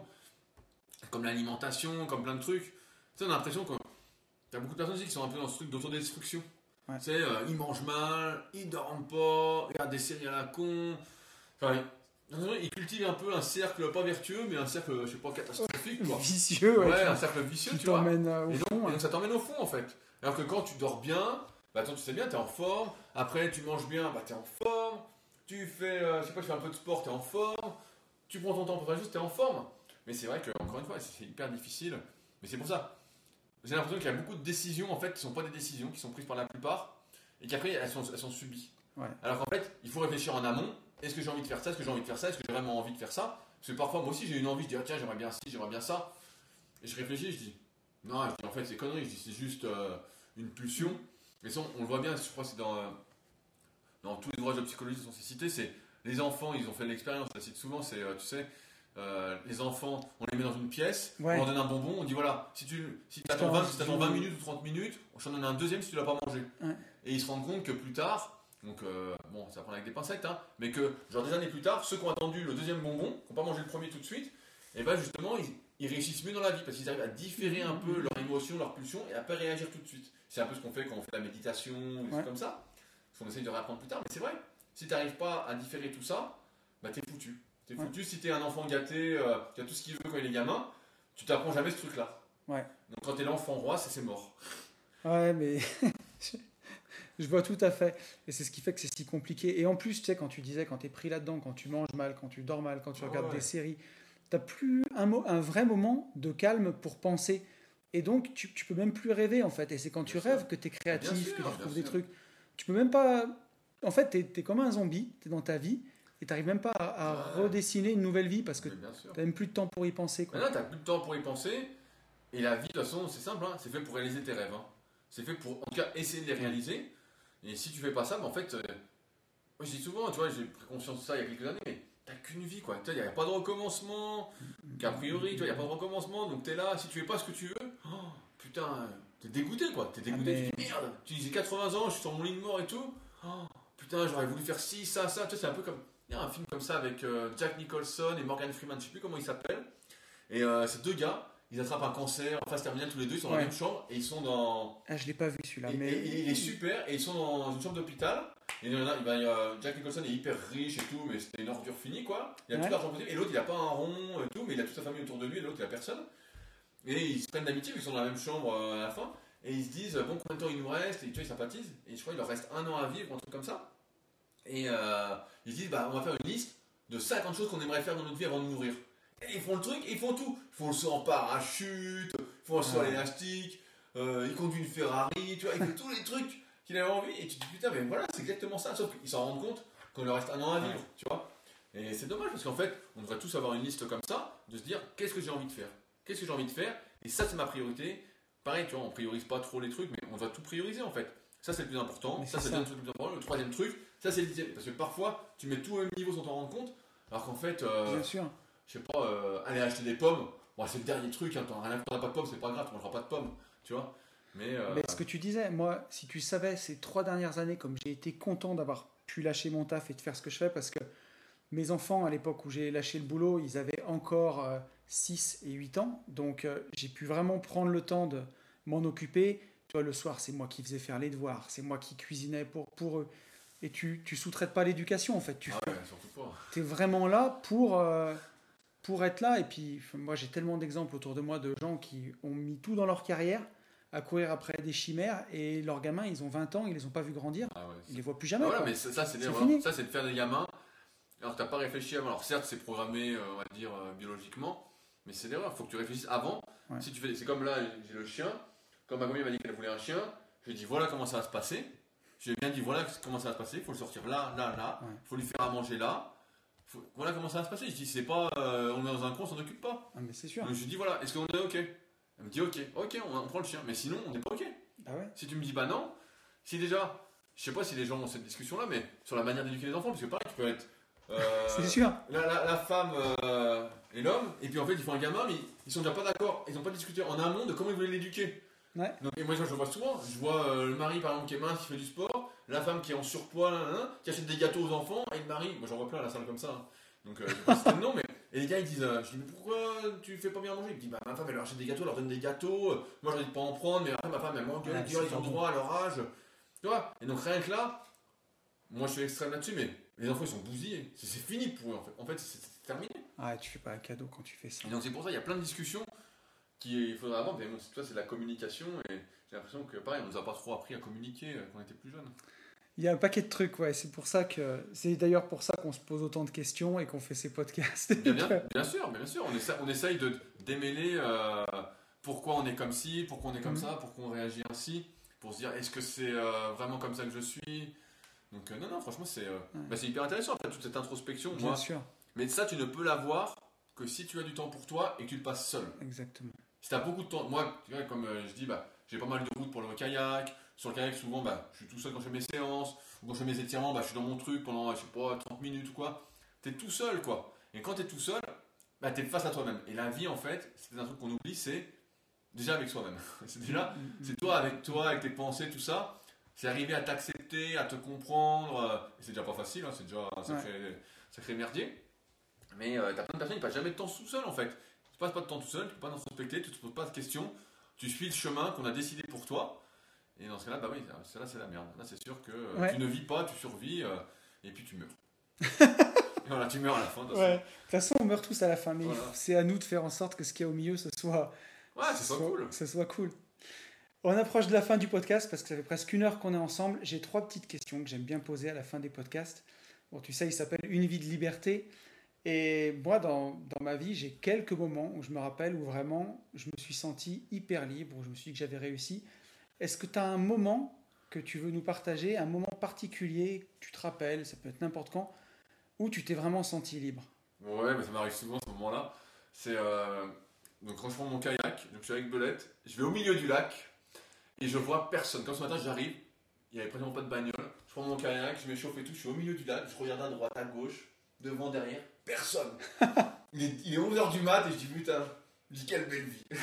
Speaker 2: Comme l'alimentation, comme plein de trucs. Tu sais, on a l'impression que. T'as beaucoup de personnes aussi qui sont un peu dans ce truc d'autodestruction.
Speaker 1: Ouais.
Speaker 2: Tu sais, euh, ils mangent mal, ils dorment pas, ils regardent des séries à la con. Enfin, ils cultivent un peu un cercle pas vertueux, mais un cercle, je sais pas, catastrophique, quoi.
Speaker 1: Vicieux, ouais,
Speaker 2: Ouais,
Speaker 1: tu-
Speaker 2: un cercle vicieux,
Speaker 1: qui
Speaker 2: tu vois.
Speaker 1: t'emmène euh, au
Speaker 2: Et donc,
Speaker 1: fond.
Speaker 2: et
Speaker 1: hein.
Speaker 2: donc ça t'emmène au fond en fait. Alors que quand tu dors bien, bah attends, tu sais bien, t'es en forme. Après, tu manges bien, bah t'es en forme. Tu fais, euh, je sais pas, tu fais un peu de sport, t'es en forme. Tu prends ton temps pour faire juste, t'es en forme. Mais c'est vrai que, encore une fois, c'est hyper difficile. Mais c'est pour ça. J'ai l'impression qu'il y a beaucoup de décisions en fait qui sont pas des décisions, qui sont prises par la plupart, et qu'après elles sont, elles sont subies.
Speaker 1: Ouais.
Speaker 2: Alors qu'en fait, il faut réfléchir en amont. Est-ce que j'ai envie de faire ça? Est-ce que j'ai envie de faire ça? Est-ce que j'ai vraiment envie de faire ça? Parce que parfois, moi aussi, j'ai une envie, je dis, ah, tiens, j'aimerais bien ci, j'aimerais bien ça. Et je réfléchis, je dis, non, je dis, en fait, c'est connerie, je dis, c'est juste euh, une pulsion. Mais ça, on, on le voit bien, je crois que c'est dans, euh, dans tous les ouvrages de psychologie qui sont cités, c'est les enfants, ils ont fait l'expérience, je la cite souvent, c'est, euh, tu sais, euh, les enfants, on les met dans une pièce,
Speaker 1: Ouais.
Speaker 2: on leur donne un bonbon, on dit voilà, si tu si attends vingt, si t'attends vingt minutes ou trente minutes, on t'en donne un deuxième si tu l'as pas mangé.
Speaker 1: Ouais.
Speaker 2: Et ils se rendent compte que plus tard, donc euh, bon, ça prend avec des pincettes, hein, mais que genre des années plus tard, ceux qui ont attendu le deuxième bonbon, qui n'ont pas mangé le premier tout de suite, et ben justement, ils, ils réussissent mieux dans la vie parce qu'ils arrivent à différer un peu leur émotion, leur pulsion et à pas réagir tout de suite. C'est un peu ce qu'on fait quand on fait la méditation ou des
Speaker 1: Ouais.
Speaker 2: trucs comme ça. Parce qu'on essaye de réapprendre plus tard, mais c'est vrai. Si tu n'arrives pas à différer tout ça, bah t'es foutu. T'es
Speaker 1: Ouais.
Speaker 2: foutu si t'es un enfant gâté, euh, qui a tout ce qu'il veut quand il est gamin, tu t'apprends jamais ce truc-là.
Speaker 1: Ouais.
Speaker 2: Donc quand t'es l'enfant roi, c'est, c'est mort.
Speaker 1: Ouais, mais je vois tout à fait. Et c'est ce qui fait que c'est si compliqué. Et en plus, tu sais, quand tu disais, quand tu es pris là-dedans, quand tu manges mal, quand tu dors mal, quand tu
Speaker 2: Ah
Speaker 1: regardes
Speaker 2: ouais.
Speaker 1: des séries, tu n'as plus un, mo- un vrai moment de calme pour penser. Et donc, tu, tu peux même plus rêver, en fait. Et c'est quand tu
Speaker 2: Bien sûr.
Speaker 1: rêves que tu es créatif,
Speaker 2: Bien sûr,
Speaker 1: que tu
Speaker 2: bien
Speaker 1: trouves des
Speaker 2: sûr.
Speaker 1: trucs. Tu peux même pas... En fait, tu es, comme un zombie, tu es dans ta vie, et tu n'arrives même pas à, à
Speaker 2: Ouais.
Speaker 1: redessiner une nouvelle vie parce que
Speaker 2: Mais bien sûr.
Speaker 1: tu n'as même plus de temps pour y penser. Quoi.
Speaker 2: Maintenant, t'as plus de temps pour y penser. Et la vie, de toute façon, c'est simple, hein, c'est fait pour réaliser tes rêves. Hein. C'est fait pour, en tout cas, essayer de les réaliser. Et si tu fais pas ça, bah, en fait, euh, moi je dis souvent, tu vois, j'ai pris conscience de ça il y a quelques années, mais t'as qu'une vie, quoi. Il n'y a pas de recommencement. Qu'a priori, tu vois, il n'y a pas de recommencement. Donc t'es là, si tu fais pas ce que tu veux, oh, putain, t'es dégoûté, quoi. T'es dégoûté,
Speaker 1: Ah, mais-
Speaker 2: tu dis merde, tu dis j'ai quatre-vingts ans, je suis sur mon lit de mort et tout. Oh, putain, j'aurais voulu faire ci, ça, ça. Tu vois, c'est un peu comme. Il y a un film comme ça avec euh, Jack Nicholson et Morgan Freeman, je sais plus comment il s'appelle. Et euh, ces deux gars, ils attrapent un cancer en phase terminale tous les deux, ils sont dans
Speaker 1: Ouais.
Speaker 2: la même chambre et ils sont dans.
Speaker 1: Ah, je l'ai pas vu celui-là.
Speaker 2: Et,
Speaker 1: mais...
Speaker 2: et- et il est super et ils sont dans une chambre d'hôpital. Et il y en a, il va- il y a- Jack Nicholson est hyper riche et tout, mais c'était une ordure finie quoi. Il a
Speaker 1: Ouais.
Speaker 2: tout l'argent possible et l'autre il a pas un rond et tout, mais il a toute sa famille autour de lui et l'autre il a personne. Et ils se prennent d'amitié, ils sont dans la même chambre euh, à la fin. Et ils se disent, bon, combien de temps il nous reste? Et tu vois, ils sympathisent. Et je crois qu'il leur reste un an à vivre, un truc comme ça. Et euh, ils se disent, bah, on va faire une liste de cinquante choses qu'on aimerait faire dans notre vie avant de mourir. Et ils font le truc, et ils font tout. Ils font le saut en parachute, ils font le saut à
Speaker 1: Ouais.
Speaker 2: l'élastique, euh, ils conduisent une Ferrari, tu vois, ils font tous les trucs qu'il avait envie. Et tu te dis, putain, mais voilà, c'est exactement ça. Sauf qu'ils s'en rendent compte qu'on leur reste un an à vivre, tu vois. Et c'est dommage parce qu'en fait, on devrait tous avoir une liste comme ça, de se dire, qu'est-ce que j'ai envie de faire? Qu'est-ce que j'ai envie de faire? Et ça, c'est ma priorité. Pareil, tu vois, on priorise pas trop les trucs, mais on doit tout prioriser en fait. Ça, c'est le plus important.
Speaker 1: Mais
Speaker 2: Ça,
Speaker 1: c'est
Speaker 2: c'est
Speaker 1: ça.
Speaker 2: le truc le plus important. Le troisième truc, ça, c'est le dixième. Parce que parfois, tu mets tout au même niveau sans t'en rendre compte, alors qu'en fait, euh,
Speaker 1: Bien sûr.
Speaker 2: je sais pas, euh, aller acheter des pommes, bon, c'est le dernier truc, hein, t'en as rien à foutre, t'en as pas de pommes, c'est pas grave, tu mangeras pas de pommes, tu vois. Mais, euh,
Speaker 1: Mais ce que tu disais, moi, si tu savais ces trois dernières années, comme j'ai été content d'avoir pu lâcher mon taf et de faire ce que je fais, parce que mes enfants, à l'époque où j'ai lâché le boulot, ils avaient encore euh, six et huit ans. Donc, euh, j'ai pu vraiment prendre le temps de m'en occuper. Tu vois, le soir, c'est moi qui faisais faire les devoirs, c'est moi qui cuisinais pour, pour eux. Et tu ne sous-traites pas l'éducation, en fait. Tu
Speaker 2: ah ouais, surtout pas.
Speaker 1: es vraiment là pour, euh, pour être là. Et puis, moi, j'ai tellement d'exemples autour de moi de gens qui ont mis tout dans leur carrière à courir après des chimères et leurs gamins, ils ont vingt ans, ils les ont pas vus grandir.
Speaker 2: Ah ouais,
Speaker 1: Ils les voient plus jamais.
Speaker 2: Ah voilà,
Speaker 1: quoi.
Speaker 2: mais ça, ça, c'est,
Speaker 1: C'est
Speaker 2: des-
Speaker 1: fini.
Speaker 2: ça, c'est de faire des gamins. Alors, t'as pas réfléchi avant. Alors, certes, c'est programmé, euh, on va dire, euh, biologiquement, mais c'est l'erreur. Faut que tu réfléchisses avant.
Speaker 1: Ouais.
Speaker 2: Si tu fais, c'est comme là, j'ai le chien. Comme ma gamine m'a dit qu'elle voulait un chien, je lui ai dit voilà comment ça va se passer. Je lui ai bien dit voilà comment ça va se passer. Il faut le sortir là, là, là. Il
Speaker 1: Ouais.
Speaker 2: faut lui faire à manger là. Faut- Voilà comment ça va se passer. Je dis c'est pas, euh, on est dans un coin, on s'en occupe pas.
Speaker 1: Ah, mais c'est sûr.
Speaker 2: Donc, je lui dis voilà, est-ce qu'on est ok? Elle me dit ok, ok, on, on prend le chien. Mais sinon, on n'est pas ok.
Speaker 1: Ah ouais.
Speaker 2: Si tu me dis bah non, si déjà, je sais pas si les gens ont cette discussion là, mais sur la manière d'éduquer les enfants, parce que pareil, tu peux être euh,
Speaker 1: C'est sûr.
Speaker 2: la, la- la femme euh, et l'homme, et puis en fait ils font un gamin, mais ils sont déjà pas d'accord, ils ont pas discuté en amont de comment ils voulaient l'éduquer.
Speaker 1: Ouais.
Speaker 2: Donc, et moi je le vois souvent, je vois euh, le mari par exemple qui est mince, qui fait du sport, la femme qui est en surpoids, là, là, là, qui achète des gâteaux aux enfants, et le mari, moi j'en vois plein à la salle comme ça. hein. Donc euh, je sais pas si c'est le nom, mais. Et les gars ils disent, euh, je dis mais pourquoi tu fais pas bien manger? Il me dit bah ma femme elle leur achète des gâteaux, elle leur donne des gâteaux, euh, moi je leur dis de pas en prendre, mais après ma femme elle m'engueule,
Speaker 1: Ouais,
Speaker 2: elle dit
Speaker 1: c'est
Speaker 2: oh, ils ont
Speaker 1: pas
Speaker 2: droit à leur âge. Tu vois? Et donc rien que là, moi je suis extrême là-dessus, mais les enfants ils sont bousillés, c'est c'est fini pour eux en fait. En fait c'est c'est terminé.
Speaker 1: Ah, tu fais pas un cadeau quand tu fais ça.
Speaker 2: Et donc c'est pour ça il y a plein de discussions qu'il faudra avoir, mais bon, tu vois, c'est de la communication et j'ai l'impression que pareil, on nous a pas trop appris à communiquer euh, quand on était plus jeunes.
Speaker 1: Il y a un paquet de trucs, ouais. C'est pour ça que c'est d'ailleurs pour ça qu'on se pose autant de questions et qu'on fait ces podcasts.
Speaker 2: Bien, bien, bien sûr, bien sûr, on essaie, on essaye de démêler euh, pourquoi on est comme ci, pourquoi on est comme
Speaker 1: Mhm.
Speaker 2: ça, pourquoi on réagit ainsi, pour se dire est-ce que c'est euh, vraiment comme ça que je suis. Donc euh, non, non, franchement c'est euh,
Speaker 1: Ouais.
Speaker 2: bah, c'est hyper intéressant en fait, toute cette introspection.
Speaker 1: Bien
Speaker 2: Moi.
Speaker 1: sûr,
Speaker 2: Mais ça tu ne peux l'avoir que si tu as du temps pour toi et que tu le passes seul.
Speaker 1: exactement.
Speaker 2: Si tu as beaucoup de temps, moi tu vois, comme euh, je dis, bah, j'ai pas mal de routes pour le kayak, Sur le kayak, souvent, bah, je suis tout seul quand je fais mes séances, ou quand je fais mes étirements, bah, je suis dans mon truc pendant, je sais pas, trente minutes ou quoi. T'es tout seul, quoi. Et quand t'es tout seul, bah, t'es face à toi-même. Et la vie, en fait, c'est un truc qu'on oublie, c'est déjà avec soi-même. C'est déjà, c'est toi avec toi, avec tes pensées, tout ça. C'est arriver à t'accepter, à te comprendre. euh, Et c'est déjà pas facile, hein, c'est déjà un sacré, ouais. sacré merdier. Mais euh, t'as plein de personnes qui passent jamais de temps tout seul, en fait. Tu passes pas de temps tout seul, tu peux pas t'introspecter, tu te poses pas de questions. Tu suis le chemin qu'on a décidé pour toi. Et dans ce cas-là, bah oui, là c'est la merde. Là c'est sûr que euh, ouais. tu ne vis pas, tu survis, euh, et puis tu meurs. Et voilà, tu meurs à la fin. De
Speaker 1: ouais. toute façon, on meurt tous à la fin, mais
Speaker 2: voilà.
Speaker 1: c'est à nous de faire en sorte que ce qu'il y a au milieu, ce soit,
Speaker 2: ouais, ce soit, soit cool.
Speaker 1: Ce soit cool. On approche de la fin du podcast parce que ça fait presque une heure qu'on est ensemble. J'ai trois petites questions que j'aime bien poser à la fin des podcasts. Bon, tu sais, il s'appelle Une vie de liberté. Et moi, dans, dans ma vie, j'ai quelques moments où je me rappelle où vraiment je me suis senti hyper libre, où je me suis dit que j'avais réussi. Est-ce que tu as un moment que tu veux nous partager, un moment particulier, tu te rappelles, ça peut être n'importe quand, où tu t'es vraiment senti libre?
Speaker 2: Ouais, mais ça m'arrive souvent ce moment-là. C'est euh, donc quand je prends mon kayak, donc je suis avec Belette, je vais au milieu du lac et je vois personne. Comme ce matin, j'arrive, il n'y avait pratiquement pas de bagnole. Je prends mon kayak, je m'échauffe et tout, je suis au milieu du lac, je regarde à droite, à gauche, devant, derrière, personne. il, est, il est onze heures du mat et je dis putain, je dis quelle belle vie.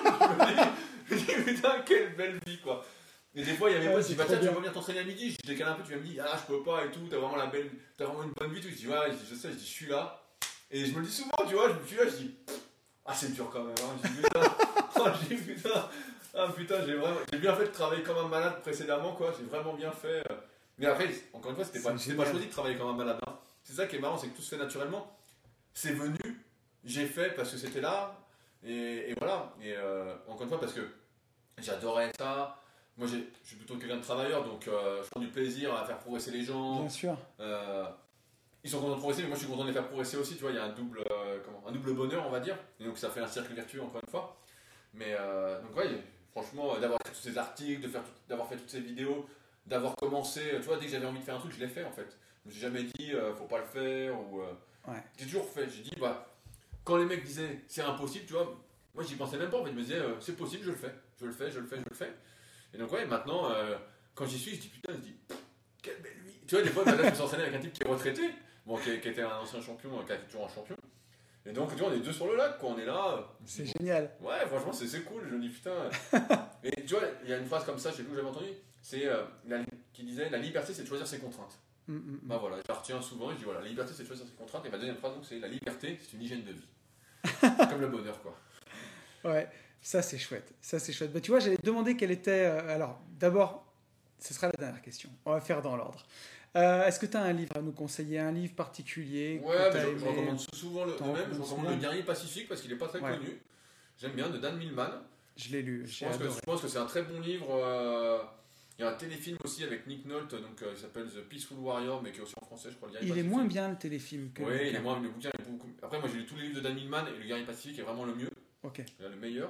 Speaker 2: je dis putain, quelle belle vie quoi. Et des fois, il y a mes potes qui disent bah tiens, tu vas venir t'entraîner à midi. Je décale un peu, tu vas me dire ah, je peux pas et tout, t'as vraiment, la belle, t'as vraiment une bonne vie. Tout. Je dis ouais, je, dis, je sais, je dis je suis là. Et je me le dis souvent, tu vois, je suis là, je dis ah, c'est dur quand même. Hein. Je dis putain, oh, je dis putain, ah putain, j'ai, vraiment, j'ai bien fait de travailler comme un malade précédemment, quoi. J'ai vraiment bien fait. Mais après, encore une fois, c'était pas, c'était pas choisi de travailler comme un malade. Hein. C'est ça qui est marrant, c'est que tout se fait naturellement. C'est venu, j'ai fait parce que c'était là. Et, et voilà. Et euh, encore une fois, parce que j'adorais ça. Moi, j'ai, je suis plutôt quelqu'un de travailleur, donc euh, je prends du plaisir à faire progresser les gens.
Speaker 1: Bien sûr.
Speaker 2: Euh, ils sont contents de progresser, mais moi, je suis content de les faire progresser aussi. Tu vois, il y a un double, euh, comment, un double bonheur, on va dire. Et donc, ça fait un cercle vertueux, encore une fois. Mais euh, donc, ouais, franchement, d'avoir fait tous ces articles, de faire tout, d'avoir fait toutes ces vidéos, d'avoir commencé. Tu vois, dès que j'avais envie de faire un truc, je l'ai fait, en fait. Je me suis jamais dit, euh, faut pas le faire. Ou, euh,
Speaker 1: ouais.
Speaker 2: J'ai toujours fait. J'ai dit, bah, quand les mecs disaient, c'est impossible, tu vois, moi, j'y pensais même pas. En fait, je me disais, euh, c'est possible, je le fais. Je le fais, je le fais, je le fais. Et donc ouais, maintenant, euh, quand j'y suis, je dis putain, je dis, quelle belle vie. Tu vois, des fois, là, je me suis entraîné avec un type qui est retraité, bon, qui, qui était un ancien champion, qui est toujours un champion. Et donc, tu vois, on est deux sur le lac, quoi, on est là.
Speaker 1: C'est
Speaker 2: bon,
Speaker 1: génial.
Speaker 2: Ouais, franchement, c'est, c'est cool, je me dis putain. Et tu vois, il y a une phrase comme ça, je sais plus où j'avais entendu, c'est euh, la, qui disait, la liberté, c'est de choisir ses contraintes. Mm, mm, bah voilà, je la retiens souvent, et je dis voilà, la liberté, c'est de choisir ses contraintes. Et ma deuxième phrase, donc, c'est la liberté, c'est une hygiène de vie. Comme le bonheur, quoi.
Speaker 1: Ouais. Ça, c'est chouette. Ça, c'est chouette. Bah, tu vois, j'allais te demander quelle était... Euh, alors, d'abord, ce sera la dernière question. On va faire dans l'ordre. Euh, est-ce que tu as un livre à nous conseiller, un livre particulier?
Speaker 2: Ouais, mais je, je recommande souvent le, le même. Je recommande Le Guerrier Pacifique parce qu'il n'est pas très ouais. connu. J'aime bien, de Dan Millman.
Speaker 1: Je l'ai lu.
Speaker 2: Je pense, que, je pense que c'est un très bon livre. Euh, il y a un téléfilm aussi avec Nick Nolte, donc, euh, il s'appelle The Peaceful Warrior, mais qui est aussi en français, je crois. Le
Speaker 1: il
Speaker 2: Pacifique.
Speaker 1: est moins bien le téléfilm que
Speaker 2: oui, il est moins, le bouquin est beaucoup. Après, moi j'ai lu tous les livres de Dan Millman et Le Guerrier Pacifique est vraiment le mieux.
Speaker 1: Ok.
Speaker 2: Le meilleur.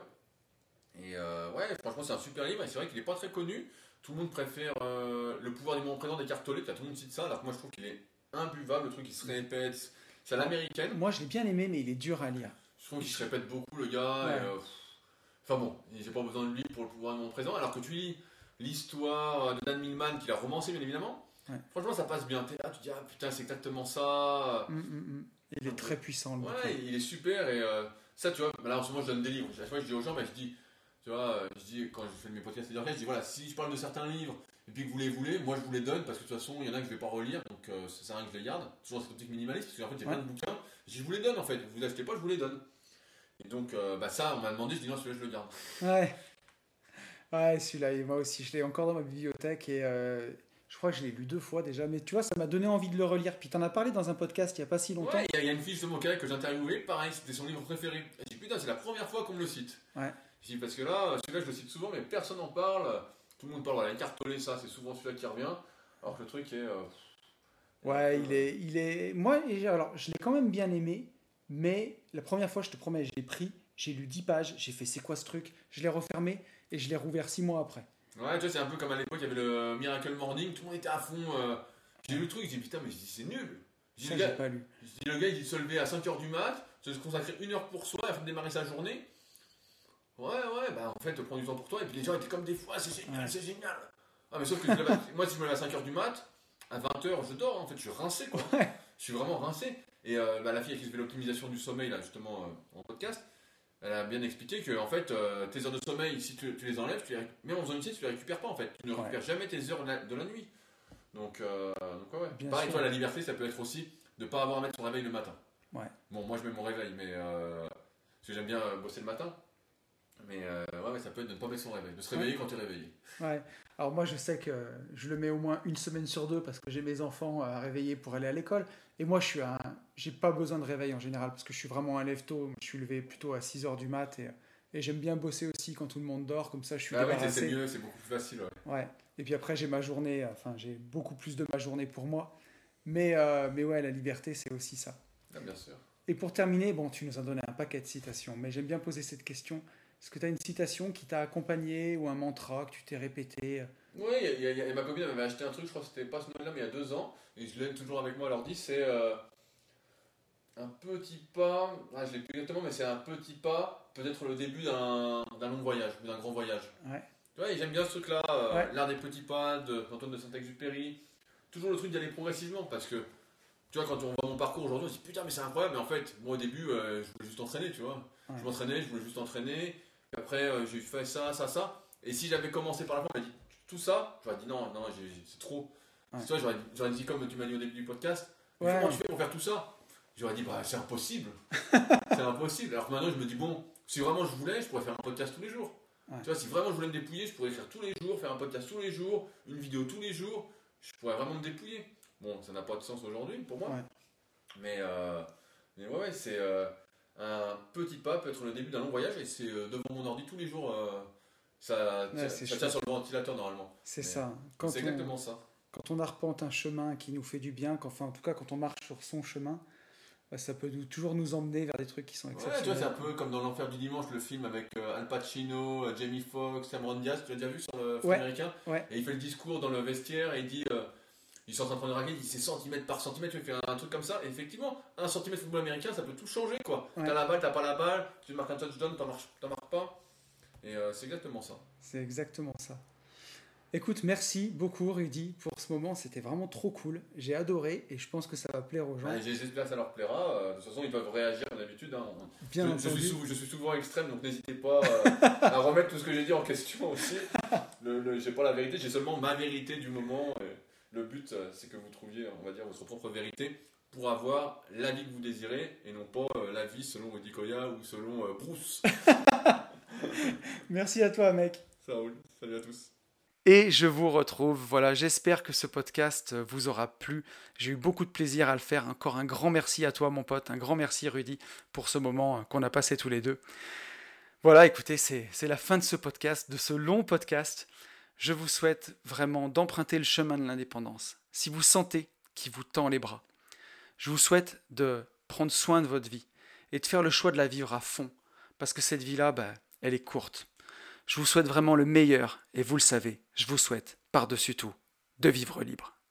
Speaker 2: Et euh, ouais, franchement, c'est un super livre. Et c'est vrai qu'il n'est pas très connu. Tout le monde préfère euh, Le pouvoir du moment présent d'Eckhart Tolle. Tout le monde cite ça. Alors que moi, je trouve qu'il est imbuvable. Le truc, il se répète. C'est à l'américaine.
Speaker 1: Moi, je l'ai bien aimé, mais il est dur à lire.
Speaker 2: Je trouve qu'il se répète beaucoup, le gars. Ouais. Et, euh, enfin bon, j'ai pas besoin de lui pour Le pouvoir du moment présent. Alors que tu lis l'histoire de Dan Millman, qu'il a romancé, bien évidemment. Ouais. Franchement, ça passe bien. T'es là, tu te dis, ah putain, c'est exactement ça.
Speaker 1: Mm, mm, mm. Il est très puissant, le
Speaker 2: ouais, bouquin. Il est super. Et euh, ça, tu vois, là en ce moment, je donne des livres. À chaque fois, je dis aux gens, bah, je dis. Tu vois, je dis, quand je fais mes podcasts et je dis voilà, si je parle de certains livres et puis que vous les voulez, moi je vous les donne parce que de toute façon il y en a que je vais pas relire, donc euh, ça sert à rien que je les garde. Toujours cette optique minimaliste parce qu'en fait j'ai ouais. plein de bouquins, je dis, je vous les donne en fait, vous les achetez pas, je vous les donne. Et donc euh, bah ça, on m'a demandé, je dis non, celui-là je le garde.
Speaker 1: Ouais, ouais, celui-là, et moi aussi je l'ai encore dans ma bibliothèque et euh, je crois que je l'ai lu deux fois déjà, mais tu vois, ça m'a donné envie de le relire. Puis t'en as parlé dans un podcast il y a pas si longtemps.
Speaker 2: Ouais, il y, y a une fille de mon cas que j'ai interviewée, pareil, c'était son livre préféré. Et je dis putain, c'est la première fois qu'on me le cite.
Speaker 1: Ouais.
Speaker 2: Je dis parce que là, celui-là je le cite souvent, mais personne n'en parle. Tout le monde parle, voilà, Eckhart Tolle, ça, c'est souvent celui-là qui revient. Alors que le truc est. Euh,
Speaker 1: ouais, euh, il est, il est. Moi, alors, je l'ai quand même bien aimé, mais la première fois, je te promets, je l'ai pris, j'ai lu dix pages, j'ai fait c'est quoi ce truc, je l'ai refermé et je l'ai rouvert six mois après.
Speaker 2: Ouais, tu vois, c'est un peu comme à l'époque, il y avait le Miracle Morning, tout le monde était à fond. Euh, j'ai lu le truc, j'ai dit putain, mais je dis c'est nul.
Speaker 1: Je dis, ça, le gars, j'ai pas lu.
Speaker 2: Je dis le gars, il dit de se lever à cinq heures du mat, se consacrer une heure pour soi afin de démarrer sa journée. Ouais, ouais, bah en fait, prends du temps pour toi. Et puis les gens étaient comme des fois, c'est génial, ouais. c'est génial. Ah, mais sauf que je me lève à- moi, si je me lève à cinq heures du mat, à vingt heures, je dors. En fait, je suis rincé, quoi.
Speaker 1: Ouais.
Speaker 2: Je suis vraiment rincé. Et euh, bah, la fille à qui je fais l'optimisation du sommeil, là, justement, euh, en podcast, elle a bien expliqué que, en fait, euh, tes heures de sommeil, si tu, tu les enlèves, tu les, réc- même en faisant une sieste, tu les récupères pas, en fait. Tu ne
Speaker 1: Ouais.
Speaker 2: récupères jamais tes heures de la, de la nuit. Donc, euh, donc ouais, ouais.
Speaker 1: Bien
Speaker 2: Pareil,
Speaker 1: sûr.
Speaker 2: toi, la liberté, ça peut être aussi de ne pas avoir à mettre son réveil le matin.
Speaker 1: Ouais.
Speaker 2: Bon, moi, je mets mon réveil, mais euh, parce que j'aime bien euh, bosser le matin. Mais euh, ouais, ouais, ça peut être de ne pas mettre son réveil, de se réveiller
Speaker 1: Ouais.
Speaker 2: quand tu es réveillé.
Speaker 1: Ouais. Alors moi, je sais que je le mets au moins une semaine sur deux parce que j'ai mes enfants à réveiller pour aller à l'école. Et moi, je suis un... j'ai pas besoin de réveil en général parce que je suis vraiment un lève-tôt. Je suis levé plutôt à six heures du mat et, et j'aime bien bosser aussi quand tout le monde dort. Comme ça, je suis
Speaker 2: Ah ouais, c'est-
Speaker 1: débarrassé.
Speaker 2: c'est mieux, c'est beaucoup plus facile. Ouais.
Speaker 1: Ouais. Et puis après, j'ai ma journée. Enfin, j'ai beaucoup plus de ma journée pour moi. Mais, euh, mais ouais, la liberté, c'est aussi ça.
Speaker 2: Ah, bien sûr.
Speaker 1: Et pour terminer, bon, tu nous as donné un paquet de citations, mais j'aime bien poser cette question. Est-ce que tu as une citation qui t'a accompagné ou un mantra que tu t'es répété?
Speaker 2: Oui, il y a- il y a- et ma copine elle m'avait acheté un truc, je crois que c'était pas ce Noël-là, mais il y a deux ans, et je l'ai toujours avec moi à l'ordi, c'est euh, un petit pas, ah, je l'ai plus exactement, mais c'est un petit pas, peut-être le début d'un d'un long voyage, ou d'un grand voyage.
Speaker 1: Ouais.
Speaker 2: Tu vois, et j'aime bien ce truc-là, euh,
Speaker 1: Ouais.
Speaker 2: l'art des petits pas de- d'Antoine de Saint-Exupéry, toujours le truc d'y aller progressivement, parce que, tu vois, quand on voit mon parcours aujourd'hui, on se dit putain, mais c'est incroyable, mais en fait, moi au début, euh, je voulais juste entraîner, tu vois.
Speaker 1: Ouais.
Speaker 2: Je m'entraînais, je voulais juste entraîner, puis après, euh, j'ai fait ça, ça, ça, et si j'avais commencé par la fin, on m'a dit tout ça, j'aurais dit non, non, j'ai- j'ai- c'est trop.
Speaker 1: Ouais.
Speaker 2: Tu vois, j'aurais, j'aurais dit comme tu m'as dit au début du podcast, mais
Speaker 1: Ouais.
Speaker 2: comment tu fais pour faire tout ça? J'aurais dit, bah c'est impossible. C'est impossible. Alors que maintenant, je me dis, bon, si vraiment je voulais, je pourrais faire un podcast tous les jours.
Speaker 1: Ouais.
Speaker 2: Tu vois, si vraiment je voulais me dépouiller, je pourrais écrire tous les jours, faire un podcast tous les jours, une vidéo tous les jours. Je pourrais vraiment me dépouiller. Bon, ça n'a pas de sens aujourd'hui pour moi.
Speaker 1: Ouais.
Speaker 2: Mais, euh, mais ouais, ouais, c'est euh, un petit pas, peut être le début d'un long voyage, et c'est euh, devant mon ordi tous les jours. euh, ça
Speaker 1: Ouais,
Speaker 2: tient-
Speaker 1: c'est
Speaker 2: ça tient
Speaker 1: chouette.
Speaker 2: sur le ventilateur normalement.
Speaker 1: C'est
Speaker 2: Mais,
Speaker 1: ça. Quand
Speaker 2: C'est
Speaker 1: on,
Speaker 2: exactement ça.
Speaker 1: quand on arpente un chemin qui nous fait du bien, qu'enfin, en tout cas, quand on marche sur son chemin, bah, ça peut nous- toujours nous emmener vers des trucs qui sont
Speaker 2: Ouais, tu vois,
Speaker 1: exceptionnels.
Speaker 2: c'est un peu comme dans l'Enfer du Dimanche, le film avec euh, Al Pacino, euh, Jamie Foxx, Cameron Diaz, tu l'as déjà vu sur le film
Speaker 1: Ouais,
Speaker 2: américain?
Speaker 1: ouais.
Speaker 2: Et il fait le discours dans le vestiaire et il dit, euh, ils sont en train de draguer, il dit c'est centimètre par centimètre, tu fais un, un truc comme ça, et effectivement, un centimètre de football américain, ça peut tout changer quoi.
Speaker 1: Ouais.
Speaker 2: T'as la balle, t'as pas la balle, tu marques un touchdown, t'en marques, t'en marques pas, et euh, c'est exactement ça.
Speaker 1: C'est exactement ça. Écoute, merci beaucoup Rudy pour ce moment, c'était vraiment trop cool. J'ai adoré et je pense que ça va plaire aux gens.
Speaker 2: Ouais, J'espère que ça leur plaira, euh, de toute façon ils peuvent réagir comme d'habitude. Hein.
Speaker 1: Bien
Speaker 2: je, je,
Speaker 1: entendu.
Speaker 2: suis sou- je suis souvent extrême, donc n'hésitez pas euh, à remettre tout ce que j'ai dit en question aussi. Le, le, j'ai pas la vérité, j'ai seulement ma vérité du moment. Et le but, euh, c'est que vous trouviez, on va dire, votre propre vérité pour avoir la vie que vous désirez et non pas euh, la vie selon Rudy Koya ou selon euh, Bruce.
Speaker 1: Merci à toi mec.
Speaker 2: Ça roule, salut à tous.
Speaker 1: Et je vous retrouve. Voilà, j'espère que ce podcast vous aura plu. J'ai eu beaucoup de plaisir à le faire. Encore un grand merci à toi, mon pote. Un grand merci, Rudy, pour ce moment qu'on a passé tous les deux. Voilà, écoutez, c'est, c'est la fin de ce podcast, de ce long podcast. Je vous souhaite vraiment d'emprunter le chemin de l'indépendance. Si vous sentez qu'il vous tend les bras, je vous souhaite de prendre soin de votre vie et de faire le choix de la vivre à fond. Parce que cette vie-là, bah, elle est courte. Je vous souhaite vraiment le meilleur, et vous le savez, je vous souhaite, par-dessus tout, de vivre libre.